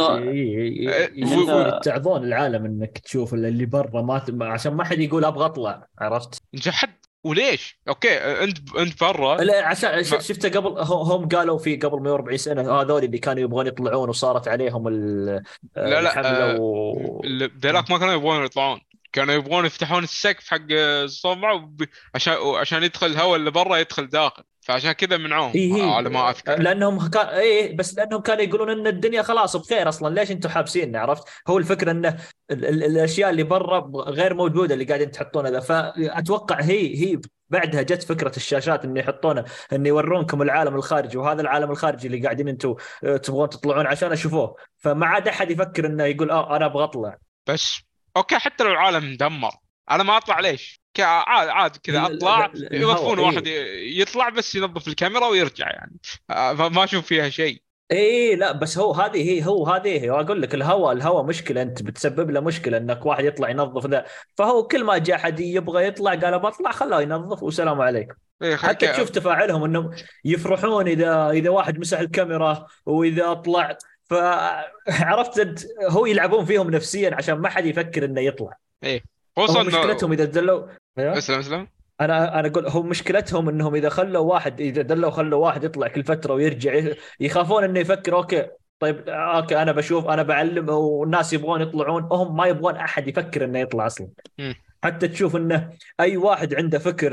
يتعظون العالم إنك تشوف اللي برا، عشان ما حد يقول أبغى أطلع. عرفت؟ حد وليش؟ اوكي انت برا. لا عشان شفته قبل هم قالوا في قبل 140 سنه هذول اللي كانوا يبغون يطلعون وصارت عليهم الحمله ذولاك ما كانوا يبغون يطلعون، كانوا يبغون يفتحون السقف حق الصومعه عشان يدخل الهواء اللي برا يدخل داخل، فعشان كذا منعوهم. على ما اذكر لانهم بس لانهم كانوا يقولون ان الدنيا خلاص بخير اصلا، ليش انتم حابسين؟ عرفت؟ هو الفكره انه الاشياء اللي برا غير موجوده اللي قاعدين تحطونها ذا. فاتوقع هي بعدها جت فكره الشاشات انه يحطونه، انه يورونكم العالم الخارجي، وهذا العالم الخارجي اللي قاعدين انتم تبغون تطلعون عشان اشوفوه. فما عاد احد يفكر انه يقول انا ابغى اطلع. بس اوكي حتى لو العالم مدمر انا ما اطلع. ليش؟ عاد كذا اطلع يوظفون واحد يطلع بس ينظف الكاميرا ويرجع، يعني ما اشوف فيها شيء. ايه لا بس هو هذه واقول لك الهواء مشكله، انت بتسبب له مشكله انك واحد يطلع ينظف ذا. فهو كل ما جاء حد يبغى يطلع قال بطلع خلاه ينظف والسلام عليكم. إيه حتى تشوف تفاعلهم انهم يفرحون اذا واحد مسح الكاميرا واذا طلع. فعرفت انت، هو يلعبون فيهم نفسيا عشان ما حد يفكر انه يطلع. إيه هم خصوصا مشكلتهم اذا دلوا. اسلم. انا اقول هم مشكلتهم انهم اذا دلوا خلوا واحد يطلع كل فتره ويرجع، يخافون انه يفكر اوكي طيب اوكي انا بشوف انا بعلم والناس يبغون يطلعون، هم ما يبغون احد يفكر انه يطلع اصلا. مم. حتى تشوف انه اي واحد عنده فكر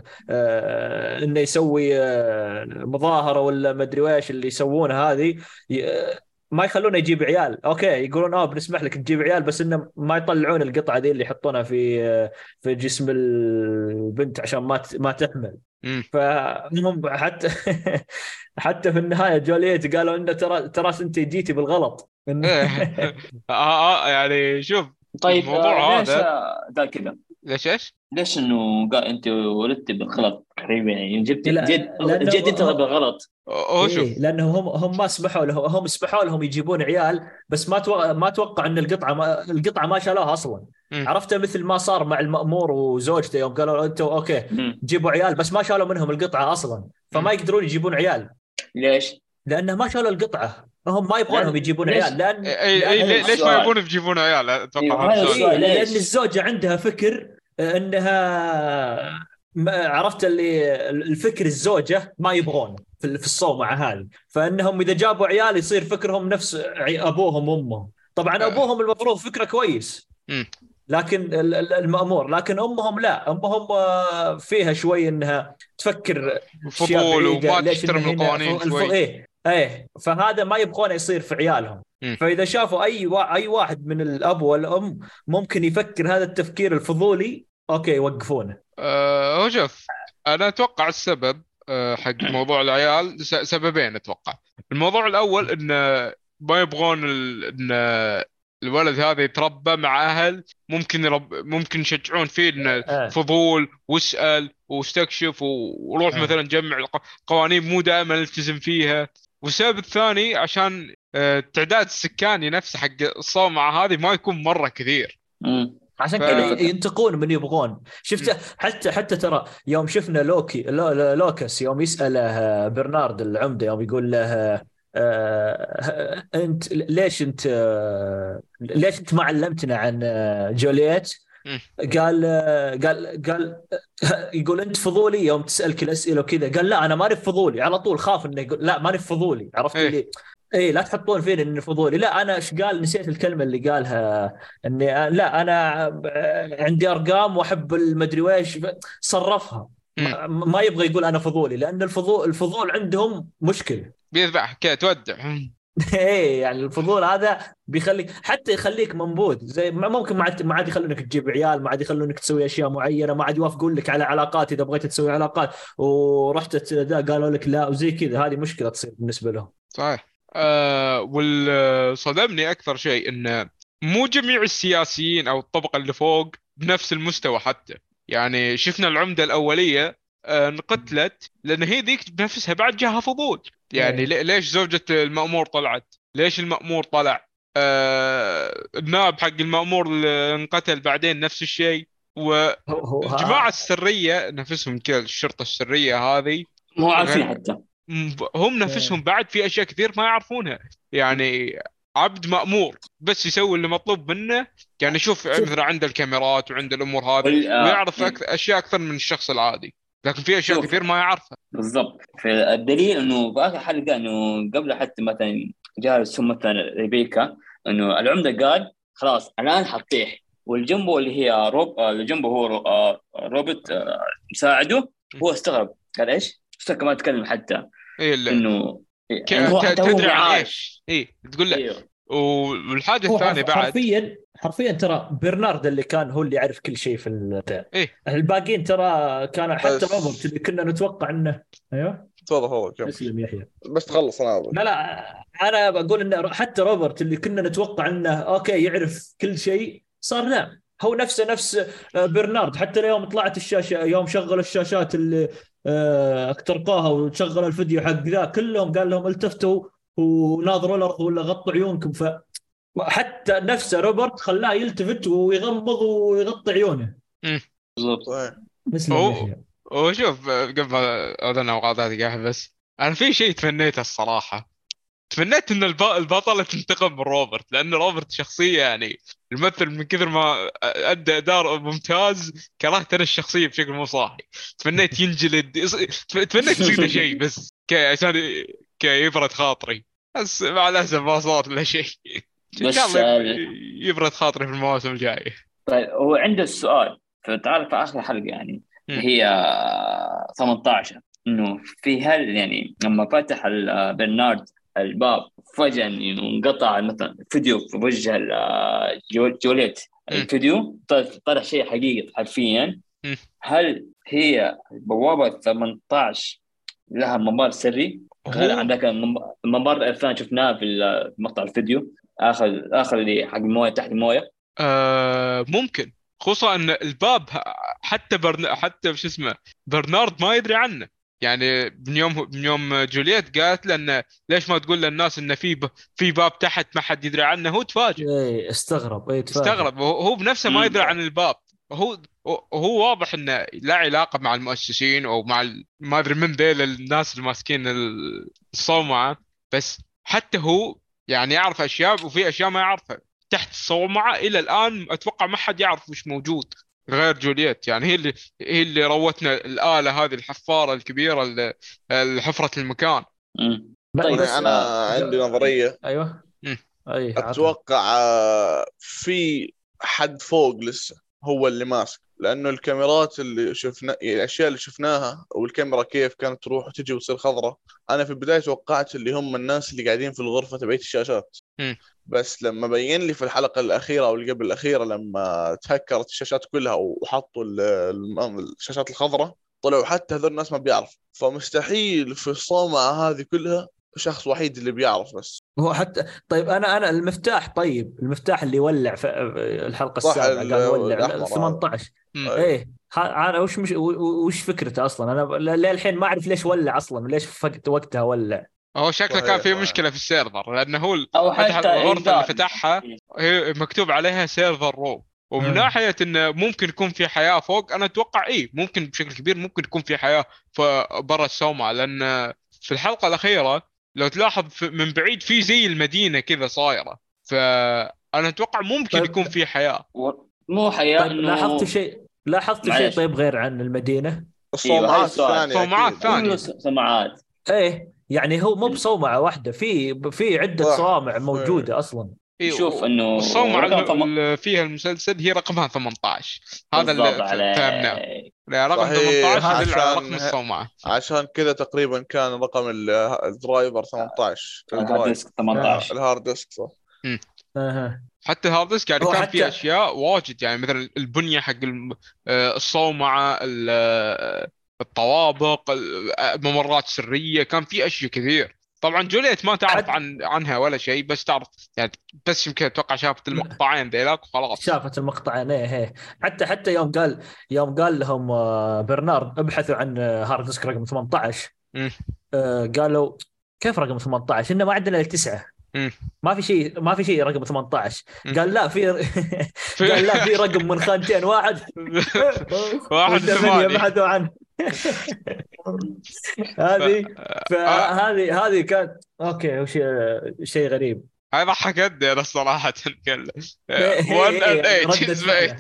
انه يسوي مظاهره ولا ما ادري ايش اللي يسوونه هذه، ما يخلونه يجيب عيال. اوكي يقولون بنسمح لك تجيب عيال بس انه ما يطلعون القطعه ذي اللي يحطونها في جسم البنت عشان ما تحمل. مم. فهم حتى حتى في النهايه جولييت قالوا انه ترى انت جيتي بالغلط. إيه. يعني شوف طيب الموضوع ليش هذا قال كذا؟ ليش ايش؟ ليش انه قال انت ولدت بالغلط تقريبا، يعني جبت لأنه جد انت بالغلط. هو شوف إيه لانه هم ما سمحوا لهم، هم سمحوا لهم يجيبون عيال بس ما توقع ان القطعه ما شالوها اصلا. مم. عرفت مثل ما صار مع المأمور وزوجته يوم قالوا انتوا اوكي مم. جيبوا عيال بس ما شالوا منهم القطعه اصلا، فما يقدرون يجيبون عيال ليش؟ لانه ما شالوا القطعه. هم ما يبغونهم يجيبون ليش؟ عيال ليش ما يبون يجيبون عيال؟ اتوقع أيوة، هذا هذا السؤال. السؤال. لان ليش؟ الزوجه عندها فكر انها عرفت اللي الفكر الزوجه ما يبغونه في الصومعه هذه، فانهم اذا جابوا عيال يصير فكرهم نفس ابوهم وامهم. طبعا آه. ابوهم المفروض فكره كويس مم. لكن المأمور، لكن امهم لا، امهم فيها شوي انها تفكر اشياء فضول بعيده. وما ليش تحترم إن هنا القوانين شوي. ايه فهذا ما يبغونه يصير في عيالهم. مم. فاذا شافوا اي واحد من الاب والام ممكن يفكر هذا التفكير الفضولي، اوكي يوقفونه. هو شوف انا اتوقع السبب حق موضوع العيال سببين اتوقع. الموضوع الاول ان ما يبغون ان الولد هذا يتربى مع اهل ممكن يشجعون فيه انه فضول واسال واستكشف وروح مثلا جمع قوانين مو دائما التزم فيها. والسبب الثاني عشان التعداد السكاني نفسه حق الصومعة هذه ما يكون مرة كثير. عشان كذا ينتقون من يبغون. شفت حتى ترى يوم شفنا لوكاس يوم يسأله برنارد العمدة يوم يقول له انت ليش انت ما علمتنا عن جولييت؟ قال يقول انت فضولي يوم تسألك الأسئلة وكذا. قال لا انا ماني فضولي، على طول خاف انه يقول لا ماني فضولي. عرفت اللي ايه لا تحطون فيني اني فضولي. لا انا ايش قال نسيت الكلمه اللي قالها اني لا انا عندي ارقام واحب المدري ويش صرفها. ما يبغى يقول انا فضولي لان الفضول عندهم مشكله بيذبح كذا تودع. ايه يعني الفضول هذا بيخليك حتى يخليك منبوذ. زي ممكن ما عاد يخلونك تجيب عيال، ما عاد يخلونك تسوي اشياء معينه، ما عاد يوافقون لك على علاقات اذا بغيت تسوي علاقات ورحت قالوا لك لا وزي كذا. هذه مشكله تصير بالنسبه لهم. صحيح. والصدمني اكثر شيء ان مو جميع السياسيين او الطبقه اللي فوق بنفس المستوى. حتى يعني شفنا العمده الاوليه انقتلت لان هي ذيك بنفسها بعد جاها فضول. يعني ليش زوجة المأمور طلعت؟ ليش المأمور طلع؟ النائب حق المأمور اللي انقتل بعدين نفس الشيء. والجماعة السرية نفسهم كذا الشرطة السرية هذه مو عارفين حتى هم نفسهم بعد في أشياء كثير ما يعرفونها. يعني عبد مأمور بس يسوي اللي مطلوب منه. يعني شوف مثلا عنده الكاميرات وعنده الأمور هذه ويعرف أشياء أكثر من الشخص العادي، لكن في أشياء كثير ما يعرفها. بالضبط. فالدليل إنه في آخر حلقة إنه قبل حتى مثلا جالس مثلا ريبيكا إنه العمدة قال خلاص الآن حطيح، والجنبه اللي هي اللي جنبه هو روبوت مساعده. هو استغرب قال إيش؟ كمان تكلم حتى إنه تدري عن إيش؟ تقول له أيوه. والحاجة الثانية بعد حرفيا ترى برنارد اللي كان هو اللي يعرف كل شيء في الباقين ترى كانوا حتى روبرت اللي كنا نتوقع انه ايوه تفضل اسلم يحيى بس تخلص. انا بقول انه حتى روبرت اللي كنا نتوقع انه اوكي يعرف كل شيء صار لا هو نفس برنارد. حتى اليوم طلعت الشاشه يوم شغل الشاشات اللي اخترقوها وشغل الفيديو حق ذا كلهم قال لهم التفتوا وناظروا الارض ولا غطوا عيونكم. ف حتى نفسه روبرت خلاه يلتفت ويغمض ويغطي عيونه. بالضبط. صحيح. مسلم هو يحيى. وشوف قبل ما أذن أوقات هذه قاعد، بس أنا في شيء تمنيته الصراحة. تمنيت ان البطله تنتقم من روبرت، لان روبرت شخصيه يعني الممثل من كثر ما ادى اداء ممتاز كرهت انا الشخصيه بشكل مو صاحي. تمنيت ينجلد، تمنيت يصير له شيء بس عشان يبرد خاطري، بس مع الاسف ما صار له شيء. ان شاء بس الله يبرد خاطري في المواسم الجايه. طيب هو عنده السؤال، فتعرف في آخر حلقة يعني مم. هي 18، إنه في هل يعني لما فتح برنارد الباب فجأة إنه انقطع مثلا فيديو في وجه جوليت، مم. الفيديو طلع شيء حقيقي حرفيا. مم. هل هي البوابة 18 لها ممر سري غير هو عن ذاك الممر الثاني شفناه في مقطع الفيديو آخر اللي حق المويه تحت المويه؟ ممكن، خصوصا ان الباب حتى شو اسمه برنارد ما يدري عنه. يعني من يوم جولييت قالت له انه ليش ما تقول للناس انه في باب تحت ما حد يدري عنه، هو تفاجئ. ايه استغرب، ايه تفاجئ. استغرب هو بنفسه ما يدري عن الباب. هو واضح انه لا علاقه مع المؤسسين او مع ما ادري من ذيل الناس اللي ماسكين الصومعه. بس حتى هو يعني يعرف اشياء وفي اشياء ما يعرفها تحت الصومعه الى الان. اتوقع ما حد يعرف وش موجود غير جولييت. يعني هي اللي روتنا الاله هذه الحفاره الكبيره اللي حفرت المكان. طيب بس انا عندي نظريه. ايوه. مم. اي عطنا. اتوقع في حد فوق لسه هو اللي ماسك، لانه الكاميرات اللي شفنا، الاشياء اللي شفناها والكاميرا كيف كانت تروح وتجي وتصير خضرة. انا في البدايه توقعت اللي هم الناس اللي قاعدين في الغرفه تبعت الشاشات. مم. بس لما بين لي في الحلقه الاخيره او اللي قبل الاخيره لما تهكرت الشاشات كلها وحطوا الشاشات الخضراء، طلعوا حتى هذول الناس ما بيعرف. فمستحيل في الصومعه هذه كلها شخص وحيد اللي بيعرف بس. هو حتى طيب انا المفتاح، طيب المفتاح اللي ولع في الحلقه صح، السابعه قال ولع الاحمر هذا. 18. مم. أيوة. ايه انا وش فكرته اصلا؟ انا للحين ما اعرف ليش ولع اصلا، ليش وقتها ولع. هو شكله كان صحيح، في صحيح. مشكله في السيرفر، لانه هو او فتح حتى الغرفه اللي انذار. فتحها هي مكتوب عليها سيرفر رو. ومن ناحيه انه ممكن يكون في حياه فوق، انا اتوقع ممكن بشكل كبير ممكن يكون في حياه برا السومعه. لان في الحلقه الاخيره لو تلاحظ من بعيد في زي المدينه كذا صايره، فانا اتوقع ممكن يكون طيب في حياه. مو حياة طيب انه لاحظتوا شيء طيب غير عن المدينه؟ ايوه هاي الصومعات السؤال. الثانية صومعات أكيد. ثانيه. كله سماعات. ايه يعني هو مو بصومعه واحده، في عده صح. صوامع موجوده اصلا. شوف انه والصومعه رقم اللي فيها المسلسل هي رقمها 18. هذا بالضبط اللي فهمناه. عليه. لا، رقم صحيح. 18 يدل على رقم عشان الصومعة. عشان كذا تقريبا كان رقم الدرايفر 18. الهارد ديسك 18. الهارد ديسك صح. مم. اها. حتى الهارد ديسك يعني هو كان حتى فيه اشياء واجد، يعني مثلا البنية حق الصومعة، الطوابق، ممرات سرية، كان في اشياء كثير. طبعا جوليت ما تعرف حتى عنها ولا شيء، بس تعرف يعني، بس يمكن اتوقع شافت المقطعين ذيلاك وخلاص. شافت المقطعين. ايه حتى يوم قال لهم برنارد ابحثوا عن هارد ديسك رقم 18. مم. قالوا كيف رقم 18؟ إنه ما عندنا التسعة، مم. ما في شيء رقم 18. مم. قال لا في قال لا في رقم من خانتين، واحد واحد وثمانية ثمانية. بحثوا عنه. هذه فهذه كانت اوكي. شيء غريب. هاي ضحكتني انا الصراحة. قال 1 إيه، and 8 ردة اسمه فعله.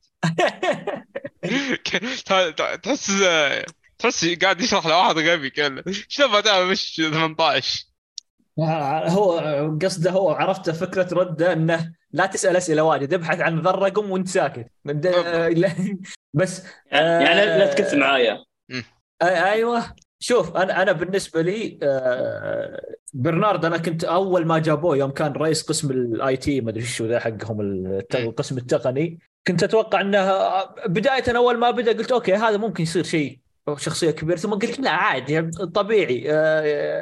80. تحس قاعد يشرح لواحد غبي. قال شلون بتعمل مش 18. هو قصده، هو عرفت فكرة رده انه لا تسأل أسئلة واجد، ابحث عن ذا الرقم وانت ساكت. بس يعني لا تكت معايا. ايوه. شوف انا بالنسبه لي برنارد، انا كنت اول ما جابوه يوم كان رئيس قسم الاي تي ما ادري شو ذا حقهم القسم التقني، كنت اتوقع انه بدايه اول ما بدا قلت اوكي هذا ممكن يصير شيء شخصيه كبيره، ثم قلت لا عادي طبيعي.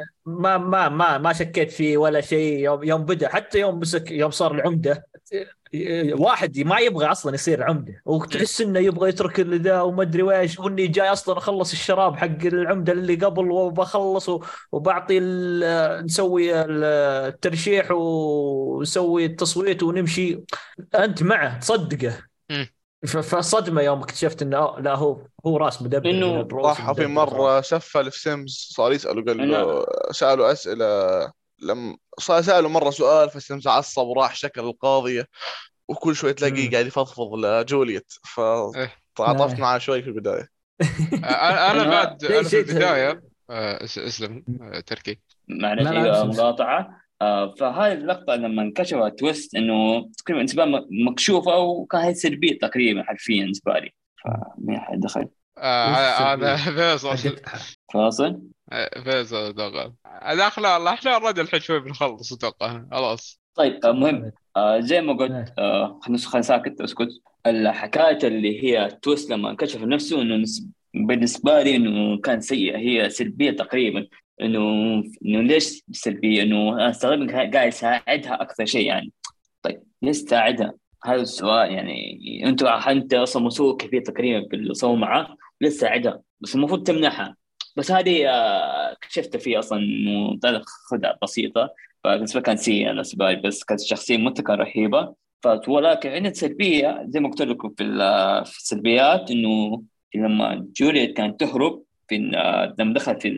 ما شكيت فيه ولا شيء. يوم بدا، حتى يوم صار العمده واحد ما يبغى اصلا يصير عمده، وتحس انه يبغى يترك ذا وما ادري ويش، واني جاي اصلا اخلص الشراب حق العمده اللي قبل وبخلص وبعطي نسوي الترشيح ونسوي التصويت ونمشي. انت معه تصدقه. مم. فصدمه يوم اكتشفت انه لا، هو راس مدبر من إنه الرؤوس صح. في المدبرة. مرة سفل في سيمز، صار يسأله، قال أنا له سأله أسئلة. لما صار سأله مرة سؤال فسيمز عصب وراح شكل القاضية، وكل شوي تلاقيه قاعد يفضفض لجوليت، إيه. فتعاطفت معاه شوي في البداية. انا أنا بعد شيء انا في شيء البدايه اسلم تركي. معلش، لا ايوه امشي. مقاطعه. فهذه اللقطه لما انكشف التويست انه تقريبا بالنسبه لي مكشوفه، وكان هي سلبيه تقريبا حرفيا بالنسبه لي. فمين حيدخل وش هذا السلبية فيصل. فاصل؟ فيصل دخل داخل. الله احنا الرجل الحين شوي بنخلص اتوقع خلاص. طيب مهم. زي ما قلت، خلينا ساكت اسكت. الحكايه اللي هي التويست لما انكشف نفسه انه بالنسبه لي انه كان سيء، هي سلبيه تقريبا. انه ليش سلبيه؟ انه انا استغرب انه قاعد يساعدها اكثر شيء يعني. طيب ليش تساعدها؟ هذا السؤال يعني. انت اصلا مسؤول كثير تقريبا بالصومعه، ليش تساعدها؟ بس المفروض تمنحها. بس هذه اكتشفت فيه اصلا انه خدعه بسيطه. فبالنسبه كان سيء بالنسبه لي، بس كانت شخصيه متقنه رهيبه. ولكن عندنا سلبيه زي ما قلت لكم في السلبيات، انه لما جوليت كانت تهرب في لما دخلت في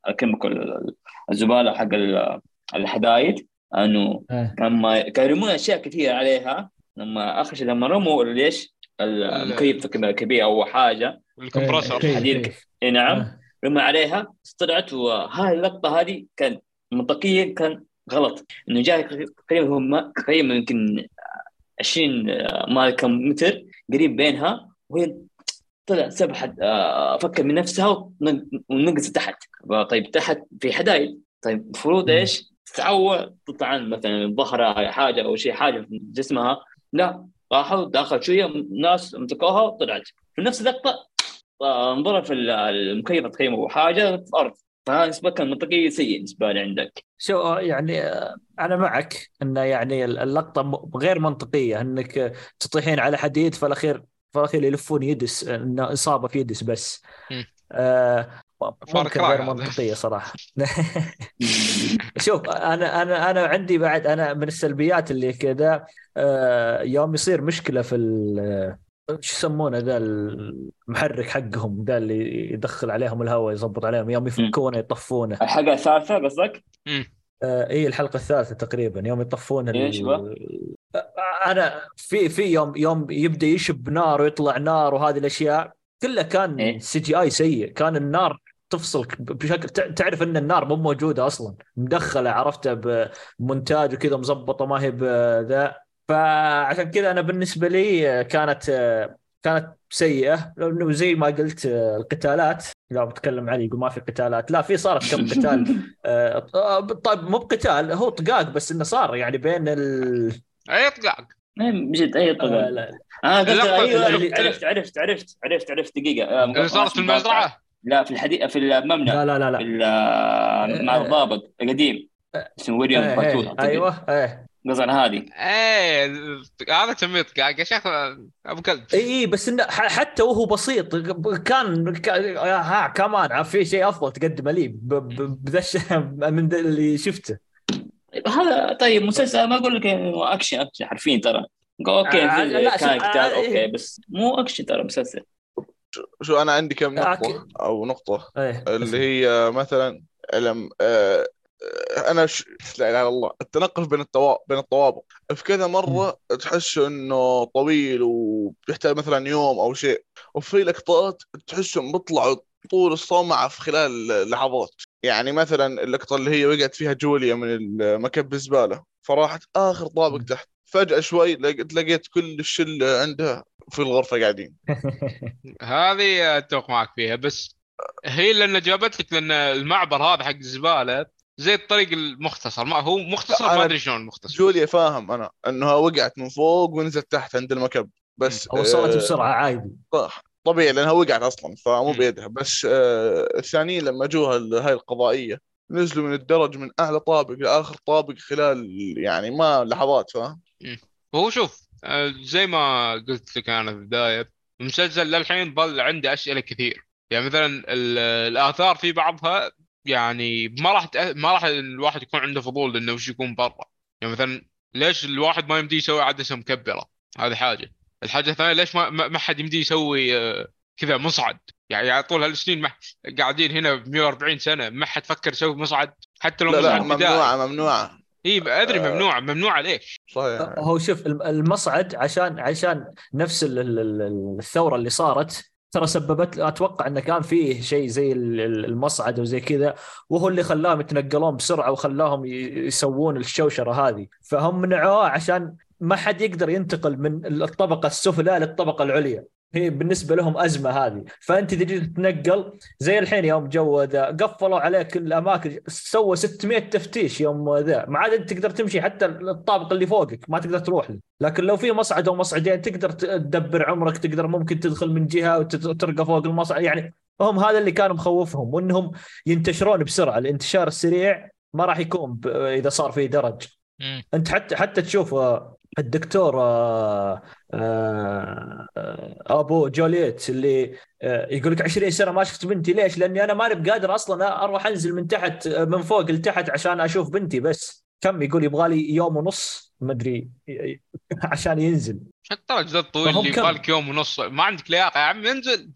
الزباله حق الحدايد، انه كان يرمون اشياء كثيره عليها. لما اخر شيء لما رموا ليش المكيف كبير او حاجه الكمبرسور. الحديد نعم، رمى عليها طلعت. وهاي اللقطه هذه كان منطقيا كان غلط، انه جاي تقريبا هم تقريبا يمكن 20 ما كم متر قريب بينها، وهي طلع سبحت فكر من نفسها ونقزت تحت. طيب تحت في حدايد، طيب المفروض ايش تتعور تطلع مثلا ظهرها حاجه او شيء حاجه في جسمها. لا، راحوا داخل شويه ناس مسكوها وطلعت في نفس اللقطه. انضرب في المكيف تقريبا او حاجه في الارض. فهذا نسبة كان منطقي سيء بالنسبه لي عندك. شو يعني انا معك انه يعني اللقطه غير منطقيه، انك تطيحين على حديد فالاخير يلفون يدس، انه اصابه في يدس بس. ممكن غير منطقيه صراحه. شوف انا عندي بعد، انا من السلبيات اللي كذا يوم يصير مشكله في شو يسمونه ذا المحرك حقهم ذا اللي يدخل عليهم الهواء يضبط عليهم، يوم يفكونه يطفونه. الحلقه الثالثه قصدك؟ ايه الحلقه الثالثه تقريبا، يوم يطفون ايش بقى؟ انا في يوم يبدا يشب نار ويطلع نار وهذه الاشياء كلها كان إيه؟ سي جي اي سيء. كان النار تفصل بشكل تعرف ان النار مو موجوده اصلا، مدخله عرفتها بمونتاج وكذا مزبطه، ما هي بذا. فعشان كذا انا بالنسبه لي كانت سيئه. لانه زي ما قلت القتالات، لا بتكلم علي يقول ما في قتالات، لا في صارت كم قتال. طيب مو بقتال، هو طقاق بس انه صار يعني بين اي طقاق بجد اي طقاق. قصدي ايوه، عرفت دقيقه. اللي صارت في المزرعه. لا، في في المبنى. لا في مع الضابط القديم اسمه ويليام باتول. ايوه قصدي هذه. ايه هذا تسميه طقاق يا شيخ ابو كلب. اي بس انه حتى وهو بسيط كان كمان في شيء افضل تقدمه لي بذش من اللي شفته. هذا طيب مسلسل، ما اقول لك انه اكشن حرفيا ترى. اوكي كان قتال اوكي، بس مو اكشن ترى مسلسل. شو انا عندي كم نقطة او نقطة اللي هي مثلا لم انا لا اله الا الله، التنقل بين الطوابق في كذا مرة تحس انه طويل وبيحتاج مثلا يوم او شيء، وفي لقطات تحسهم بيطلعوا طول الصومعة في خلال لحظات. يعني مثلا اللقطة اللي هي وقعت فيها جوليا من المكب الزبالة، فراحت آخر طابق تحت، فجأة شوي لقيت كل الشلة عندها في الغرفة قاعدين. هذه اتفق معك فيها، بس هي لأن جابت لك لأن المعبر هذا حق الزبالة زي الطريق المختصر، ما هو مختصر ما أدري شلون مختصر. جوليا فاهم أنا أنها وقعت من فوق ونزلت تحت عند المكب، بس وصلت بسرعة عادي طبيعي لأنها وقعت أصلا فمو بيدها. بس الثانيين لما جوها هاي القضائية نزلوا من الدرج من أعلى طابق لآخر طابق خلال يعني ما لحظات، فاهم؟ وهو شوف زي ما قلت لك انا في البدايه، المسلسل للحين ظل عنده اسئله كثير. يعني مثلا الاثار في بعضها يعني ما راح الواحد يكون عنده فضول انه وش يكون برا. يعني مثلا ليش الواحد ما يمدي يسوي عدسه مكبره؟ هذه حاجه. الحاجه الثانيه ليش ما حد يمدي يسوي كذا مصعد؟ يعني طول هالسنين قاعدين هنا ب 140 سنه ما حد فكر يسوي مصعد، حتى لو لا مصعد بدائي. ممنوعة. اي ادري ممنوع ليش؟ صحيح. هو شوف المصعد عشان نفس الثورة اللي صارت، ترى سببت، اتوقع انه كان فيه شيء زي المصعد وزي كذا، وهو اللي خلاهم يتنقلون بسرعة وخلاهم يسوون الشوشرة هذه. فهم منعوها عشان ما حد يقدر ينتقل من الطبقة السفلى للطبقة العليا. هي بالنسبة لهم أزمة هذه. فأنت تجي تتنقل زي الحين يوم جو ذا قفلوا عليك الأماكن، سووا 600 تفتيش يوم ذا، ما عاد أنت تقدر تمشي حتى الطابق اللي فوقك ما تقدر تروح له. لكن لو في مصعد أو مصعدين تقدر تدبر عمرك، تقدر ممكن تدخل من جهة وترقى فوق المصعد. يعني هم هذا اللي كانوا مخوفهم، وأنهم ينتشرون بسرعة. الانتشار السريع ما راح يكون إذا صار فيه درج. أنت حتى تشوف الدكتور ابو جولييت اللي يقول لك 20 سنه ما شفت بنتي. ليش؟ لاني انا ماني بقادر اصلا اروح انزل من تحت من فوق لتحت عشان اشوف بنتي. بس كم يقول يبغى لي يوم ونص ما ادري عشان ينزل. حتى الرجل الطويل اللي يبغالك يوم ونص ما عندك لياقه يا عم انزل.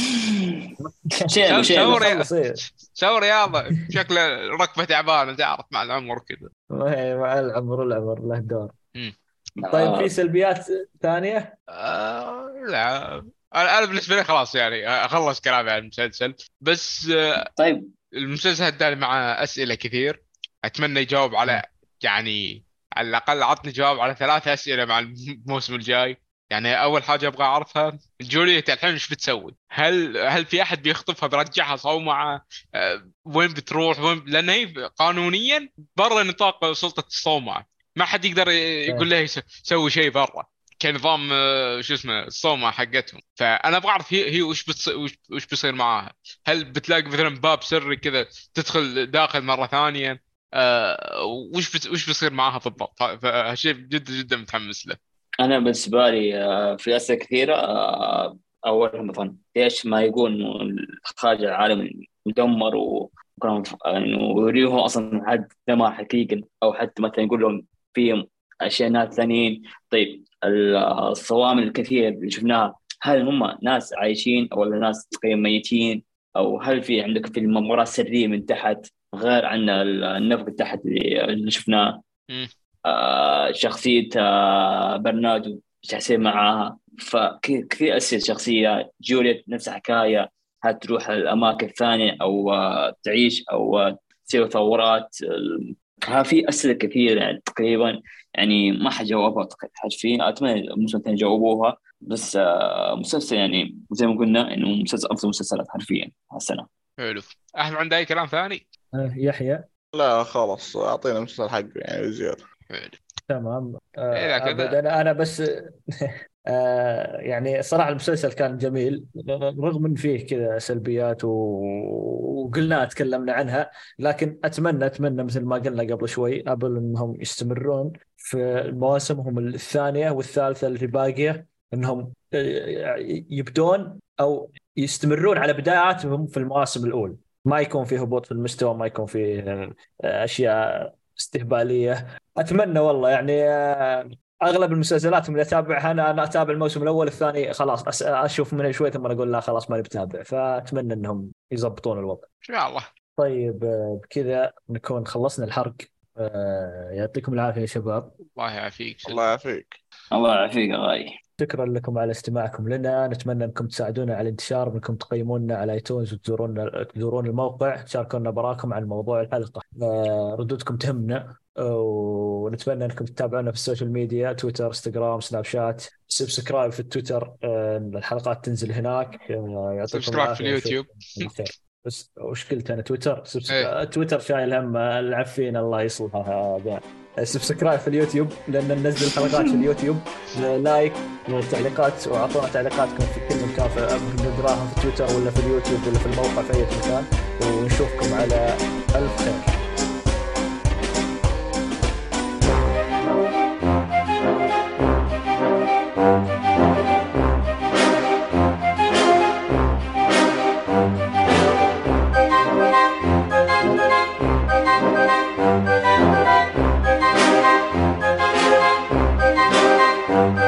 سوي رياضه. شكل ركبه تعبانه تعرف مع العمر كذا. مع العمر له دور. طيب في سلبيات ثانية؟ لا أنا بالنسبة لي خلاص يعني أخلص كلامي عن المسلسل. بس طيب المسلسل هداني مع أسئلة كثير، أتمنى يجاوب على يعني على الأقل عطني جواب على 3 أسئلة مع الموسم الجاي. يعني أول حاجة أبغى أعرفها جوليت الحين إيش بتسوي؟ هل في أحد بيخطفها برجعها صومعة؟ وين بتروح؟ لأن هي قانونيا برا نطاق سلطة الصومعة، ما حد يقدر يقول له يسوي شيء برا كنظام شو اسمه الصومعة حقتهم. فأنا أبغى أعرف هي وش بيصير معاها. هل بتلاقي مثلا باب سري كذا تدخل داخل مرة ثانية؟ وش بيصير معاها بالضبط؟ فهالشيء جدا جدا متحمس له. أنا بالنسبة لي في أسئلة كثيرة. أولها مثلا ليش ما يقول إنه خارج العالم مدمر ويريهم أصلا حد دمار حقيقي، أو حتى مثلا يقول لهم في أشياء ناس ثانيين. طيب الصوامل الكثيرة اللي شفناها هل هم ناس عايشين أو ناس تقريبا ميتين؟ أو هل في عندك في الممرات سرية من تحت غير عن النفق تحت اللي شفناه؟ شخصية برناردو ايش حيصير معاها؟ فكثير أسئلة شخصية. جوليت نفس حكاية، هل تروح الأماكن الثانية أو تعيش أو تصير ثورات؟ في أسئلة كثيرة يعني تقريبا يعني ما حجاوبها حرفيا. أتمنى الموسم الثاني يجاوبوها. بس مسلسل يعني زي ما قلنا إنه مسلسل أفضل مسلسلات حرفيا هالسنة. حلو. أحمد عنده أي كلام ثاني؟ يحيى لا خلاص أعطينا المسلسل حقه يعني زيادة. حلو. تمام. إذا كذا أنا بس يعني صراحة المسلسل كان جميل رغم إن فيه كذا سلبيات وقلنا تكلمنا عنها. لكن أتمنى مثل ما قلنا قبل شوي أبل إنهم يستمرون في مواسمهم الثانية والثالثة اللي باقية، إنهم يبدون أو يستمرون على بداياتهم في المواسم الأولى. ما يكون فيه هبوط في المستوى، ما يكون فيه أشياء استهبالية. أتمنى والله يعني اغلب المسلسلات اللي اتابعها انا اتابع الموسم الاول الثاني خلاص اشوف منها شوي ثم اقول لا خلاص ماني بتابع. فاتمنى انهم يضبطون الوضع ان شاء الله. طيب بكذا نكون خلصنا الحرق. يعطيكم العافيه يا شباب. الله يعافيك. الله يعافيك. الله يعافيك يا غالي. شكرا لكم على استماعكم لنا. نتمنى انكم تساعدونا على الانتشار، انكم تقيمونا على ايتونز وتزورون الموقع، تشاركونا براكم عن موضوع الحلقه. ردودكم تهمنا، ونتمنى انكم تتابعونا في السوشيال ميديا تويتر انستغرام سناب شات. سبسكرايب في التويتر، الحلقات تنزل هناك. يعطيكم سبسكرايب في اليوتيوب. بس وش قلت انا؟ تويتر تويتر شايل هم العفين الله يصلحها. سبسكرايب في اليوتيوب لان ننزل حلقات في اليوتيوب. لايك وتعليقات، واعطونا تعليقاتكم في كل مكان، نقراها في تويتر ولا في اليوتيوب ولا في الموقع في اي مكان. ونشوفكم على الف خير. السلامه.